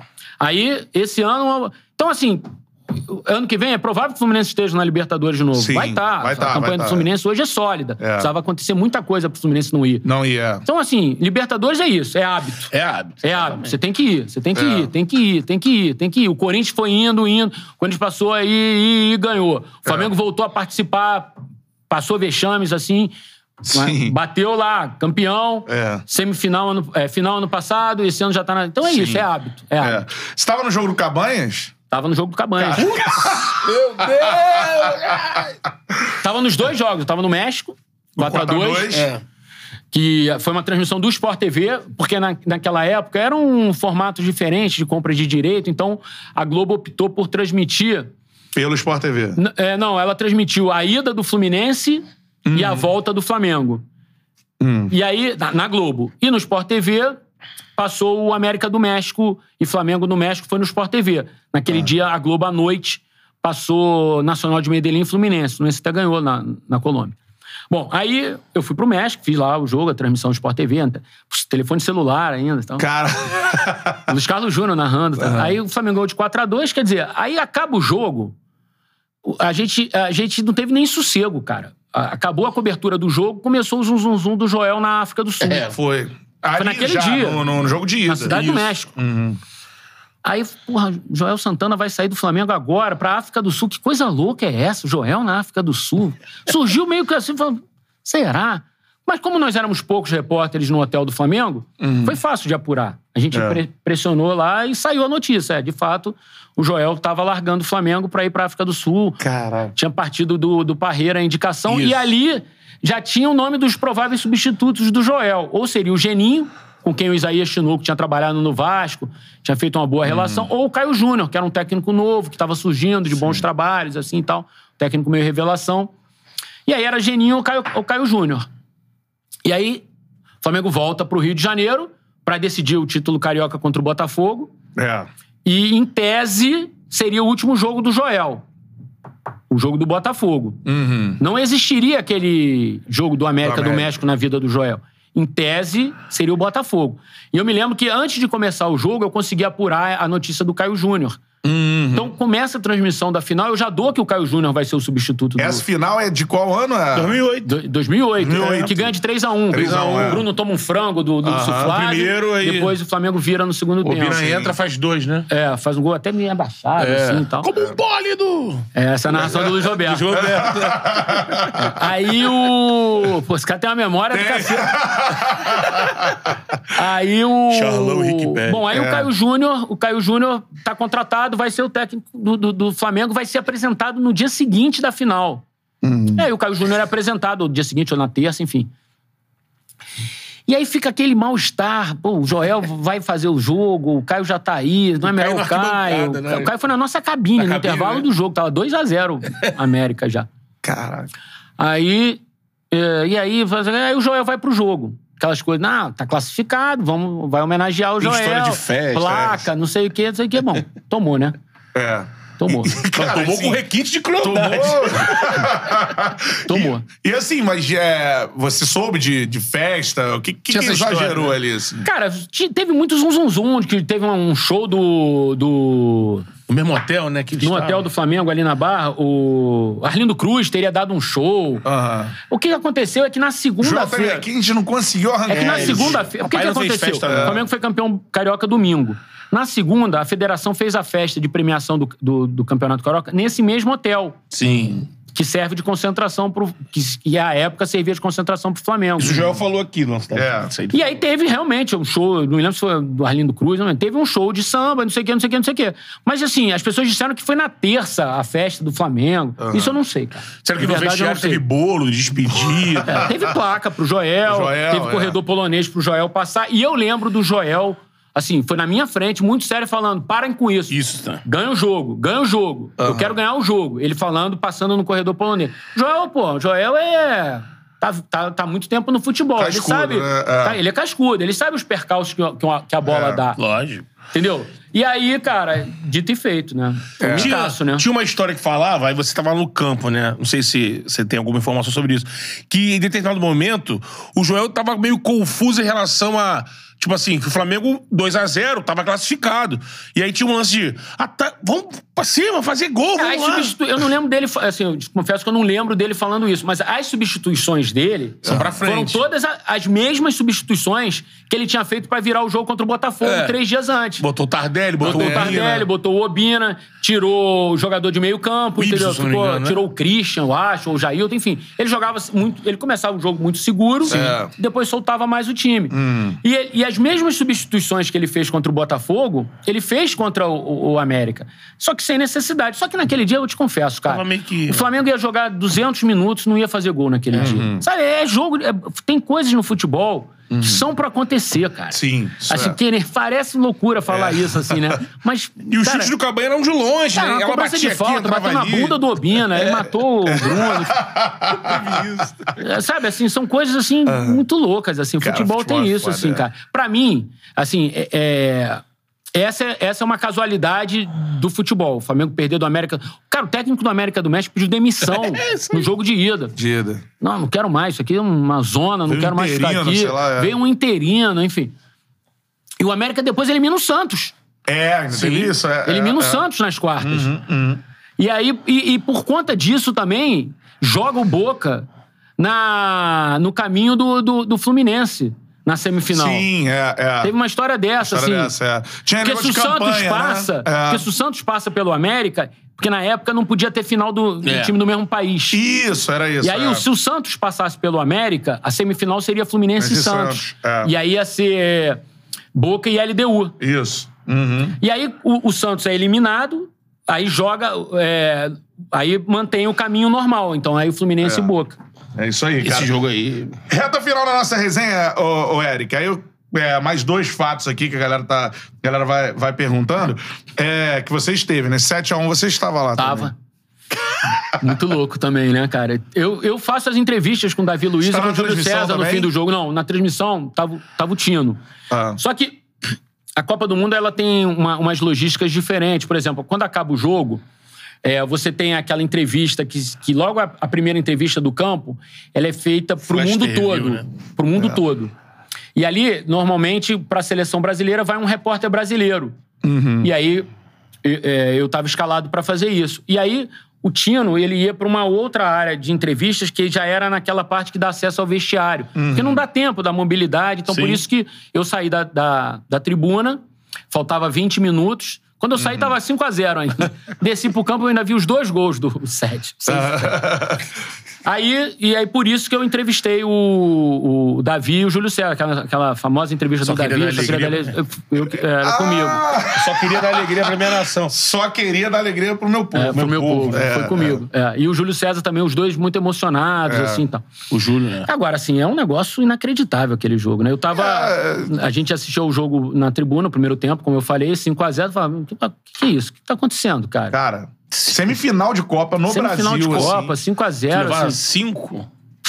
[SPEAKER 3] Aí, esse ano... Então, assim... Ano que vem é provável que o Fluminense esteja na Libertadores de novo. Vai estar. A campanha do Fluminense hoje é sólida. Precisava acontecer muita coisa pro Fluminense não ir.
[SPEAKER 1] Não ia.
[SPEAKER 3] Então, assim, Libertadores é isso. É hábito. É hábito. Você tem que ir. Você tem que ir. O Corinthians foi indo. O Corinthians passou aí e ganhou. O Flamengo voltou a participar. Passou vexames, assim. Bateu lá, campeão. Semifinal, final ano passado. Esse ano já tá na... Então é isso. É hábito.
[SPEAKER 1] Você tava no jogo do Cabanhas?
[SPEAKER 3] Tava no jogo do Cabanhas.
[SPEAKER 2] Meu Deus!
[SPEAKER 3] Tava nos 2 jogos. Tava no México, 4-2. Que foi uma transmissão do Sport TV, porque naquela época era um formato diferente de compra de direito, então a Globo optou por transmitir...
[SPEAKER 1] Pelo Sport TV?
[SPEAKER 3] Não, ela transmitiu a ida do Fluminense e a volta do Flamengo. E aí, na Globo. E no Sport TV... Passou o América do México e Flamengo no México, foi no Sport TV. Naquele dia, a Globo, à noite, passou Nacional de Medellín e Fluminense. O Fluminense até ganhou na Colômbia. Bom, aí eu fui pro México, fiz lá o jogo, a transmissão do Sport TV, telefone celular ainda. Então.
[SPEAKER 1] Cara...
[SPEAKER 3] Luiz Carlos Júnior narrando. Aí o Flamengo ganhou de 4-2, quer dizer, aí acaba o jogo, a gente não teve nem sossego, cara. Acabou a cobertura do jogo, começou o zum do Joel na África do Sul.
[SPEAKER 1] Foi.
[SPEAKER 3] Foi naquele dia.
[SPEAKER 1] No jogo de ida.
[SPEAKER 3] Na cidade do México. Aí, porra, Joel Santana vai sair do Flamengo agora pra África do Sul. Que coisa louca é essa? Joel na África do Sul. Surgiu meio que assim, falando, será? Mas como nós éramos poucos repórteres no hotel do Flamengo, foi fácil de apurar. A gente pressionou lá e saiu a notícia. De fato, o Joel estava largando o Flamengo para ir para a África do Sul.
[SPEAKER 2] Caralho.
[SPEAKER 3] Tinha partido do Parreira a indicação. Isso. E ali já tinha o nome dos prováveis substitutos do Joel. Ou seria o Geninho, com quem o Isaías Tinoco tinha trabalhado no Vasco, tinha feito uma boa relação, ou o Caio Júnior, que era um técnico novo, que estava surgindo de bons trabalhos, assim e tal. Técnico meio revelação. E aí era Geninho ou Caio Júnior. E aí, o Flamengo volta pro Rio de Janeiro para decidir o título carioca contra o Botafogo. E, em tese, seria o último jogo do Joel. O jogo do Botafogo. Não existiria aquele jogo do América do México na vida do Joel. Em tese, seria o Botafogo. E eu me lembro que, antes de começar o jogo, eu consegui apurar a notícia do Caio Júnior. Então, começa a transmissão da final, eu já dou que o Caio Júnior vai ser o substituto do...
[SPEAKER 1] Essa final é de qual ano?
[SPEAKER 3] 2008. Que ganha de 3-1.
[SPEAKER 1] 3-1,
[SPEAKER 3] O Bruno toma um frango do Flávio.
[SPEAKER 2] Primeiro, aí...
[SPEAKER 3] Depois o Flamengo vira no segundo tempo.
[SPEAKER 2] O Bina entra, faz 2, né?
[SPEAKER 3] Faz um gol até meio abaixado, assim e tal.
[SPEAKER 2] Como um bólido!
[SPEAKER 3] Essa é a narração do Luiz Roberto. Aí o... Pô, esse cara tem uma memória do cacete. Aí o...
[SPEAKER 2] Charlão Rick Pérez.
[SPEAKER 3] Bom, aí o Caio Júnior tá contratado, vai ser o técnico do Flamengo, vai ser apresentado no dia seguinte da final. Aí o Caio Júnior é apresentado no dia seguinte ou na terça, enfim. E aí fica aquele mal-estar. Pô, o Joel vai fazer o jogo, o Caio já tá aí, não é melhor o Caio. Né? O Caio foi na nossa cabine, no intervalo do jogo. Tava 2-0 América já.
[SPEAKER 1] Caraca.
[SPEAKER 3] Aí o Joel vai pro jogo. Aquelas coisas, não, tá classificado, vai homenagear o Joel.
[SPEAKER 2] História de festa.
[SPEAKER 3] Placa, não sei o quê. Bom, tomou, né? Tomou.
[SPEAKER 1] Cara,
[SPEAKER 2] tomou
[SPEAKER 1] assim,
[SPEAKER 2] com requinte de crueldade.
[SPEAKER 3] Tomou.
[SPEAKER 1] E assim, mas você soube de festa? O que exagerou
[SPEAKER 2] história,
[SPEAKER 1] ali? Assim?
[SPEAKER 3] Cara, teve muito zum, que teve um show do...
[SPEAKER 2] No mesmo hotel, né?
[SPEAKER 3] No hotel do Flamengo, ali na Barra, o Arlindo Cruz teria dado um show. O que aconteceu é que na segunda-feira...
[SPEAKER 1] Aqui a gente não conseguiu arrancar.
[SPEAKER 3] É que na segunda-feira... O que aconteceu? O Flamengo foi campeão carioca domingo. Na segunda, a federação fez a festa de premiação do Campeonato Carioca nesse mesmo hotel.
[SPEAKER 2] Sim.
[SPEAKER 3] Que serve de concentração que à época servia de concentração pro Flamengo.
[SPEAKER 2] Isso o Joel falou aqui, não
[SPEAKER 3] E aí teve realmente um show, não me lembro se foi do Arlindo Cruz, não, teve um show de samba, não sei o quê. Mas assim, as pessoas disseram que foi na terça a festa do Flamengo. Isso eu não sei, cara.
[SPEAKER 2] Será que no vestiário teve bolo, despedida?
[SPEAKER 3] Teve placa pro Joel, teve corredor polonês pro Joel passar. E eu lembro do Joel... Assim, foi na minha frente, muito sério, falando, parem com isso.
[SPEAKER 2] Isso, tá.
[SPEAKER 3] Ganha o jogo. Eu quero ganhar o jogo. Ele falando, passando no corredor polonês. Joel tá muito tempo no futebol.
[SPEAKER 1] Cascudo,
[SPEAKER 3] ele sabe.
[SPEAKER 1] né?
[SPEAKER 3] Ele é cascudo, ele sabe os percalços que a bola dá.
[SPEAKER 2] Lógico.
[SPEAKER 3] Entendeu? E aí, cara, dito e feito, né?
[SPEAKER 2] Tinha uma história que falava, aí você tava no campo, né? Não sei se você tem alguma informação sobre isso. Que em determinado momento, o Joel tava meio confuso em relação a... Tipo assim, que o Flamengo 2-0 tava classificado. E aí tinha um lance de... vamos pra cima, fazer gol, vamos lá.
[SPEAKER 3] Eu não lembro dele... Assim, eu confesso que eu não lembro dele falando isso. Mas as substituições dele...
[SPEAKER 2] São pra frente.
[SPEAKER 3] Foram todas as mesmas substituições que ele tinha feito pra virar o jogo contra o Botafogo 3 dias antes.
[SPEAKER 2] Botou o Tardelli, botou
[SPEAKER 3] o Obina, tirou o jogador de meio campo, entendeu? Tirou o Christian, eu acho, ou o Jailton, enfim. Ele jogava muito... Ele começava o jogo muito seguro, depois soltava mais o time. E as mesmas substituições que ele fez contra o Botafogo, ele fez contra o América. Só que sem necessidade. Só que naquele dia, eu te confesso, cara, o Flamengo ia jogar 200 minutos, não ia fazer gol naquele dia. Sabe, tem coisas no futebol que são pra acontecer, cara.
[SPEAKER 1] Sim.
[SPEAKER 3] Assim, parece loucura falar isso, assim, né? Mas,
[SPEAKER 2] e o chute do Cabanha eram de longe, né?
[SPEAKER 3] Uma cobrança de falta, bateu na bunda do Obina, ele matou o Bruno. Sabe, assim, são coisas, assim, muito loucas, assim. O futebol tem isso, assim, cara. Pra mim, assim, essa é uma casualidade do futebol. O Flamengo perdeu do América... Cara, o técnico do América do México pediu demissão no jogo de ida. Não quero mais. Isso aqui é uma zona, não quero mais ficar aqui. Veio um interino, enfim. E o América depois elimina o Santos.
[SPEAKER 1] Teve isso.
[SPEAKER 3] Elimina o Santos nas quartas. E aí, e por conta disso também, joga o Boca no caminho do Fluminense. Na semifinal.
[SPEAKER 1] Sim,
[SPEAKER 3] Teve uma história dessa, assim.
[SPEAKER 1] Tinha
[SPEAKER 3] porque
[SPEAKER 1] negócio de campanha,
[SPEAKER 3] porque se o Santos passa pelo América... Porque na época não podia ter final do time do mesmo país.
[SPEAKER 1] Isso, era isso.
[SPEAKER 3] E aí, se o Santos passasse pelo América, a semifinal seria Fluminense e Santos. E aí ia ser Boca e LDU.
[SPEAKER 1] Isso.
[SPEAKER 3] E aí o Santos é eliminado, aí joga... aí mantém o caminho normal. Então aí o Fluminense e Boca.
[SPEAKER 1] É isso aí, cara.
[SPEAKER 2] Esse jogo aí...
[SPEAKER 1] Reta final da nossa resenha, ô Eric. Aí mais 2 fatos aqui que a galera vai perguntando. Que você esteve, né? 7-1, você estava lá
[SPEAKER 3] Tava.
[SPEAKER 1] também.
[SPEAKER 3] Muito louco também, né, cara? Eu faço as entrevistas com o Davi Luiz e com o Júlio César no fim do jogo. Não, na transmissão tava o Tino. Só que a Copa do Mundo, ela tem umas logísticas diferentes. Por exemplo, quando acaba o jogo, você tem aquela entrevista que logo a primeira entrevista do campo, ela é feita pro mundo todo. Né? Pro mundo todo. E ali, normalmente, pra seleção brasileira, vai um repórter brasileiro. E aí, eu tava escalado pra fazer isso. E aí, o Tino, ele ia pra uma outra área de entrevistas que já era naquela parte que dá acesso ao vestiário. Porque não dá tempo da mobilidade. Então, por isso que eu saí da tribuna, faltava 20 minutos. Quando eu saí, tava 5-0 ainda. Desci pro campo, eu ainda vi os 2 gols do 7. E aí, por isso que eu entrevistei o Davi e o Júlio César. Aquela famosa entrevista do Davi. Era comigo.
[SPEAKER 2] Só queria dar alegria pra minha nação.
[SPEAKER 1] Só queria dar alegria pro meu povo.
[SPEAKER 3] Pro meu povo. Foi comigo. E o Júlio César também, os dois muito emocionados, assim, tal.
[SPEAKER 2] O Júlio, né?
[SPEAKER 3] Agora, assim, é um negócio inacreditável aquele jogo, né? Eu tava... A gente assistiu o jogo na tribuna, no primeiro tempo, como eu falei, 5-0. Eu falava, que é isso? O que tá acontecendo, cara?
[SPEAKER 1] Cara... Semifinal de Copa no Brasil.
[SPEAKER 3] Semifinal de Copa,
[SPEAKER 1] assim.
[SPEAKER 3] 5-0.
[SPEAKER 2] Levar 5?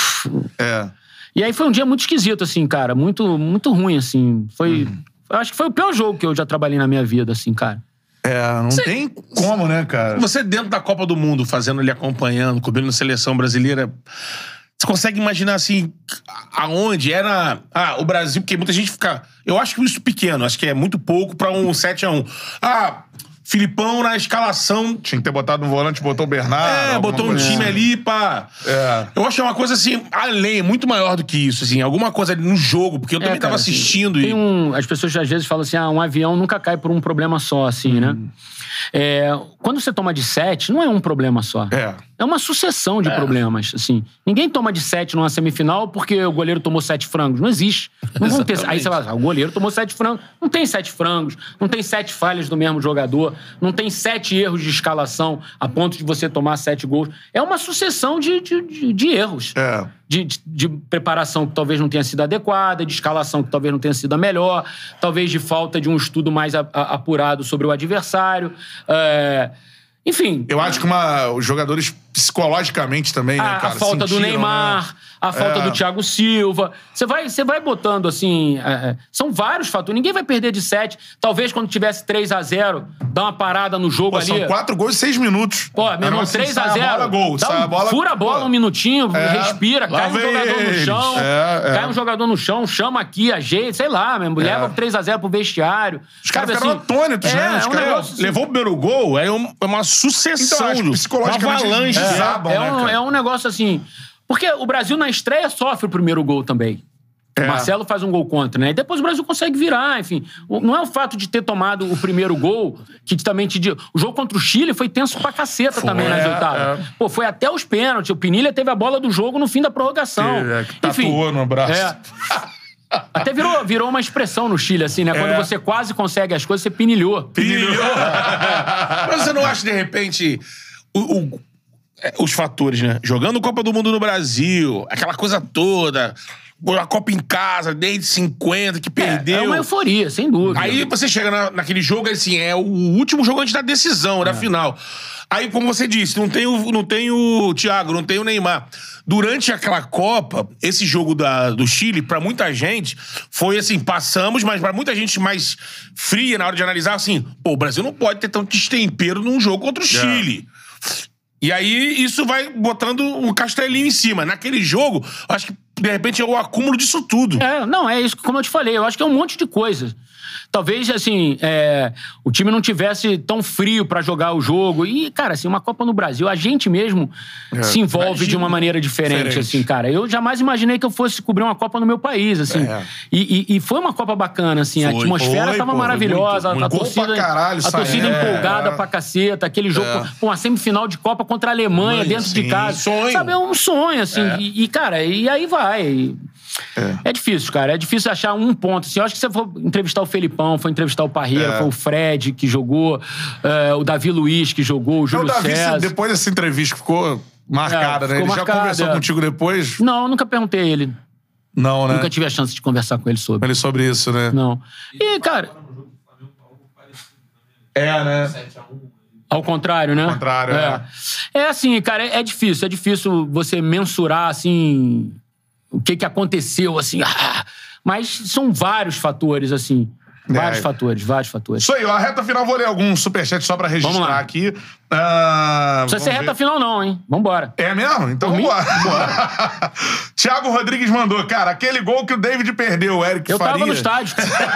[SPEAKER 3] E aí foi um dia muito esquisito, assim, cara. Muito, muito ruim, assim. Foi... Eu acho que foi o pior jogo que eu já trabalhei na minha vida, assim, cara.
[SPEAKER 1] Não tem como, né, cara?
[SPEAKER 2] Você dentro da Copa do Mundo, fazendo ali, acompanhando, cobrindo a seleção brasileira... Você consegue imaginar, assim, aonde era... o Brasil, porque muita gente fica... Eu acho isso pequeno, acho que é muito pouco pra um 7-1. Filipão na escalação...
[SPEAKER 1] Tinha que ter botado um volante, botou o Bernardo...
[SPEAKER 2] botou um time ali, pá... Eu acho que é uma coisa, assim, além, muito maior do que isso, assim. Alguma coisa ali no jogo, porque eu também tava assistindo
[SPEAKER 3] e... As pessoas, às vezes, falam assim, um avião nunca cai por um problema só, assim, né? Quando você toma de 7, não é um problema só. É uma sucessão de problemas, assim. Ninguém toma de 7 numa semifinal porque o goleiro tomou 7 frangos. Não existe. Não vão ter... Aí você fala, o goleiro tomou 7 frangos. Não tem 7 frangos. Não tem 7 falhas do mesmo jogador. Não tem 7 erros de escalação a ponto de você tomar 7 gols. É uma sucessão de erros. De preparação que talvez não tenha sido adequada, de escalação que talvez não tenha sido a melhor, talvez de falta de um estudo mais apurado sobre o adversário. Enfim.
[SPEAKER 1] Eu acho que os jogadores psicologicamente também, né, cara?
[SPEAKER 3] A falta do Neymar, né? A falta do Thiago Silva. Você vai botando, assim... são vários fatores. Ninguém vai perder de 7. Talvez quando tivesse 3-0, dá uma parada no jogo ali.
[SPEAKER 1] São 4 gols em 6 minutos.
[SPEAKER 3] Meu irmão, 3-0. Fura a bola um minutinho, respira, cai um jogador no chão. Cai um jogador no chão, chama aqui, ajeita, sei lá, mesmo. Leva 3-0 pro vestiário.
[SPEAKER 1] Os caras ficaram atônitos, né?
[SPEAKER 2] Levou o primeiro gol, é uma sucessão.
[SPEAKER 1] Então, psicologicamente,
[SPEAKER 2] uma avalanche.
[SPEAKER 3] É um negócio assim... Porque o Brasil, na estreia, sofre o primeiro gol também. O Marcelo faz um gol contra, né? E depois o Brasil consegue virar, enfim. Não é o fato de ter tomado o primeiro gol que também te diz... O jogo contra o Chile foi tenso pra caceta também nas oitavas. Foi até os pênaltis. O Pinilha teve a bola do jogo no fim da prorrogação.
[SPEAKER 1] Que tatuou no braço.
[SPEAKER 3] Até virou uma expressão no Chile, assim, né? Quando você quase consegue as coisas, você pinilhou.
[SPEAKER 2] Mas você não acha, de repente... Os fatores, né? Jogando Copa do Mundo no Brasil, aquela coisa toda, a Copa em casa, desde 50, que perdeu.
[SPEAKER 3] É uma euforia, sem dúvida.
[SPEAKER 2] Aí você chega naquele jogo, assim, é o último jogo antes da decisão, da final. Aí, como você disse, não tem o Thiago, não tem o Neymar. Durante aquela Copa, esse jogo do Chile, pra muita gente, foi assim, passamos, mas pra muita gente mais fria na hora de analisar, assim, o Brasil não pode ter tanto destempero num jogo contra o Chile. E aí, isso vai botando um castelinho em cima. Naquele jogo, acho que De repente é o acúmulo disso tudo.
[SPEAKER 3] Não, é isso, como eu te falei, eu acho que é um monte de coisa. Talvez, assim, o time não tivesse tão frio pra jogar o jogo. E, cara, assim, uma Copa no Brasil, a gente mesmo se envolve de uma maneira diferente, assim, cara. Eu jamais imaginei que eu fosse cobrir uma Copa no meu país, assim. E foi uma Copa bacana, assim. A atmosfera tava maravilhosa.
[SPEAKER 1] Muito
[SPEAKER 3] a torcida empolgada pra caceta. Aquele jogo, uma semifinal de Copa contra a Alemanha dentro de casa.
[SPEAKER 2] Sonho.
[SPEAKER 3] Sabe, é um sonho, assim. Cara, e aí vai. É difícil, cara. É difícil achar um ponto. Assim, eu acho que se você for entrevistar o Felipão, foi entrevistar o Parreira, foi o Fred que jogou, o Davi Luiz que jogou, o Júlio César.
[SPEAKER 1] Depois dessa entrevista ficou marcada, né? Ele já conversou contigo depois?
[SPEAKER 3] Não, nunca perguntei a ele.
[SPEAKER 1] Não, né?
[SPEAKER 3] Nunca tive a chance de conversar com ele sobre.
[SPEAKER 1] Sobre isso, né?
[SPEAKER 3] Não. E, cara...
[SPEAKER 1] né?
[SPEAKER 3] Ao contrário, né?
[SPEAKER 1] Ao contrário,
[SPEAKER 3] É assim, cara, é difícil você mensurar, assim, o que aconteceu, assim. Mas são vários fatores, assim. Vários fatores.
[SPEAKER 1] Isso aí, ó, a reta final, vou ler algum superchat só pra registrar aqui.
[SPEAKER 3] Não precisa ser reta final não, hein? Vambora.
[SPEAKER 1] É mesmo? Então vambora. Thiago Rodrigues mandou, cara, aquele gol que o David perdeu, o Eric Faria.
[SPEAKER 3] Eu tava no estádio.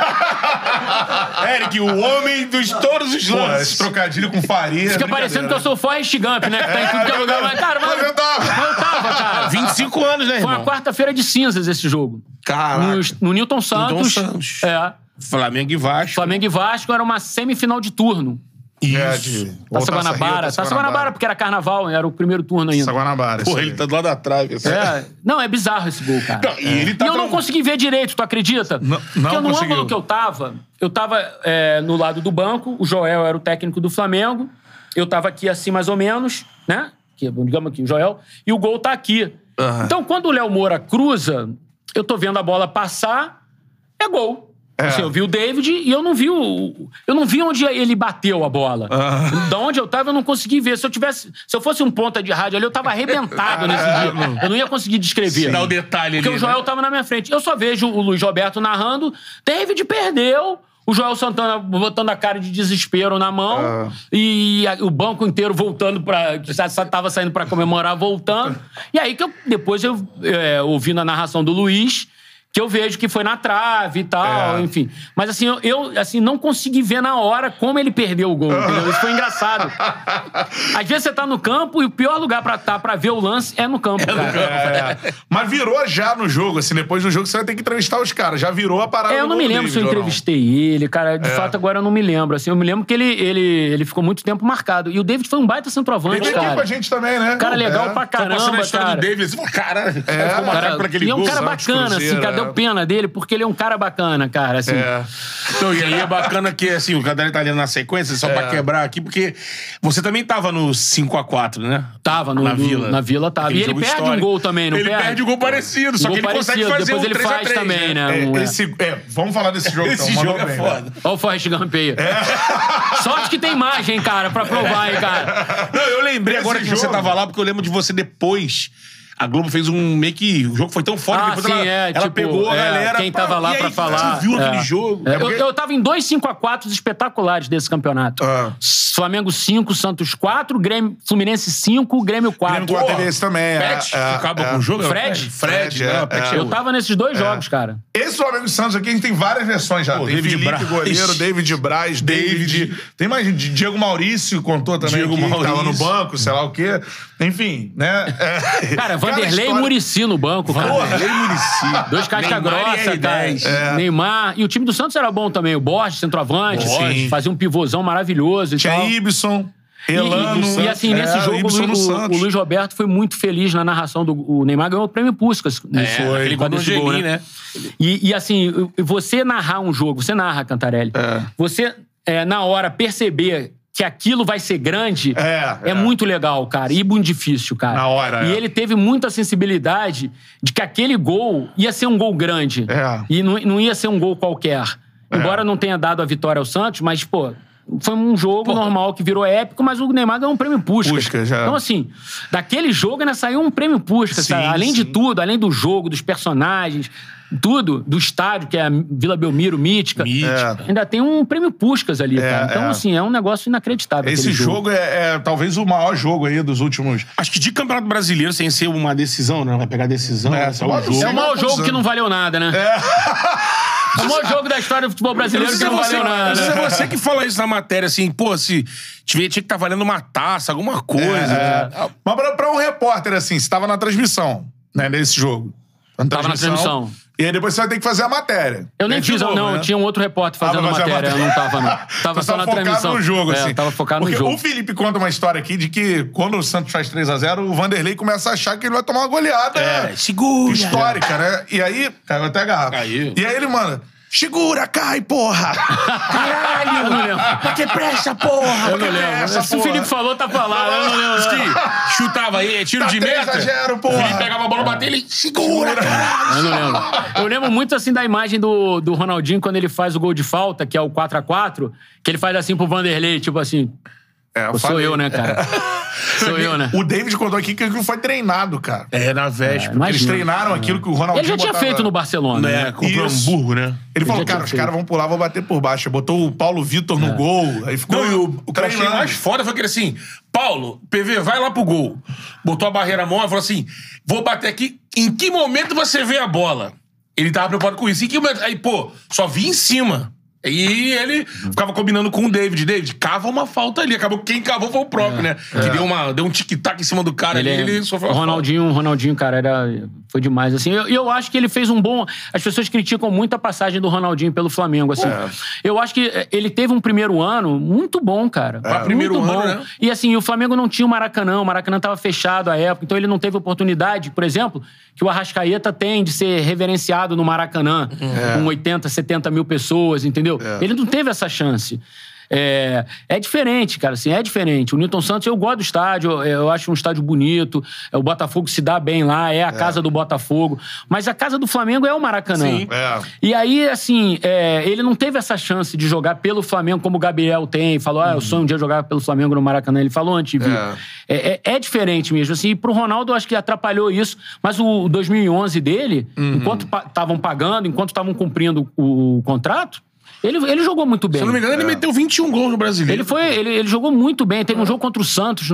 [SPEAKER 2] Eric, o homem dos todos os lances.
[SPEAKER 1] Esse trocadilho com Faria.
[SPEAKER 3] Fica parecendo que eu sou o Forrest Gump, né? Que tá em tudo que é lugar. Mas, cara, eu tava, cara.
[SPEAKER 2] 25 anos, né, irmão?
[SPEAKER 3] Foi uma quarta-feira de cinzas esse jogo.
[SPEAKER 1] Caraca.
[SPEAKER 3] No Newton Santos.
[SPEAKER 2] Flamengo e Vasco.
[SPEAKER 3] Flamengo e Vasco era uma semifinal de turno. Taça Guanabara. Taça Guanabara, porque era carnaval, era o primeiro turno ainda.
[SPEAKER 1] Taça Guanabara.
[SPEAKER 2] Porra, ele tá do lado da trave. Assim.
[SPEAKER 3] Não, é bizarro esse gol, cara.
[SPEAKER 2] Não, e eu
[SPEAKER 3] não consegui ver direito, tu acredita?
[SPEAKER 1] Não
[SPEAKER 3] porque no ângulo que eu tava no lado do banco, o Joel era o técnico do Flamengo, eu tava aqui assim mais ou menos, né? Digamos aqui, o Joel, e o gol tá aqui. Então, quando o Léo Moura cruza, eu tô vendo a bola passar, é gol. Assim, eu vi o David e eu não vi onde ele bateu a bola. Da onde eu tava, eu não consegui ver. Se eu fosse um ponta de rádio ali, eu tava arrebentado nesse dia. Eu não ia conseguir descrever.
[SPEAKER 2] Dá o detalhe ali.
[SPEAKER 3] Porque o Joel tava na minha frente. Eu só vejo o Luiz Roberto narrando. David perdeu. O Joel Santana botando a cara de desespero na mão. E o banco inteiro voltando pra... Já tava saindo pra comemorar, voltando. E aí que depois eu ouvi na narração do Luiz... que eu vejo que foi na trave e tal, enfim. Mas assim, eu assim, não consegui ver na hora como ele perdeu o gol, entendeu? Isso foi engraçado. Às vezes você tá no campo e o pior lugar pra ver o lance é no campo, cara.
[SPEAKER 1] Mas virou já no jogo, assim, depois do jogo você vai ter que entrevistar os caras. Já virou a parada
[SPEAKER 3] eu não me lembro se eu entrevistei ele, cara. De fato, agora eu não me lembro. Assim, eu me lembro que ele ficou muito tempo marcado. E o David foi um baita centroavante, cara. Ele
[SPEAKER 1] veio aqui com a gente também, né?
[SPEAKER 3] Cara legal pra caramba, cara.
[SPEAKER 2] Do David, você fala, caralho, ficou marcado por aquele gol.
[SPEAKER 3] E é um cara bacana, assim, cara. Deu pena dele, porque ele é um cara bacana, cara, assim.
[SPEAKER 2] Então, e aí é bacana que, assim, o Cadaré tá ali na sequência, só pra quebrar aqui, porque você também tava no 5x4, né?
[SPEAKER 3] Tava, na Vila. Na Vila tava. E ele perde um gol também, não
[SPEAKER 2] perde? Ele perde um gol parecido, só que ele consegue fazer
[SPEAKER 3] depois ele faz também, né?
[SPEAKER 1] Vamos falar desse jogo,
[SPEAKER 2] então. Esse jogo é foda.
[SPEAKER 3] Olha o Forrest Gump aí. Sorte que tem imagem, cara, pra provar aí, cara.
[SPEAKER 2] Não, eu lembrei agora que você tava lá, porque eu lembro de você depois... A Globo fez meio que... O jogo foi tão forte que depois ela pegou a galera...
[SPEAKER 3] Quem tava lá pra falar...
[SPEAKER 2] Você viu aquele jogo?
[SPEAKER 3] Eu tava em 2 5x4 espetaculares desse campeonato. Flamengo 5, Santos 4, Fluminense 5, Grêmio 4.
[SPEAKER 1] Grêmio 4 teve esse também.
[SPEAKER 2] Acaba com o jogo?
[SPEAKER 3] Fred. Eu tava nesses 2 jogos, cara.
[SPEAKER 1] Esse Flamengo e Santos aqui, a gente tem várias versões já. Tem Felipe, goleiro, David Braz, David... Tem mais Diego Maurício, contou também
[SPEAKER 2] Diego Maurício.
[SPEAKER 1] Que tava no banco, sei lá o quê. Enfim, né?
[SPEAKER 3] Cara, Vanderlei e Muricy no banco, cara.
[SPEAKER 2] Vanderlei e Muricy.
[SPEAKER 3] 2 casca grossa, cara. Neymar. E o time do Santos era bom também. O Borges, centroavante. Fazia um pivôzão maravilhoso e tal.
[SPEAKER 1] Tinha Ibson, Elano.
[SPEAKER 3] E assim, nesse jogo, o Luiz Roberto foi muito feliz na narração do Neymar. Ganhou o prêmio Puskás.
[SPEAKER 2] Foi. Ele
[SPEAKER 3] desse gol, né? E assim, você narrar um jogo, você narra, Cantarelli. Você, na hora, perceber... que aquilo vai ser grande, é muito legal, cara. E muito difícil, cara.
[SPEAKER 1] Na hora,
[SPEAKER 3] E ele teve muita sensibilidade de que aquele gol ia ser um gol grande. E não ia ser um gol qualquer. Embora não tenha dado a vitória ao Santos, mas, pô... Foi um jogo normal que virou épico, mas o Neymar ganhou um prêmio Puskás. Então, assim, daquele jogo ainda saiu um prêmio Puskás. Além de tudo, além do jogo, dos personagens... tudo, do estádio, que é a Vila Belmiro, mítica. Ainda tem um prêmio Puskás ali, cara. Então, assim, é um negócio inacreditável.
[SPEAKER 1] Esse jogo é talvez o maior jogo aí dos últimos...
[SPEAKER 2] Acho que de Campeonato Brasileiro, sem ser uma decisão, né? Vai pegar decisão. É
[SPEAKER 3] o maior jogo que não valeu nada, né? É o maior jogo da história do futebol brasileiro que não valeu nada.
[SPEAKER 2] É você que fala isso na matéria, assim, pô, se tinha que estar valendo uma taça, alguma coisa.
[SPEAKER 1] Mas pra um repórter, assim, você tava na transmissão, né, nesse jogo.
[SPEAKER 3] Tava na transmissão.
[SPEAKER 1] E aí depois você vai ter que fazer a matéria.
[SPEAKER 3] Eu nem fiz, né? Tinha um outro repórter fazendo a matéria. Eu não tava, não. Tava só na transmissão.
[SPEAKER 1] No jogo, assim.
[SPEAKER 3] Tava focado no jogo.
[SPEAKER 1] O Felipe conta uma história aqui de que quando o Santos faz 3-0, o Vanderlei começa a achar que ele vai tomar uma goleada histórica, né? E aí, caiu até a garrafa. E aí ele manda... Segura, cai, porra!
[SPEAKER 3] Caralho! Eu não lembro.
[SPEAKER 2] Pra que presta, porra?
[SPEAKER 3] Eu não lembro. Se o Felipe falou, tá falado. Eu não lembro.
[SPEAKER 2] Que chutava aí, tiro de meta.
[SPEAKER 1] 3-0, porra!
[SPEAKER 2] O Felipe pegava a bola, batia ele... Segura, caralho!
[SPEAKER 3] Eu não lembro. Eu lembro muito, assim, da imagem do Ronaldinho quando ele faz o gol de falta, que é o 4x4, que ele faz assim pro Vanderlei, tipo assim... Sou eu, né, cara? Sou eu, né?
[SPEAKER 1] O David contou aqui que aquilo foi treinado, cara.
[SPEAKER 2] Na véspera.
[SPEAKER 1] Eles treinaram aquilo que o Ronaldinho
[SPEAKER 3] Ele já tinha feito no Barcelona, né?
[SPEAKER 2] Contra o Hamburgo, né?
[SPEAKER 1] Ele falou, cara, os caras vão pular, vão bater por baixo. Botou o Paulo Vitor no gol, aí ficou...
[SPEAKER 2] Não, e o que eu achei mais foda foi que ele assim, Paulo, PV, vai lá pro gol. Botou a barreira mão e falou assim, vou bater aqui, em que momento você vê a bola? Ele tava preocupado com isso. Em que momento? Aí, pô, só vi em cima. E ele ficava combinando com o David. David, cava uma falta ali. Acabou que quem cavou foi o próprio, né? Que deu um tic-tac em cima do cara ali. Ele sofreu
[SPEAKER 3] o Ronaldinho, cara, foi demais, assim. Eu acho que ele fez um bom... As pessoas criticam muito a passagem do Ronaldinho pelo Flamengo, assim. Eu acho que ele teve um primeiro ano muito bom, cara.
[SPEAKER 2] Primeiro
[SPEAKER 3] muito
[SPEAKER 2] ano,
[SPEAKER 3] bom.
[SPEAKER 2] né?
[SPEAKER 3] E assim, o Flamengo não tinha o Maracanã tava fechado à época, então ele não teve oportunidade, por exemplo, que o Arrascaeta tem de ser reverenciado no Maracanã, com 80, 70 mil pessoas, entendeu? Ele não teve essa chance. É diferente, cara, assim, é diferente. O Newton Santos, eu gosto do estádio, eu acho um estádio bonito, o Botafogo se dá bem lá, é a casa do Botafogo, mas a casa do Flamengo é o Maracanã.
[SPEAKER 2] Sim.
[SPEAKER 3] E aí, assim, ele não teve essa chance de jogar pelo Flamengo como o Gabriel tem, falou, eu sonho um dia jogar pelo Flamengo no Maracanã, ele falou antes de vir. É diferente mesmo, assim, e pro Ronaldo eu acho que atrapalhou isso, mas o 2011 dele, enquanto estavam pagando, enquanto estavam cumprindo o contrato, ele jogou muito bem.
[SPEAKER 2] Se eu não me engano, ele meteu 21 gols no Brasileiro.
[SPEAKER 3] Ele jogou muito bem. Teve um jogo contra o Santos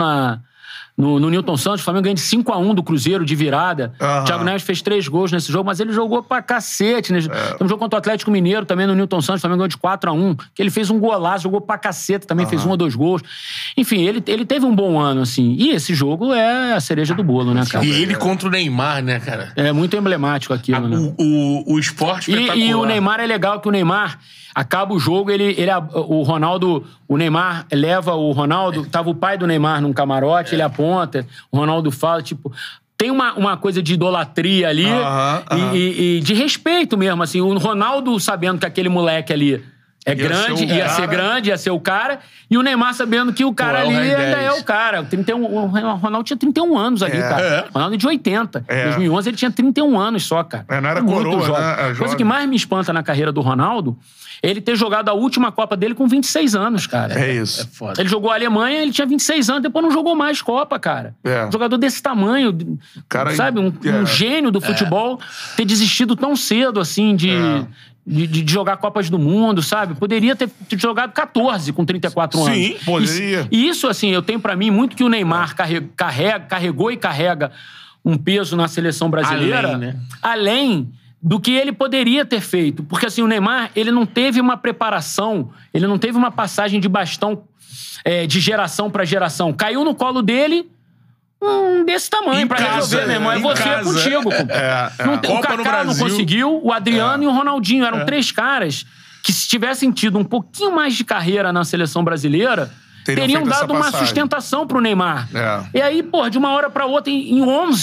[SPEAKER 3] no Newton Santos. O Flamengo ganhou de 5-1 do Cruzeiro, de virada. O Thiago Neves fez 3 gols nesse jogo, mas ele jogou pra cacete. Né? Tem um jogo contra o Atlético Mineiro também no Newton Santos. O Flamengo ganhou de 4-1. Que ele fez um golaço, jogou pra cacete também, fez 1 ou 2 gols. Enfim, ele teve um bom ano, assim. E esse jogo é a cereja do bolo, né, cara?
[SPEAKER 2] E ele contra o Neymar, né, cara?
[SPEAKER 3] É muito emblemático aquilo, né?
[SPEAKER 2] O esporte espetacular.
[SPEAKER 3] E o Neymar é legal, que o Neymar... Acaba o jogo, o Ronaldo... O Neymar leva o Ronaldo... Tava o pai do Neymar num camarote, ele aponta, o Ronaldo fala, tipo... Tem uma coisa de idolatria ali e de respeito mesmo, assim. O Ronaldo sabendo que aquele moleque ali ia ser grande, ia ser o cara, e o Neymar sabendo que o cara ali ainda é o cara. O Ronaldo tinha 31 anos ali, cara. O Ronaldo é de 80. Em 2011 ele tinha 31 anos só, cara.
[SPEAKER 1] Não era coroa, né?
[SPEAKER 3] Coisa que mais me espanta na carreira do Ronaldo, ele ter jogado a última Copa dele com 26 anos, cara.
[SPEAKER 1] É isso.
[SPEAKER 2] É foda.
[SPEAKER 3] Ele jogou a Alemanha, ele tinha 26 anos, depois não jogou mais Copa, cara. Um jogador desse tamanho, cara, sabe? Um gênio do futebol, ter desistido tão cedo, assim, de jogar Copas do Mundo, sabe? Poderia ter jogado 14 com 34 anos.
[SPEAKER 1] Sim, poderia.
[SPEAKER 3] E isso, assim, eu tenho pra mim muito que o Neymar carregou e carrega um peso na seleção brasileira. Além do que ele poderia ter feito. Porque, assim, o Neymar, ele não teve uma preparação, ele não teve uma passagem de bastão de geração pra geração. Caiu no colo dele desse tamanho pra resolver, meu irmão. É você contigo. O Kaká não conseguiu, o Adriano e o Ronaldinho. Eram 3 caras que, se tivessem tido um pouquinho mais de carreira na seleção brasileira, teriam dado uma sustentação pro Neymar. E aí, pô, de uma hora pra outra, em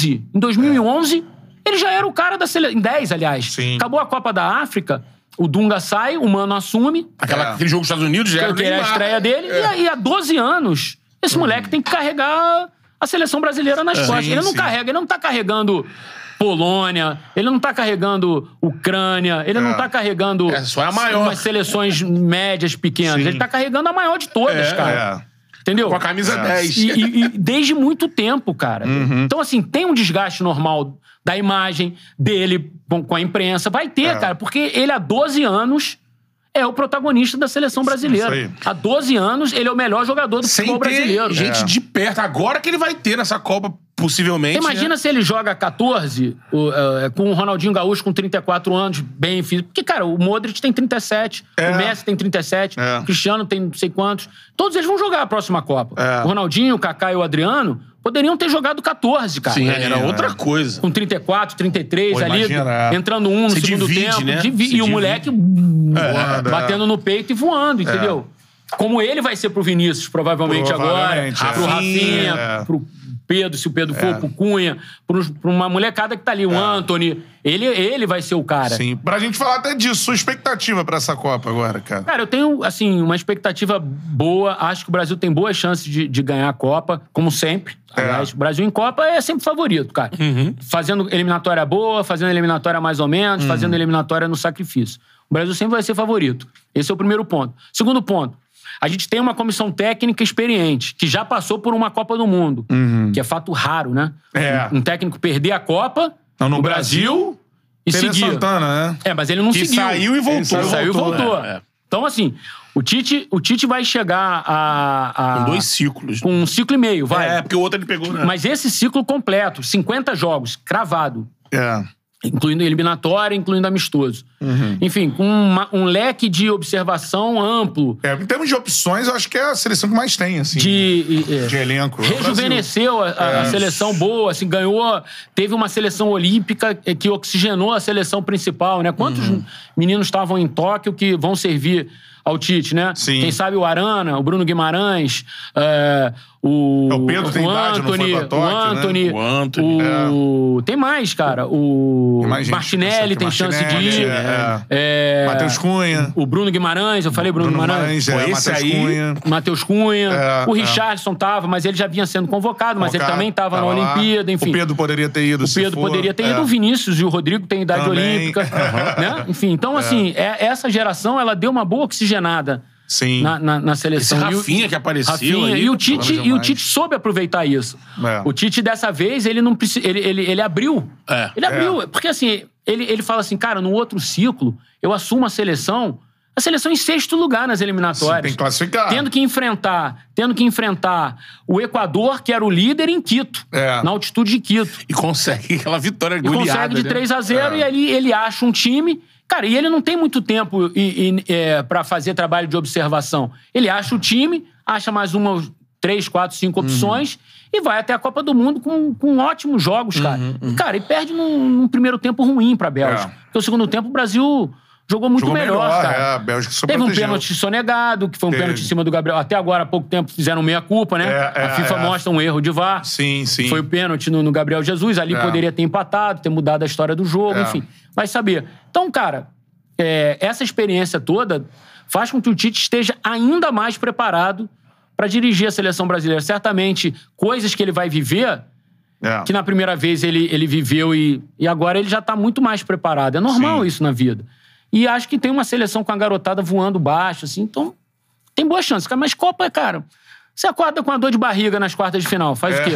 [SPEAKER 3] 2011... Ele já era o cara da seleção. Em 10, aliás.
[SPEAKER 1] Sim.
[SPEAKER 3] Acabou a Copa da África, o Dunga sai, o Mano assume.
[SPEAKER 2] Aquele jogo dos Estados Unidos já era
[SPEAKER 3] que é a estreia dele. E aí, há 12 anos, esse moleque tem que carregar a seleção brasileira nas costas. Ele não carrega, ele não tá carregando Polônia, ele não tá carregando Ucrânia, ele não tá carregando
[SPEAKER 2] só é a maior.
[SPEAKER 3] Umas seleções médias, pequenas. Ele tá carregando a maior de todas, cara. Entendeu?
[SPEAKER 2] Com a camisa 10.
[SPEAKER 3] E desde muito tempo, cara. Então, assim, tem um desgaste normal da imagem dele com a imprensa. Vai ter, cara, porque ele há 12 anos é o protagonista da seleção brasileira.
[SPEAKER 1] Isso aí.
[SPEAKER 3] Há 12 anos, ele é o melhor jogador do futebol brasileiro.
[SPEAKER 2] Gente de perto. Agora que ele vai ter nessa Copa, possivelmente.
[SPEAKER 3] Imagina se ele joga 14 com o Ronaldinho Gaúcho com 34 anos, bem físico. Porque, cara, o Modric tem 37, o Messi tem 37, o Cristiano tem não sei quantos. Todos eles vão jogar a próxima Copa. O Ronaldinho, o Kaká e o Adriano poderiam ter jogado 14, cara.
[SPEAKER 2] Sim, era outra coisa.
[SPEAKER 3] Com 34, 33 ali, entrando no
[SPEAKER 2] Você
[SPEAKER 3] segundo
[SPEAKER 2] divide,
[SPEAKER 3] tempo.
[SPEAKER 2] né?
[SPEAKER 3] E o moleque batendo no peito e voando, entendeu? Como ele vai ser pro Vinícius, provavelmente agora. Pro Rafinha, pro Pedro, se o Pedro for, pro Cunha, pra uma molecada que tá ali, o Antony. Ele vai ser o cara.
[SPEAKER 1] Sim. Pra gente falar até disso, sua expectativa pra essa Copa agora, cara?
[SPEAKER 3] Cara, eu tenho, assim, uma expectativa boa. Acho que o Brasil tem boas chances de ganhar a Copa, como sempre. Aliás, o Brasil em Copa é sempre favorito, cara. Fazendo eliminatória boa, fazendo eliminatória mais ou menos, fazendo eliminatória no sacrifício. O Brasil sempre vai ser favorito. Esse é o primeiro ponto. Segundo ponto. A gente tem uma comissão técnica experiente, que já passou por uma Copa do Mundo, que é fato raro, né? Um técnico perder a Copa no Brasil e seguir.
[SPEAKER 1] Santana, né?
[SPEAKER 3] Mas ele não seguiu.
[SPEAKER 2] Saiu e voltou.
[SPEAKER 3] Saiu e voltou. Então, assim, o Tite vai chegar
[SPEAKER 2] com 2 ciclos.
[SPEAKER 3] Com 1 ciclo e meio, vai.
[SPEAKER 2] Porque o outro ele pegou, né?
[SPEAKER 3] Mas esse ciclo completo, 50 jogos, cravado. Incluindo eliminatória, incluindo amistoso. Enfim, com um leque de observação amplo.
[SPEAKER 1] Em termos de opções, eu acho que é a seleção que mais tem, assim. De elenco.
[SPEAKER 3] Rejuvenesceu a seleção boa, assim, ganhou. Teve uma seleção olímpica que oxigenou a seleção principal, né? Quantos meninos estavam em Tóquio que vão servir ao Tite, né?
[SPEAKER 1] Sim.
[SPEAKER 3] Quem sabe o Arana, o Bruno Guimarães,
[SPEAKER 1] o Pedro tem idade, não foi pra Tóquio,
[SPEAKER 3] o Antony. Tem mais, cara. O Martinelli tem chance de ir.
[SPEAKER 1] Matheus Cunha.
[SPEAKER 3] O Bruno Guimarães, eu falei Bruno Guimarães.
[SPEAKER 1] Esse aí.
[SPEAKER 3] Matheus Cunha. O Richarlison tava, mas ele já vinha sendo convocado, mas ele também tava na Olimpíada, enfim.
[SPEAKER 1] O Pedro poderia ter ido,
[SPEAKER 3] O Vinícius e o Rodrigo têm idade olímpica. Né? Enfim, então, assim, essa geração, ela deu uma boa oxigenada.
[SPEAKER 1] Sim.
[SPEAKER 3] Na seleção.
[SPEAKER 2] Esse Rafinha que apareceu.
[SPEAKER 3] Rafinha,
[SPEAKER 2] aí,
[SPEAKER 3] e o Tite soube aproveitar isso. O Tite, dessa vez, ele não precisa. Ele abriu. Ele abriu. Porque, assim, ele fala assim, cara, no outro ciclo, eu assumo a seleção em 6º lugar nas eliminatórias.
[SPEAKER 1] Sim, tem que classificar.
[SPEAKER 3] Tendo que enfrentar o Equador, que era o líder em Quito. Na altitude de Quito.
[SPEAKER 2] E consegue aquela vitória goleada.
[SPEAKER 3] E consegue de 3-0 e ali ele acha um time. Cara, e ele não tem muito tempo pra fazer trabalho de observação. Ele acha o time, acha mais 3, 4, 5 opções e vai até a Copa do Mundo com ótimos jogos, cara. Cara, e perde num primeiro tempo ruim pra Bélgica. Porque o segundo tempo o Brasil jogou muito melhor, cara.
[SPEAKER 1] A Bélgica só
[SPEAKER 3] Teve
[SPEAKER 1] protegeu.
[SPEAKER 3] Um pênalti sonegado, que foi um pênalti em cima do Gabriel. Até agora, há pouco tempo, fizeram meia-culpa, né? A FIFA mostra um erro de VAR.
[SPEAKER 1] Sim.
[SPEAKER 3] Foi o pênalti no Gabriel Jesus. Ali poderia ter empatado, ter mudado a história do jogo, enfim. Vai saber. Então, cara, essa experiência toda faz com que o Tite esteja ainda mais preparado para dirigir a seleção brasileira. Certamente, coisas que ele vai viver, que na primeira vez ele viveu e agora ele já tá muito mais preparado. É normal isso na vida. E acho que tem uma seleção com a garotada voando baixo, assim, então tem boa chance. Mas Copa, cara, você acorda com a dor de barriga nas quartas de final, faz o quê?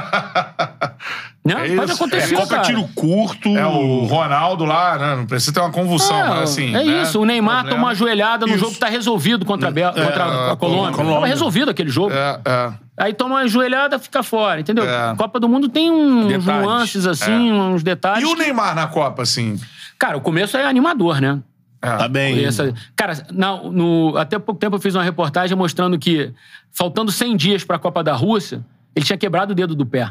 [SPEAKER 3] Né? Pode acontecer,
[SPEAKER 2] Copa
[SPEAKER 3] cara.
[SPEAKER 2] tiro curto.
[SPEAKER 1] O Ronaldo lá, né? Não precisa ter uma convulsão, mas assim...
[SPEAKER 3] isso, o Neymar toma uma joelhada no jogo que tá resolvido contra a Colômbia. Tava resolvido aquele jogo. Aí toma uma joelhada, fica fora, entendeu? Copa do Mundo tem uns nuances, assim, uns detalhes.
[SPEAKER 1] E o Neymar na Copa, assim?
[SPEAKER 3] Cara, o começo é animador, né?
[SPEAKER 2] Tá bem.
[SPEAKER 3] Cara, até pouco tempo eu fiz uma reportagem mostrando que, faltando 100 dias pra Copa da Rússia, ele tinha quebrado o dedo do pé.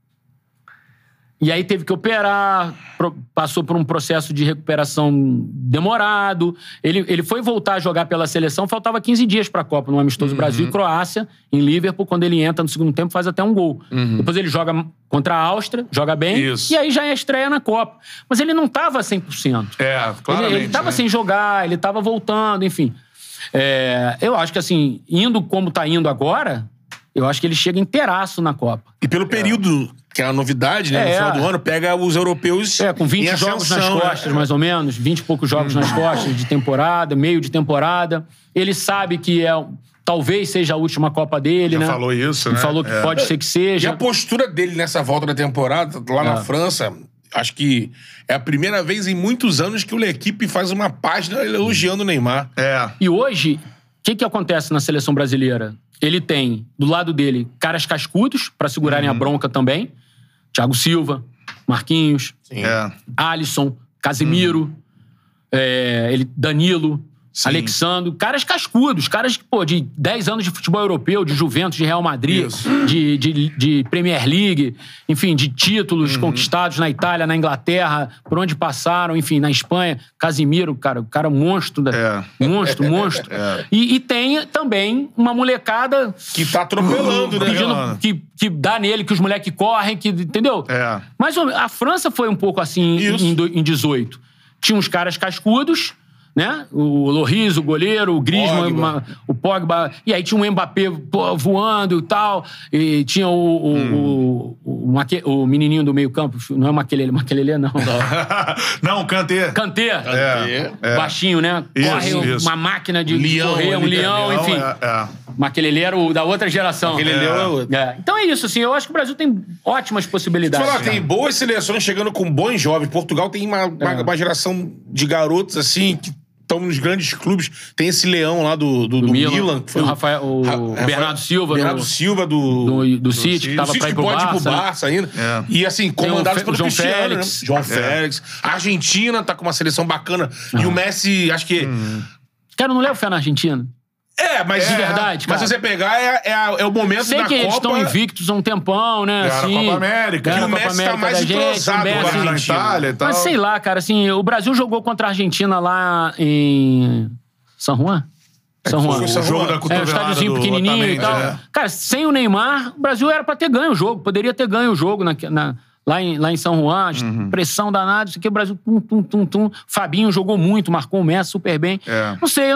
[SPEAKER 3] E aí teve que operar, passou por um processo de recuperação demorado. Ele foi voltar a jogar pela seleção, faltava 15 dias pra Copa, no amistoso Brasil e Croácia, em Liverpool. Quando ele entra no segundo tempo, faz até um gol. Depois ele joga contra a Áustria, joga bem, e aí já é a estreia na Copa. Mas ele não tava 100%.
[SPEAKER 1] Claramente.
[SPEAKER 3] Ele tava sem jogar, ele tava voltando, enfim. Eu acho que, assim, indo como tá indo agora, eu acho que ele chega inteiraço na Copa.
[SPEAKER 2] E pelo período, que é a novidade, né? No final do ano, pega os europeus
[SPEAKER 3] com 20 jogos nas costas, mais ou menos. 20 e poucos jogos nas costas de temporada, meio de temporada. Ele sabe que talvez seja a última Copa dele, né?
[SPEAKER 1] falou isso, né?
[SPEAKER 3] Ele falou que pode ser que seja.
[SPEAKER 2] E a postura dele nessa volta da temporada, lá na França, acho que é a primeira vez em muitos anos que a equipe faz uma página elogiando o Neymar.
[SPEAKER 3] E hoje, o que acontece na seleção brasileira? Ele tem, do lado dele, caras cascudos pra segurarem a bronca também. Thiago Silva, Marquinhos, Alisson, Casemiro, Danilo, Alexandro. Caras cascudos, caras de 10 anos de futebol europeu, de Juventus, de Real Madrid, de Premier League, enfim, de títulos conquistados na Itália, na Inglaterra, por onde passaram, enfim, na Espanha. Casemiro, cara, o cara monstro. Monstro. E tem também uma molecada...
[SPEAKER 2] Que tá atropelando, né?
[SPEAKER 3] Pedindo que dá nele, que os moleques correm, entendeu? Mas a França foi um pouco assim em 18. Tinha uns caras cascudos, né? O Lloris, o goleiro, o Griezmann, o Pogba. E aí tinha um Mbappé voando e tal. E tinha o menininho do meio campo. Não é o Makelele, não.
[SPEAKER 1] Não, Kanté.
[SPEAKER 3] Baixinho, né? Corre uma máquina de correr, um leão, enfim. Makelele era o da outra geração. Então é isso, assim. Eu acho que o Brasil tem ótimas possibilidades.
[SPEAKER 2] Tem boas seleções chegando com bons jovens. Portugal tem uma geração de garotos, assim, que estão nos grandes clubes. Tem esse leão lá do Milan. Que foi
[SPEAKER 3] o Bernardo Silva.
[SPEAKER 2] Bernardo Silva do
[SPEAKER 3] City, que tava pra ir pro Barça.
[SPEAKER 2] Pode ir pro Barça ainda. E assim, comandados pelo
[SPEAKER 3] João
[SPEAKER 2] Cristiano,
[SPEAKER 3] Félix.
[SPEAKER 2] Né? João Félix. A Argentina tá com uma seleção bacana. E o Messi, acho que...
[SPEAKER 3] Cara, não levo fé na Argentina.
[SPEAKER 2] Mas
[SPEAKER 3] de verdade, cara.
[SPEAKER 2] Mas se você pegar, é o momento da Copa...
[SPEAKER 3] Sei que eles estão invictos há um tempão, né?
[SPEAKER 1] Assim, a Copa América.
[SPEAKER 2] E o Messi tá mais entrosado
[SPEAKER 1] na Itália e tal.
[SPEAKER 3] Mas sei lá, cara, assim, o Brasil jogou contra a Argentina lá em San Juan?
[SPEAKER 1] Foi o jogo da cotovelada
[SPEAKER 3] o estádiozinho pequenininho e tal. Cara, sem o Neymar, o Brasil era pra ter ganho o jogo. Poderia ter ganho o jogo lá em São Juan, pressão danada, isso aqui, o Brasil, tum. Fabinho jogou muito, marcou o Messi super bem. Não sei,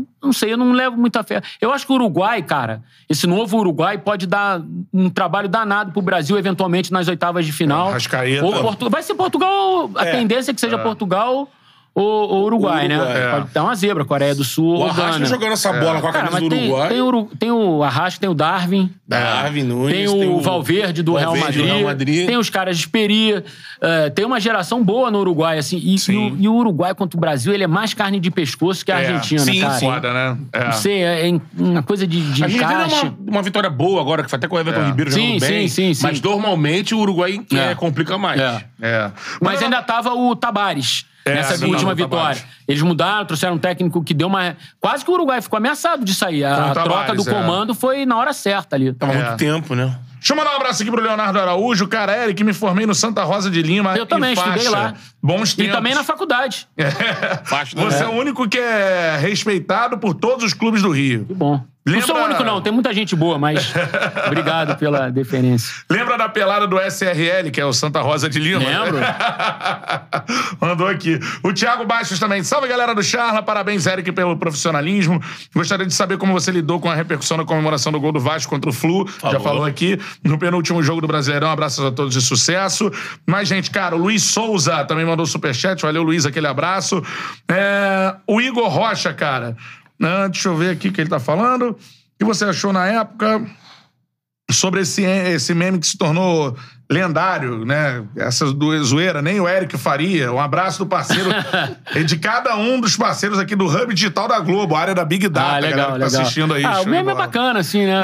[SPEAKER 3] eu não levo muita fé. Eu acho que o Uruguai, cara, esse novo Uruguai pode dar um trabalho danado pro Brasil, eventualmente, nas oitavas de final. Vai ser Portugal, a tendência é que seja Portugal... ou Uruguai, né? Pode dar uma zebra, Coreia do Sul ou Gana. O
[SPEAKER 2] Arrasca jogando essa bola com a camisa do Uruguai.
[SPEAKER 3] Tem o Arrasca, tem o Darwin.
[SPEAKER 2] Nunes.
[SPEAKER 3] Tem o Valverde do Real Madrid. Tem os caras de Esperi. Tem uma geração boa no Uruguai, assim. E o Uruguai contra o Brasil, ele é mais carne de pescoço que a Argentina, cara.
[SPEAKER 1] Foda, né?
[SPEAKER 3] Não sei, é uma coisa de encaixe.
[SPEAKER 2] A Argentina é uma vitória boa agora, que foi até com o Everton Ribeiro jogando bem.
[SPEAKER 3] Sim.
[SPEAKER 2] Mas normalmente o Uruguai complica mais.
[SPEAKER 3] Mas ainda tava o Tabares. Nessa última vitória. Eles mudaram, trouxeram um técnico que deu uma... Quase que o Uruguai ficou ameaçado de sair. A troca do comando foi na hora certa ali.
[SPEAKER 2] Tava muito tempo, né?
[SPEAKER 1] Deixa eu mandar um abraço aqui pro Leonardo Araújo. Cara, Eric, me formei no Santa Rosa de Lima.
[SPEAKER 3] Eu também estudei lá.
[SPEAKER 1] Bons tempos.
[SPEAKER 3] E também na faculdade.
[SPEAKER 1] Você é o único que é respeitado por todos os clubes do Rio.
[SPEAKER 3] Que bom. Não sou o único, não. Tem muita gente boa, mas obrigado pela deferência.
[SPEAKER 1] Lembra da pelada do SRL, que é o Santa Rosa de Lima?
[SPEAKER 3] Lembro.
[SPEAKER 1] Mandou aqui. O Thiago Baixos também. Salve, galera do Charla. Parabéns, Eric, pelo profissionalismo. Gostaria de saber como você lidou com a repercussão da comemoração do gol do Vasco contra o Flu. Já falou aqui. No penúltimo jogo do Brasileirão. Abraços a todos de sucesso. Mas, gente, cara, o Luiz Souza também mandou superchat. Valeu, Luiz, aquele abraço. O Igor Rocha, cara. Deixa eu ver aqui o que ele tá falando. O que você achou na época sobre esse meme que se tornou lendário, né? Essa zoeira, nem o Eric faria. Um abraço do parceiro e de cada um dos parceiros aqui do Hub Digital da Globo, a área da Big Data,
[SPEAKER 3] legal,
[SPEAKER 1] galera que tá assistindo aí.
[SPEAKER 3] O meme é bacana, assim, né?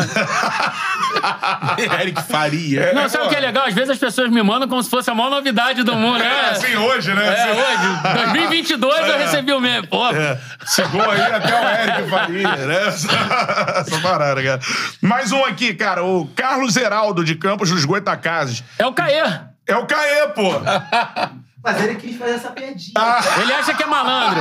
[SPEAKER 2] Eric faria.
[SPEAKER 3] Não, sabe o que é legal? Às vezes as pessoas me mandam como se fosse a maior novidade do mundo.
[SPEAKER 1] Assim, hoje, né?
[SPEAKER 3] Hoje. 2022 eu recebi o meme. Pô.
[SPEAKER 1] Esse gol aí até o Eric faria, né? Essa parada, cara. Mais um aqui, cara. O Carlos Heraldo, de Campos dos Goitacazes.
[SPEAKER 3] É o Caê.
[SPEAKER 1] É o Caê, pô.
[SPEAKER 4] Mas ele quis fazer essa piadinha.
[SPEAKER 3] Ele acha que é malandro.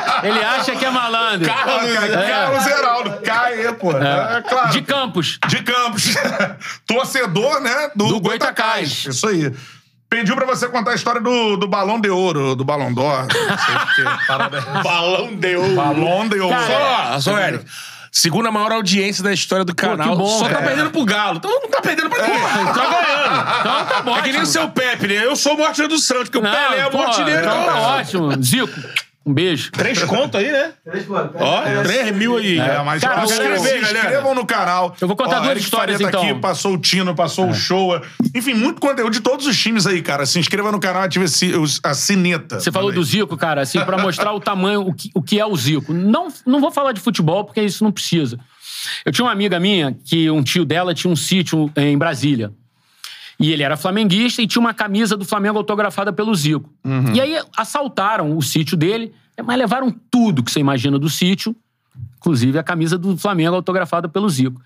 [SPEAKER 1] Carlos Heraldo. Caê, pô. Claro.
[SPEAKER 3] De Campos.
[SPEAKER 1] Torcedor, né? Do
[SPEAKER 3] Goitacazes.
[SPEAKER 1] Isso aí. Pediu pra você contar a história do Balão de Ouro, do Balão d'Or. Não sei porque.
[SPEAKER 2] Balão de Ouro.
[SPEAKER 1] Balão de Ouro.
[SPEAKER 2] Só, Eric. Segunda maior audiência da história do canal.
[SPEAKER 3] Bom,
[SPEAKER 2] só tá perdendo pro Galo. Então não tá perdendo pra ninguém. Tá ganhando.
[SPEAKER 3] Então tá bom.
[SPEAKER 2] É que nem o seu Pepe, né? Eu sou o artilheiro do Santos, porque o Pelé é o artilheiro.
[SPEAKER 3] Então tá ótimo. Zico. Um beijo.
[SPEAKER 2] 3 conto aí, né?
[SPEAKER 4] 3 conto.
[SPEAKER 2] Ó, 3 mil aí.
[SPEAKER 1] Mas
[SPEAKER 3] Cara,
[SPEAKER 1] se inscrevam no canal.
[SPEAKER 3] Eu vou contar duas
[SPEAKER 1] Eric
[SPEAKER 3] histórias,
[SPEAKER 1] Faria tá
[SPEAKER 3] então.
[SPEAKER 1] aqui, passou o Tino, passou o Showa. Enfim, muito conteúdo de todos os times aí, cara. Se inscreva no canal, ative a sineta.
[SPEAKER 3] Você falou do Zico, cara, assim, pra mostrar o tamanho, o que é o Zico. Não vou falar de futebol, porque isso não precisa. Eu tinha uma amiga minha, que um tio dela tinha um sítio em Brasília. E ele era flamenguista e tinha uma camisa do Flamengo autografada pelo Zico. E aí assaltaram o sítio dele, mas levaram tudo que você imagina do sítio, inclusive a camisa do Flamengo autografada pelo Zico.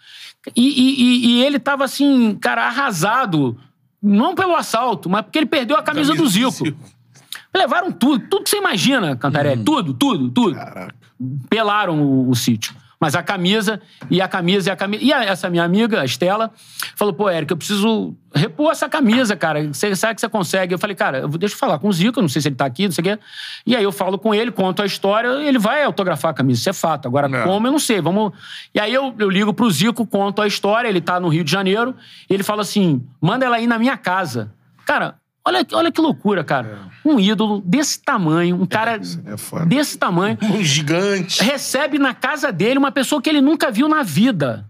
[SPEAKER 3] E ele tava assim, cara, arrasado, não pelo assalto, mas porque ele perdeu a camisa do Zico. Levaram tudo que você imagina, Cantarelli. Tudo.
[SPEAKER 1] Caraca.
[SPEAKER 3] Pelaram o sítio. Mas a camisa. E essa minha amiga, a Estela, falou, pô, Eric, eu preciso repor essa camisa, cara. Você sabe que você consegue? Eu falei, cara, deixa eu falar com o Zico, eu não sei se ele tá aqui, não sei o quê. E aí eu falo com ele, conto a história, ele vai autografar a camisa, isso é fato. Agora, como, eu não sei, vamos... E aí eu ligo pro Zico, conto a história, ele tá no Rio de Janeiro, e ele fala assim, manda ela ir na minha casa. Cara... Olha que loucura, cara. Um ídolo desse tamanho, um cara desse tamanho.
[SPEAKER 2] Um gigante.
[SPEAKER 3] Recebe na casa dele uma pessoa que ele nunca viu na vida.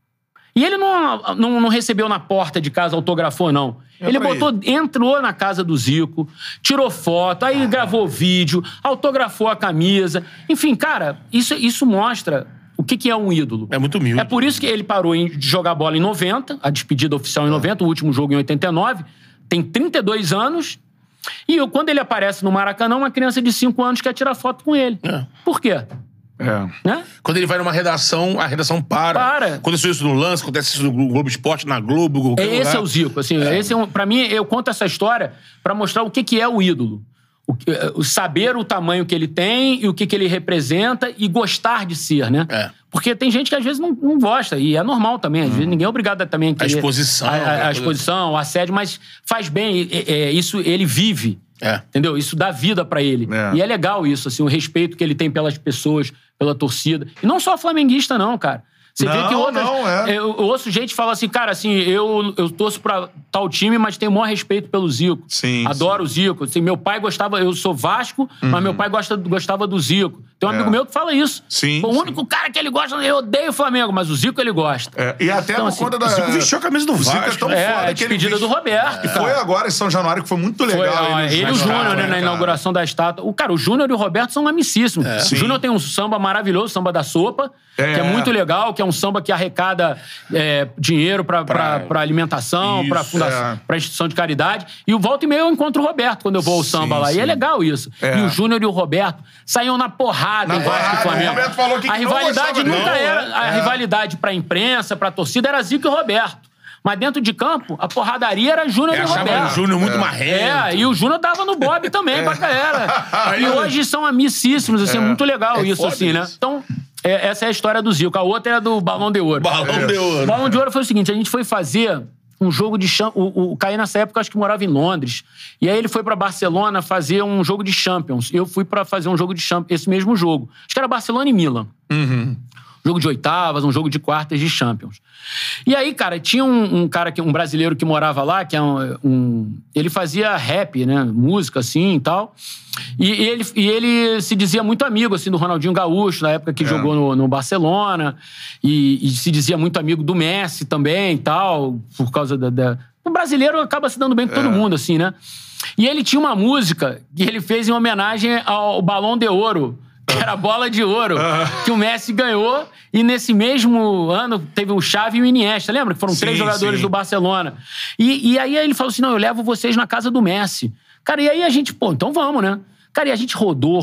[SPEAKER 3] E ele não recebeu na porta de casa, autografou, não. Ele entrou na casa do Zico, tirou foto, aí gravou vídeo, autografou a camisa. Enfim, cara, isso mostra... O que é um ídolo?
[SPEAKER 2] É muito humilde.
[SPEAKER 3] É por isso que ele parou de jogar bola em 90, a despedida oficial em 90, o último jogo em 89... Tem 32 anos e quando ele aparece no Maracanã, uma criança de 5 anos quer tirar foto com ele. Por quê? Né?
[SPEAKER 2] Quando ele vai numa redação, a redação para. Aconteceu isso no Lance, acontece isso no Globo Esporte, na Globo.
[SPEAKER 3] Esse é o Zico. Assim, pra mim, eu conto essa história pra mostrar o que é o ídolo. Saber o tamanho que ele tem e o que ele representa e gostar de ser, né? Porque tem gente que às vezes não gosta, e é normal também. Às vezes ninguém é obrigado a também querer...
[SPEAKER 2] A exposição.
[SPEAKER 3] A exposição, o assédio, mas faz bem. Isso ele vive. Entendeu? Isso dá vida pra ele. E é legal isso, assim, o respeito que ele tem pelas pessoas, pela torcida. E não só flamenguista, não, cara. Você vê que outras... Eu ouço gente falar assim, cara, assim, eu torço pra tal time, mas tenho o maior respeito pelo Zico. Adoro o Zico. Assim, meu pai gostava... Eu sou Vasco, mas meu pai gostava do Zico. Tem um amigo meu que fala isso. O único cara que ele gosta... Eu odeio o Flamengo, mas o Zico ele gosta.
[SPEAKER 1] E até
[SPEAKER 3] então,
[SPEAKER 1] por conta da...
[SPEAKER 2] O Zico vestiu a camisa do Vasco.
[SPEAKER 1] O Zico é tão foda
[SPEAKER 3] a despedida do Roberto.
[SPEAKER 1] E foi agora, em São Januário, que foi muito legal.
[SPEAKER 3] Ele e o Júnior, né, na inauguração da estátua. O Júnior e o Roberto são amicíssimos. O Júnior tem um samba maravilhoso, samba da sopa, que é muito legal, que é um samba que arrecada dinheiro pra alimentação, pra instituição de caridade. E o volta e meia eu encontro o Roberto quando eu vou ao samba lá. E é legal isso. E o Júnior e o Roberto saíam na porrada em Vasco e Flamengo.
[SPEAKER 1] O Roberto falou que
[SPEAKER 3] a rivalidade nunca era... A rivalidade pra imprensa, pra torcida, era Zico e Roberto. Mas dentro de campo, a porradaria era Júnior e Roberto.
[SPEAKER 2] Achava o Júnior muito marrento.
[SPEAKER 3] E o Júnior tava no Bob também, pra galera. E hoje são amicíssimos, assim, muito legal isso, assim, né? Então, essa é a história do Zico. A outra é a do Balão de Ouro.
[SPEAKER 2] Balão de Ouro.
[SPEAKER 3] O Balão de Ouro foi o seguinte, a gente foi fazer um jogo de... O Caí, nessa época, acho que morava em Londres. E aí ele foi pra Barcelona fazer um jogo de Champions. Eu fui pra fazer um jogo de Champions, esse mesmo jogo. Acho que era Barcelona e Milan. Jogo de oitavas, um jogo de quartas de Champions. E aí, cara, tinha um brasileiro que morava lá, que é ele fazia rap, né? Música, assim, e tal. E ele se dizia muito amigo, assim, do Ronaldinho Gaúcho, na época que jogou no Barcelona. E se dizia muito amigo do Messi também, e tal, por causa O brasileiro acaba se dando bem com todo mundo, assim, né? E ele tinha uma música que ele fez em homenagem ao Balão de Ouro, que era a bola de ouro, que o Messi ganhou, e nesse mesmo ano teve o Xavi e o Iniesta, lembra? Que foram 3 jogadores do Barcelona. E aí ele falou assim, não, eu levo vocês na casa do Messi. Cara, e aí a gente, então vamos, né? Cara, e a gente rodou,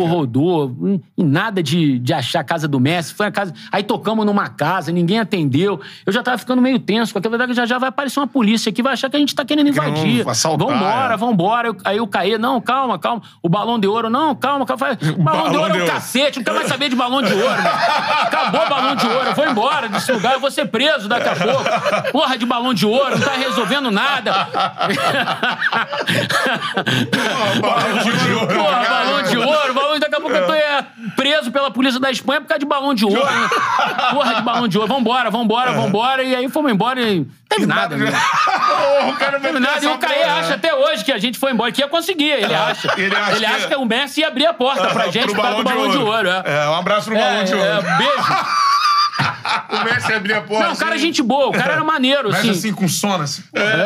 [SPEAKER 3] e nada de achar a casa do Messi. Foi a casa... Aí tocamos numa casa, ninguém atendeu. Eu já tava ficando meio tenso, porque a verdade já vai aparecer uma polícia aqui, vai achar que a gente tá querendo invadir. Vambora. Aí o Caê, não, calma. O Balão de Ouro, não, calma. Balão de Ouro é um cacete, não quero mais saber de Balão de Ouro, né? Acabou o Balão de Ouro, eu vou embora desse lugar, eu vou ser preso daqui a pouco. Porra de Balão de Ouro, não tá resolvendo nada.
[SPEAKER 1] Balão de Ouro.
[SPEAKER 3] Porra, balão de ouro. Daqui a pouco eu tô preso pela polícia da Espanha por causa de balão de ouro. Né? Porra de balão de ouro. Vambora. E aí fomos embora e não teve nada. Né?
[SPEAKER 1] O cara não
[SPEAKER 3] teve nada. E o Caê acha até hoje que a gente foi embora, que ia conseguir. Ele acha que o Messi ia abrir a porta pra gente por causa do balão de ouro.
[SPEAKER 1] Um abraço pro balão de ouro.
[SPEAKER 3] Beijo.
[SPEAKER 1] O Messi abria a porta.
[SPEAKER 3] Não, o cara é gente boa, o cara era maneiro, assim.
[SPEAKER 1] Mas assim, com sono, assim.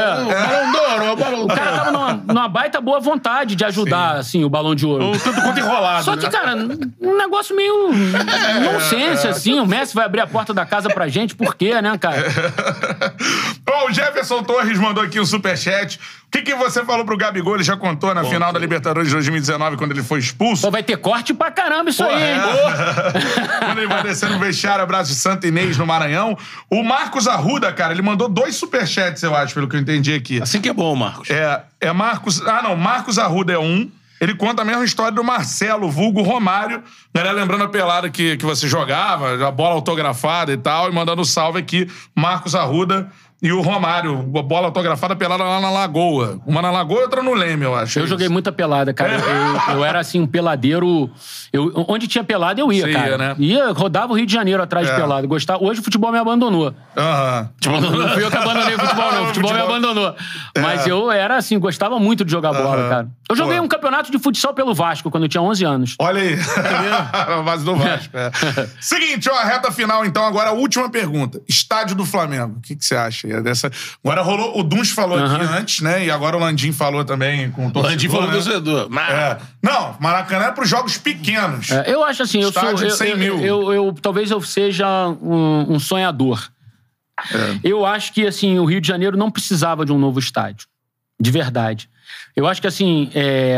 [SPEAKER 3] O cara tava numa baita boa vontade de ajudar, assim, o balão de ouro.
[SPEAKER 2] Tanto quanto enrolado.
[SPEAKER 3] Só que, cara, um negócio meio nonsense, assim. O Messi vai abrir a porta da casa pra gente, por quê, né, cara?
[SPEAKER 1] Bom, o Jefferson Torres mandou aqui um superchat. O que você falou pro Gabigol? Ele já contou na final da Libertadores de 2019, quando ele foi expulso.
[SPEAKER 3] Pô, vai ter corte pra caramba isso aí, hein?
[SPEAKER 1] Quando ele vai descer no vestiário, abraço de Santa Inês, no Maranhão. O Marcos Arruda, cara, ele mandou 2 superchats, eu acho, pelo que eu entendi aqui.
[SPEAKER 2] Assim que é bom, Marcos.
[SPEAKER 1] É Marcos... Marcos Arruda é um. Ele conta a mesma história do Marcelo, vulgo Romário. Galera, lembrando a pelada que você jogava, a bola autografada e tal, e mandando um salve aqui, Marcos Arruda e o Romário, a bola autografada pelada lá na Lagoa. Uma na Lagoa e outra no Leme, eu acho.
[SPEAKER 3] Eu joguei muita pelada, cara. Eu era, assim, um peladeiro... onde tinha pelada, eu ia, cara.
[SPEAKER 1] Né?
[SPEAKER 3] Rodava o Rio de Janeiro atrás de pelada. Gostava. Hoje o futebol me abandonou. Não fui eu que abandonei o futebol, não. O futebol me abandonou. Mas eu era, assim, gostava muito de jogar bola, cara. Eu joguei um campeonato de futsal pelo Vasco, quando eu tinha 11 anos.
[SPEAKER 1] Olha aí. A base do Vasco. Seguinte, reta final, então. Agora a última pergunta. Estádio do Flamengo. O que você acha? Agora rolou... O Duns falou aqui antes, né? E agora o Landim falou também com o torcedor.
[SPEAKER 2] Landim falou do torcedor.
[SPEAKER 1] Não, Maracanã é pros jogos pequenos.
[SPEAKER 3] Eu acho assim...
[SPEAKER 1] Estádio de 100 mil.
[SPEAKER 3] Talvez eu seja um sonhador. Eu acho que, assim, o Rio de Janeiro não precisava de um novo estádio. De verdade. Eu acho que, assim...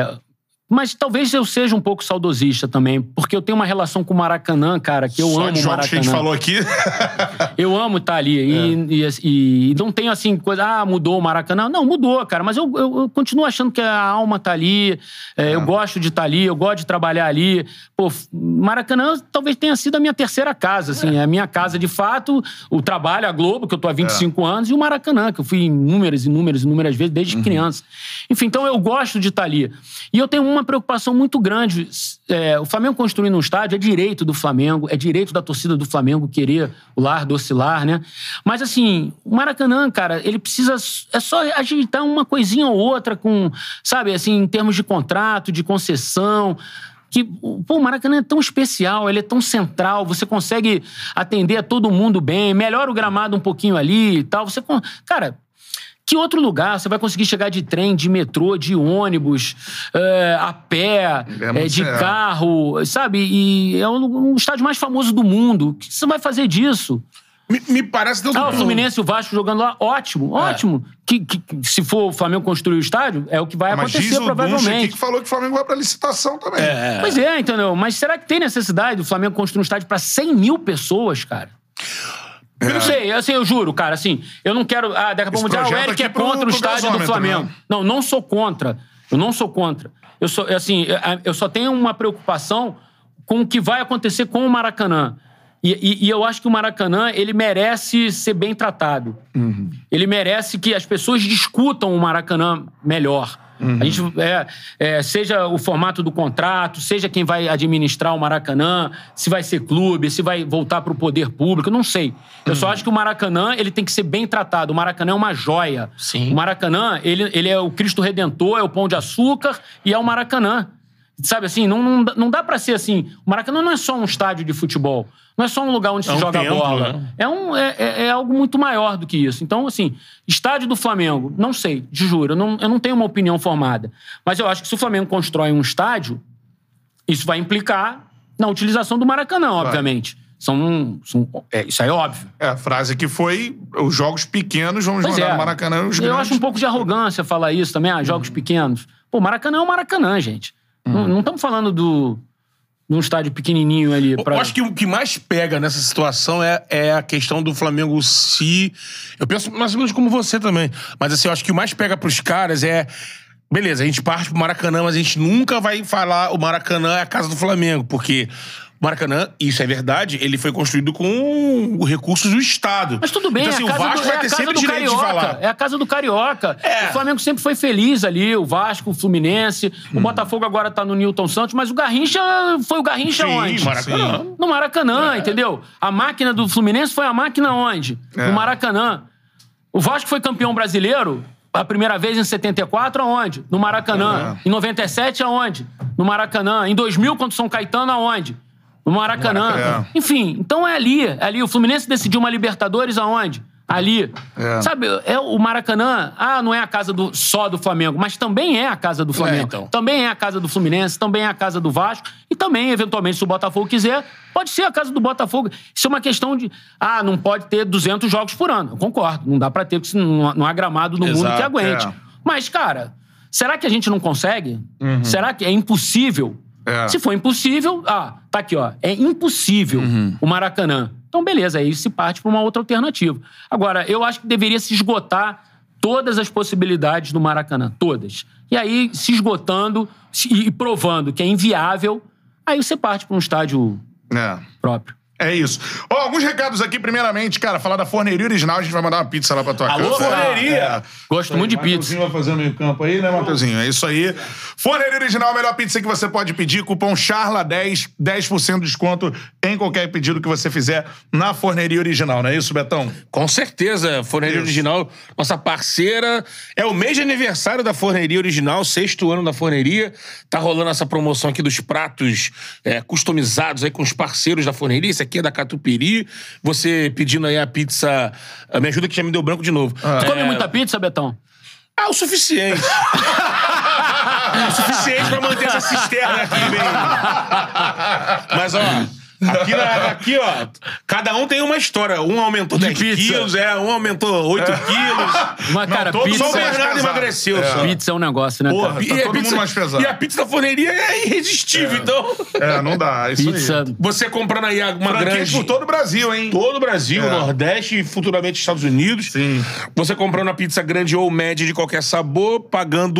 [SPEAKER 3] Mas talvez eu seja um pouco saudosista também, porque eu tenho uma relação com o Maracanã, cara, que eu amo o Maracanã.
[SPEAKER 1] Só de jogos que a gente falou aqui.
[SPEAKER 3] Eu amo estar ali. E não tenho, assim, coisa... mudou o Maracanã. Não, mudou, cara. Mas eu continuo achando que a alma tá ali. Eu gosto de estar ali, eu gosto de trabalhar ali. Pô, Maracanã talvez tenha sido a minha terceira casa, assim. É a minha casa, de fato. O trabalho, a Globo, que eu tô há 25 anos, e o Maracanã, que eu fui inúmeras vezes, desde criança. Enfim, então eu gosto de estar ali. E eu tenho uma preocupação muito grande. O Flamengo construindo um estádio é direito do Flamengo, é direito da torcida do Flamengo querer o lar, docilar, né? Mas, assim, o Maracanã, cara, ele precisa... É só ajeitar uma coisinha ou outra com, sabe, assim, em termos de contrato, de concessão... o Maracanã é tão especial, ele é tão central, você consegue atender a todo mundo bem, melhora o gramado um pouquinho ali e tal. Cara... Que outro lugar você vai conseguir chegar de trem, de metrô, de ônibus, a pé, de carro, sabe? E é um estádio mais famoso do mundo. O que você vai fazer disso?
[SPEAKER 2] Me parece...
[SPEAKER 3] o Fluminense e o Vasco jogando lá, ótimo. Que se for o Flamengo construir o estádio, é o que vai acontecer, provavelmente.
[SPEAKER 1] Mas diz o que falou que o Flamengo vai pra licitação também.
[SPEAKER 3] Pois é, entendeu? Mas será que tem necessidade do Flamengo construir um estádio pra 100 mil pessoas, cara? Eu não sei, assim, eu juro, cara, assim, eu não quero... daqui a pouco vamos dizer, o Eric é contra o estádio do Flamengo. Né? Não sou contra. Eu não sou contra. Eu só tenho uma preocupação com o que vai acontecer com o Maracanã. E eu acho que o Maracanã, ele merece ser bem tratado. Ele merece que as pessoas discutam o Maracanã melhor. A gente, seja o formato do contrato, seja quem vai administrar o Maracanã, se vai ser clube, se vai voltar para o poder público, não sei. Eu só acho que o Maracanã, ele tem que ser bem tratado. O Maracanã é uma joia.
[SPEAKER 2] Sim.
[SPEAKER 3] O Maracanã, ele é o Cristo Redentor, é o Pão de Açúcar e é o Maracanã. Sabe assim, não dá pra ser assim. O Maracanã não é só um estádio de futebol. Não é só um lugar onde se joga bola. Né? É algo muito maior do que isso. Então, assim, estádio do Flamengo, não sei, te juro, eu não tenho uma opinião formada. Mas eu acho que se o Flamengo constrói um estádio, isso vai implicar na utilização do Maracanã, obviamente. Isso aí é óbvio.
[SPEAKER 1] A frase que foi: os jogos pequenos vão jogar no Maracanã. Os grandes...
[SPEAKER 3] Eu acho um pouco de arrogância falar isso também, jogos pequenos. Pô, Maracanã é o Maracanã, gente. Não estamos falando de um estádio pequenininho ali.
[SPEAKER 2] Eu acho que o que mais pega nessa situação é a questão do Flamengo se... Eu penso mais ou menos como você também. Mas assim, eu acho que o mais pega pros caras é... Beleza, a gente parte pro Maracanã, mas a gente nunca vai falar o Maracanã é a casa do Flamengo, porque Maracanã, isso é verdade, ele foi construído com recursos do Estado.
[SPEAKER 3] Mas tudo bem,
[SPEAKER 2] então, assim, o Vasco vai ter sempre direito de falar.
[SPEAKER 3] É a casa do Carioca. O Flamengo sempre foi feliz ali, o Vasco, o Fluminense. O Botafogo agora tá no Newton Santos, mas o Garrincha foi o Garrincha onde?
[SPEAKER 2] Maracanã.
[SPEAKER 3] No Maracanã, entendeu? A máquina do Fluminense foi a máquina onde? No Maracanã. O Vasco foi campeão brasileiro a primeira vez em 74, aonde? No Maracanã. Em 97, aonde? No Maracanã. Em 2000, contra o São Caetano, aonde? No Maracanã. Enfim, então é ali. O Fluminense decidiu uma Libertadores aonde? Ali. Sabe, o Maracanã, não é a casa só do Flamengo, mas também é a casa do Flamengo.
[SPEAKER 2] Então.
[SPEAKER 3] Também é a casa do Fluminense, também é a casa do Vasco e também, eventualmente, se o Botafogo quiser, pode ser a casa do Botafogo. Isso é uma questão de, não pode ter 200 jogos por ano. Eu concordo, não dá pra ter, porque não há gramado no mundo que aguente. Mas, cara, será que a gente não consegue? Será que é impossível? Se for impossível, tá aqui, ó. É impossível o Maracanã. Então, beleza, aí se parte para uma outra alternativa. Agora, eu acho que deveria se esgotar todas as possibilidades do Maracanã. Todas. E aí, se esgotando e provando que é inviável, aí você parte para um estádio próprio.
[SPEAKER 1] É isso. Alguns recados aqui, primeiramente, cara, falar da Forneria Original, a gente vai mandar uma pizza lá pra tua casa.
[SPEAKER 2] Alô, Forneria!
[SPEAKER 3] Gosto muito de pizza.
[SPEAKER 1] Mateuzinho vai fazer o meio campo aí, né, Mateuzinho? É isso aí. Forneria Original, a melhor pizza que você pode pedir. Cupom CHARLA10, 10% de desconto em qualquer pedido que você fizer na Forneria Original, não é isso, Betão?
[SPEAKER 2] Com certeza. Forneria Original, nossa parceira. É o mês de aniversário da Forneria Original, 6º ano da Forneria. Tá rolando essa promoção aqui dos pratos customizados aí com os parceiros da Forneria. Esse aqui é da Catupiry. Você pedindo aí a pizza... Me ajuda que já me deu branco de novo.
[SPEAKER 3] Tu come muita pizza, Betão?
[SPEAKER 2] O suficiente. O suficiente pra manter essa cisterna aqui, bem. Mas, aqui, ó, cada um tem uma história. Um aumentou 10 quilos, um aumentou 8 quilos.
[SPEAKER 3] Mas, cara,
[SPEAKER 2] pizza... Só o Bernardo emagreceu.
[SPEAKER 3] Pizza é um negócio, né,
[SPEAKER 1] Porra,
[SPEAKER 3] cara?
[SPEAKER 1] tá todo mundo mais pesado.
[SPEAKER 2] E a pizza da Forneria é irresistível, então...
[SPEAKER 1] não dá, isso
[SPEAKER 3] pizza...
[SPEAKER 1] aí.
[SPEAKER 2] Você comprando aí uma grande...
[SPEAKER 1] por todo o Brasil, hein?
[SPEAKER 2] Todo o Brasil, Nordeste e futuramente Estados Unidos.
[SPEAKER 1] Sim.
[SPEAKER 2] Você comprando a pizza grande ou média de qualquer sabor, pagando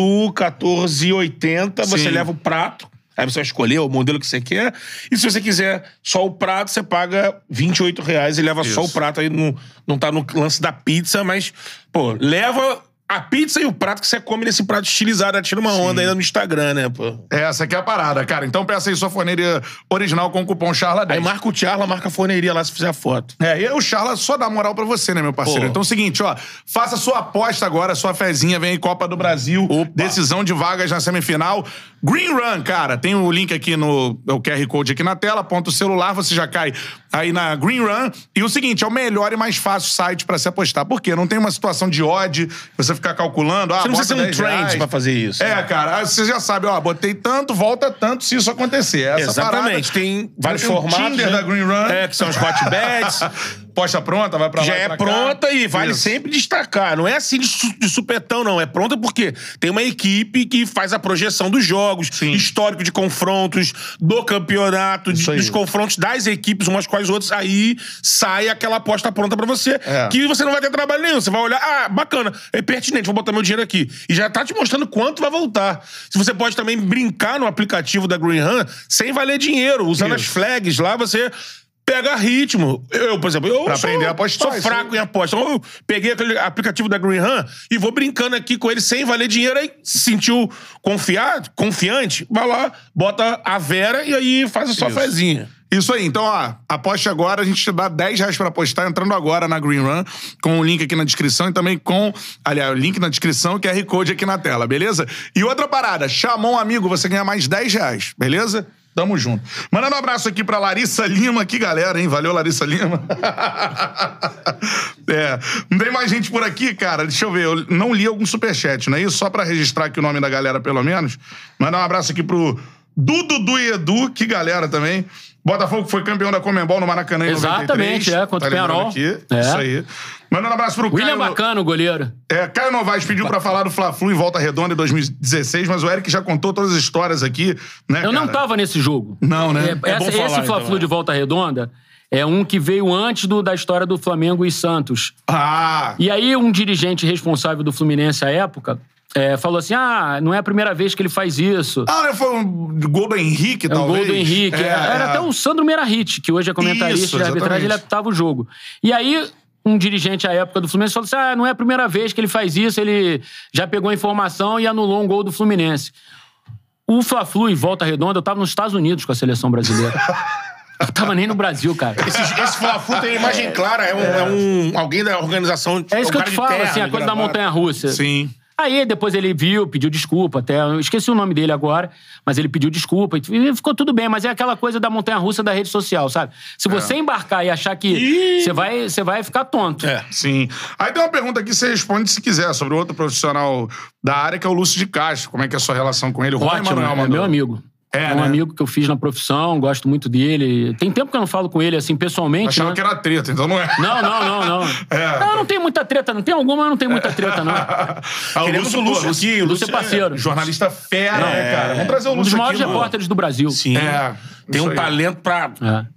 [SPEAKER 2] R$14,80, você leva o prato. Aí você vai escolher o modelo que você quer. E se você quiser só o prato, você paga R$28 e leva só o prato. Aí não tá no lance da pizza, mas, leva a pizza e o prato que você come nesse prato estilizado. Tira uma onda ainda no Instagram, né, pô?
[SPEAKER 1] Essa aqui é a parada, cara. Então peça aí sua Forneria Original com o cupom CHARLA10.
[SPEAKER 2] Aí marca o Charla, marca a Forneria lá se fizer a foto.
[SPEAKER 1] E o Charla só dá moral pra você, né, meu parceiro? Então é o seguinte, faça sua aposta agora, sua fezinha, vem aí Copa do Brasil, decisão de vagas na semifinal. Green Run, cara, tem o link aqui o QR Code aqui na tela, aponta o celular, você já cai aí na Green Run. E o seguinte, é o melhor e mais fácil site pra se apostar. Por quê? Não tem uma situação de odd, você ficar calculando,
[SPEAKER 2] você não precisa ser um trend pra fazer isso.
[SPEAKER 1] Cara, você já sabe, botei tanto, volta tanto se isso acontecer.
[SPEAKER 2] Exatamente, tem vários formatos.
[SPEAKER 1] O Tinder da Green Run.
[SPEAKER 2] Que são os hot bets.
[SPEAKER 1] Posta pronta, vai pra lá.
[SPEAKER 2] Já é pronta e vale sempre destacar. Não é assim de supetão, não. É pronta porque tem uma equipe que faz a projeção dos jogos, histórico de confrontos, do campeonato, dos confrontos das equipes umas com as outras. Aí sai aquela aposta pronta pra você. Que você não vai ter trabalho nenhum. Você vai olhar, bacana, é pertinente, vou botar meu dinheiro aqui. E já tá te mostrando quanto vai voltar. Se você pode também brincar no aplicativo da Green Run sem valer dinheiro. Usando as flags lá, você... pega ritmo. Eu, por exemplo,
[SPEAKER 1] pra aprender a apostar,
[SPEAKER 2] sou fraco em aposta. Então eu peguei aquele aplicativo da Green Run e vou brincando aqui com ele sem valer dinheiro. Aí se sentiu confiante, vai lá, bota a Vera e aí faz a sua fezinha.
[SPEAKER 1] Isso aí. Então, aposte agora. A gente te dá R$10 pra apostar entrando agora na Green Run, com o link aqui na descrição e também com, aliás, o link na descrição e QR Code aqui na tela, beleza? E outra parada, chamou um amigo, você ganha mais R$10, beleza? Tamo junto. Mandando um abraço aqui pra Larissa Lima. Que galera, hein? Valeu, Larissa Lima. Não tem mais gente por aqui, cara. Deixa eu ver. Eu não li algum superchat, não é isso? Só pra registrar aqui o nome da galera, pelo menos. Mandar um abraço aqui pro Dudu e Edu. Que galera também. Botafogo foi campeão da Conmebol no Maracanã em 93.
[SPEAKER 3] Exatamente, contra o Penharol.
[SPEAKER 1] Isso aí. Mandando um abraço pro
[SPEAKER 3] William
[SPEAKER 1] Caio...
[SPEAKER 3] Bacano, o goleiro.
[SPEAKER 1] Caio Novaes pediu pra falar do Fla-Flu em Volta Redonda em 2016, mas o Eric já contou todas as histórias aqui, né,
[SPEAKER 3] Eu não tava nesse jogo.
[SPEAKER 1] Não, né?
[SPEAKER 3] Esse Fla-Flu de Volta Redonda é um que veio antes da história do Flamengo e Santos. E aí um dirigente responsável do Fluminense à época falou assim, não é a primeira vez que ele faz isso.
[SPEAKER 1] Né? Foi um gol do Henrique, talvez.
[SPEAKER 3] Um gol do Henrique. Era até o Sandro Meirahit, que hoje é comentarista de arbitragem, ele apitava o jogo. E aí, um dirigente à época do Fluminense falou assim, não é a primeira vez que ele faz isso, ele já pegou a informação e anulou um gol do Fluminense. O Fla-Flu e Volta Redonda, eu tava nos Estados Unidos com a seleção brasileira. Eu tava nem no Brasil, cara.
[SPEAKER 2] Esse Fla-Flu tem imagem clara, alguém da organização.
[SPEAKER 3] É isso que eu te falo, assim, a coisa da montanha-russa.
[SPEAKER 1] Sim.
[SPEAKER 3] Aí depois ele pediu desculpa até, eu esqueci o nome dele agora, mas ele pediu desculpa e ficou tudo bem, mas é aquela coisa da montanha-russa da rede social, sabe? Se você embarcar e achar que você vai ficar tonto.
[SPEAKER 1] Sim. Aí tem uma pergunta aqui, você responde se quiser, sobre outro profissional da área, que é o Lúcio de Castro. Como é que é a sua relação com ele? O Rony Manuel mandou.
[SPEAKER 3] É meu amigo. É um amigo que eu fiz na profissão, gosto muito dele. Tem tempo que eu não falo com ele, assim, pessoalmente.
[SPEAKER 1] Achava que era treta, então não é.
[SPEAKER 3] Não. Não tem muita treta, não tem alguma, mas não tem muita treta, não.
[SPEAKER 2] Queremos o Lúcio aqui.
[SPEAKER 3] O Lúcio é parceiro.
[SPEAKER 1] Jornalista fera, né, cara? Vamos trazer o Lúcio aqui.
[SPEAKER 3] Um dos maiores repórteres do Brasil.
[SPEAKER 2] Sim. Tem um talento pra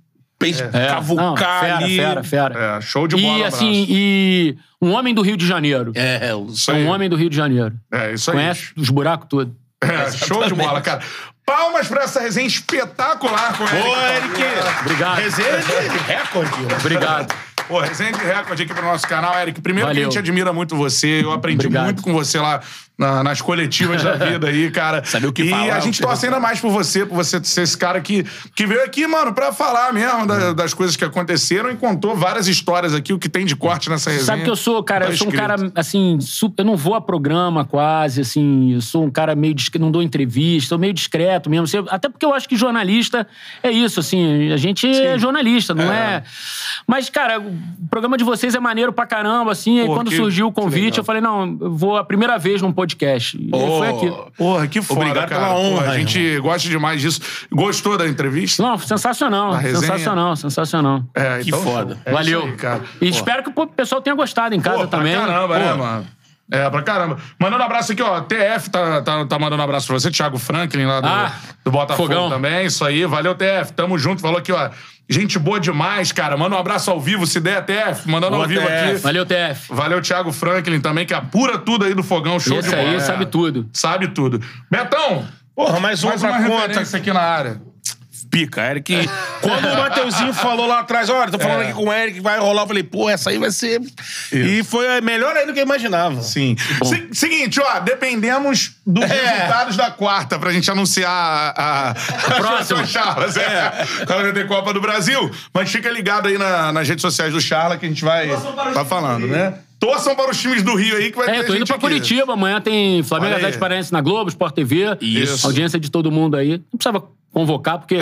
[SPEAKER 2] cavucar ali.
[SPEAKER 3] Fera.
[SPEAKER 1] Show de bola,
[SPEAKER 3] E, assim, um homem do Rio de Janeiro.
[SPEAKER 1] um
[SPEAKER 3] homem do Rio de Janeiro.
[SPEAKER 1] Isso aí.
[SPEAKER 3] Conhece os buracos todos.
[SPEAKER 1] Show de bola, cara. Palmas pra essa resenha espetacular com o Eric.
[SPEAKER 2] Ô, Eric!
[SPEAKER 3] Obrigado.
[SPEAKER 2] Resenha de recorde.
[SPEAKER 3] Obrigado.
[SPEAKER 1] Resenha de recorde aqui pro nosso canal, Eric. Primeiro
[SPEAKER 3] Valeu.
[SPEAKER 1] que a gente admira muito você. Eu aprendi muito com você lá nas coletivas da vida aí, cara.
[SPEAKER 2] Sabe o que falar.
[SPEAKER 1] E a gente torce ainda mais por você ser esse cara que veio aqui, mano, pra falar mesmo das coisas que aconteceram e contou várias histórias aqui, o que tem de corte nessa resenha.
[SPEAKER 3] Sabe que eu sou, cara? Eu sou um cara, assim, eu não vou a programa quase, assim, eu sou um cara meio discreto, não dou entrevista, sou meio discreto mesmo. Até porque eu acho que jornalista é isso, assim, a gente é jornalista, não é... Mas, cara, o programa de vocês é maneiro pra caramba, assim, aí quando surgiu o convite, eu falei, não, eu vou a primeira vez num podcast. E foi aqui.
[SPEAKER 1] Porra, que foda,
[SPEAKER 2] obrigado
[SPEAKER 1] cara.
[SPEAKER 2] pela honra.
[SPEAKER 1] A gente gosta demais disso. Gostou da entrevista?
[SPEAKER 3] Não, sensacional. Sensacional.
[SPEAKER 1] Que
[SPEAKER 2] então, foda.
[SPEAKER 3] Valeu.
[SPEAKER 1] Aí, cara.
[SPEAKER 3] E espero que o pessoal tenha gostado em casa também.
[SPEAKER 1] Pra caramba, né, mano? Pra caramba. Mandando um abraço aqui, ó. TF tá mandando um abraço pra você. Thiago Franklin lá do Botafogo
[SPEAKER 3] Fogão.
[SPEAKER 1] também. Isso aí. Valeu, TF. Tamo junto. Falou aqui, ó. Gente boa demais, cara. Manda um abraço ao vivo, se der, TF. Mandando ao vivo aqui.
[SPEAKER 3] Valeu, TF.
[SPEAKER 1] Valeu, Thiago Franklin também, que apura tudo aí do Fogão. Show de bola.
[SPEAKER 3] Esse aí sabe tudo.
[SPEAKER 1] Sabe tudo. Betão!
[SPEAKER 2] Mais uma pra conta.
[SPEAKER 1] Aqui na área.
[SPEAKER 2] Pica, Eric. Quando o Mateuzinho falou lá atrás, olha, tô falando aqui com o Eric, vai rolar, eu falei, essa aí vai ser... Isso. E foi melhor ainda do que eu imaginava.
[SPEAKER 1] Sim. Seguinte, dependemos dos resultados da quarta pra gente anunciar a próxima Charla. Quando vai ter Copa do Brasil. Mas fica ligado aí nas redes sociais do Charla que a gente vai falando, né? Torçam para os times do Rio aí que vai ter
[SPEAKER 3] tô indo pra Curitiba. Amanhã tem Flamengo Atlético Paranaense na Globo, Sport TV.
[SPEAKER 1] Isso.
[SPEAKER 3] Audiência de todo mundo aí. Não precisava convocar, porque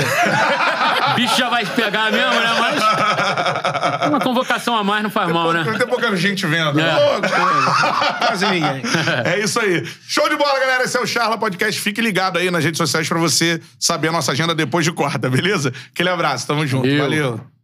[SPEAKER 3] o bicho já vai pegar mesmo, né? Mas uma convocação a mais não faz mal, né?
[SPEAKER 1] Tem pouca gente vendo.
[SPEAKER 2] Quase ninguém.
[SPEAKER 1] É isso aí. Show de bola, galera. Esse é o Charla Podcast. Fique ligado aí nas redes sociais pra você saber a nossa agenda depois de quarta, beleza? Aquele abraço. Tamo junto. Valeu.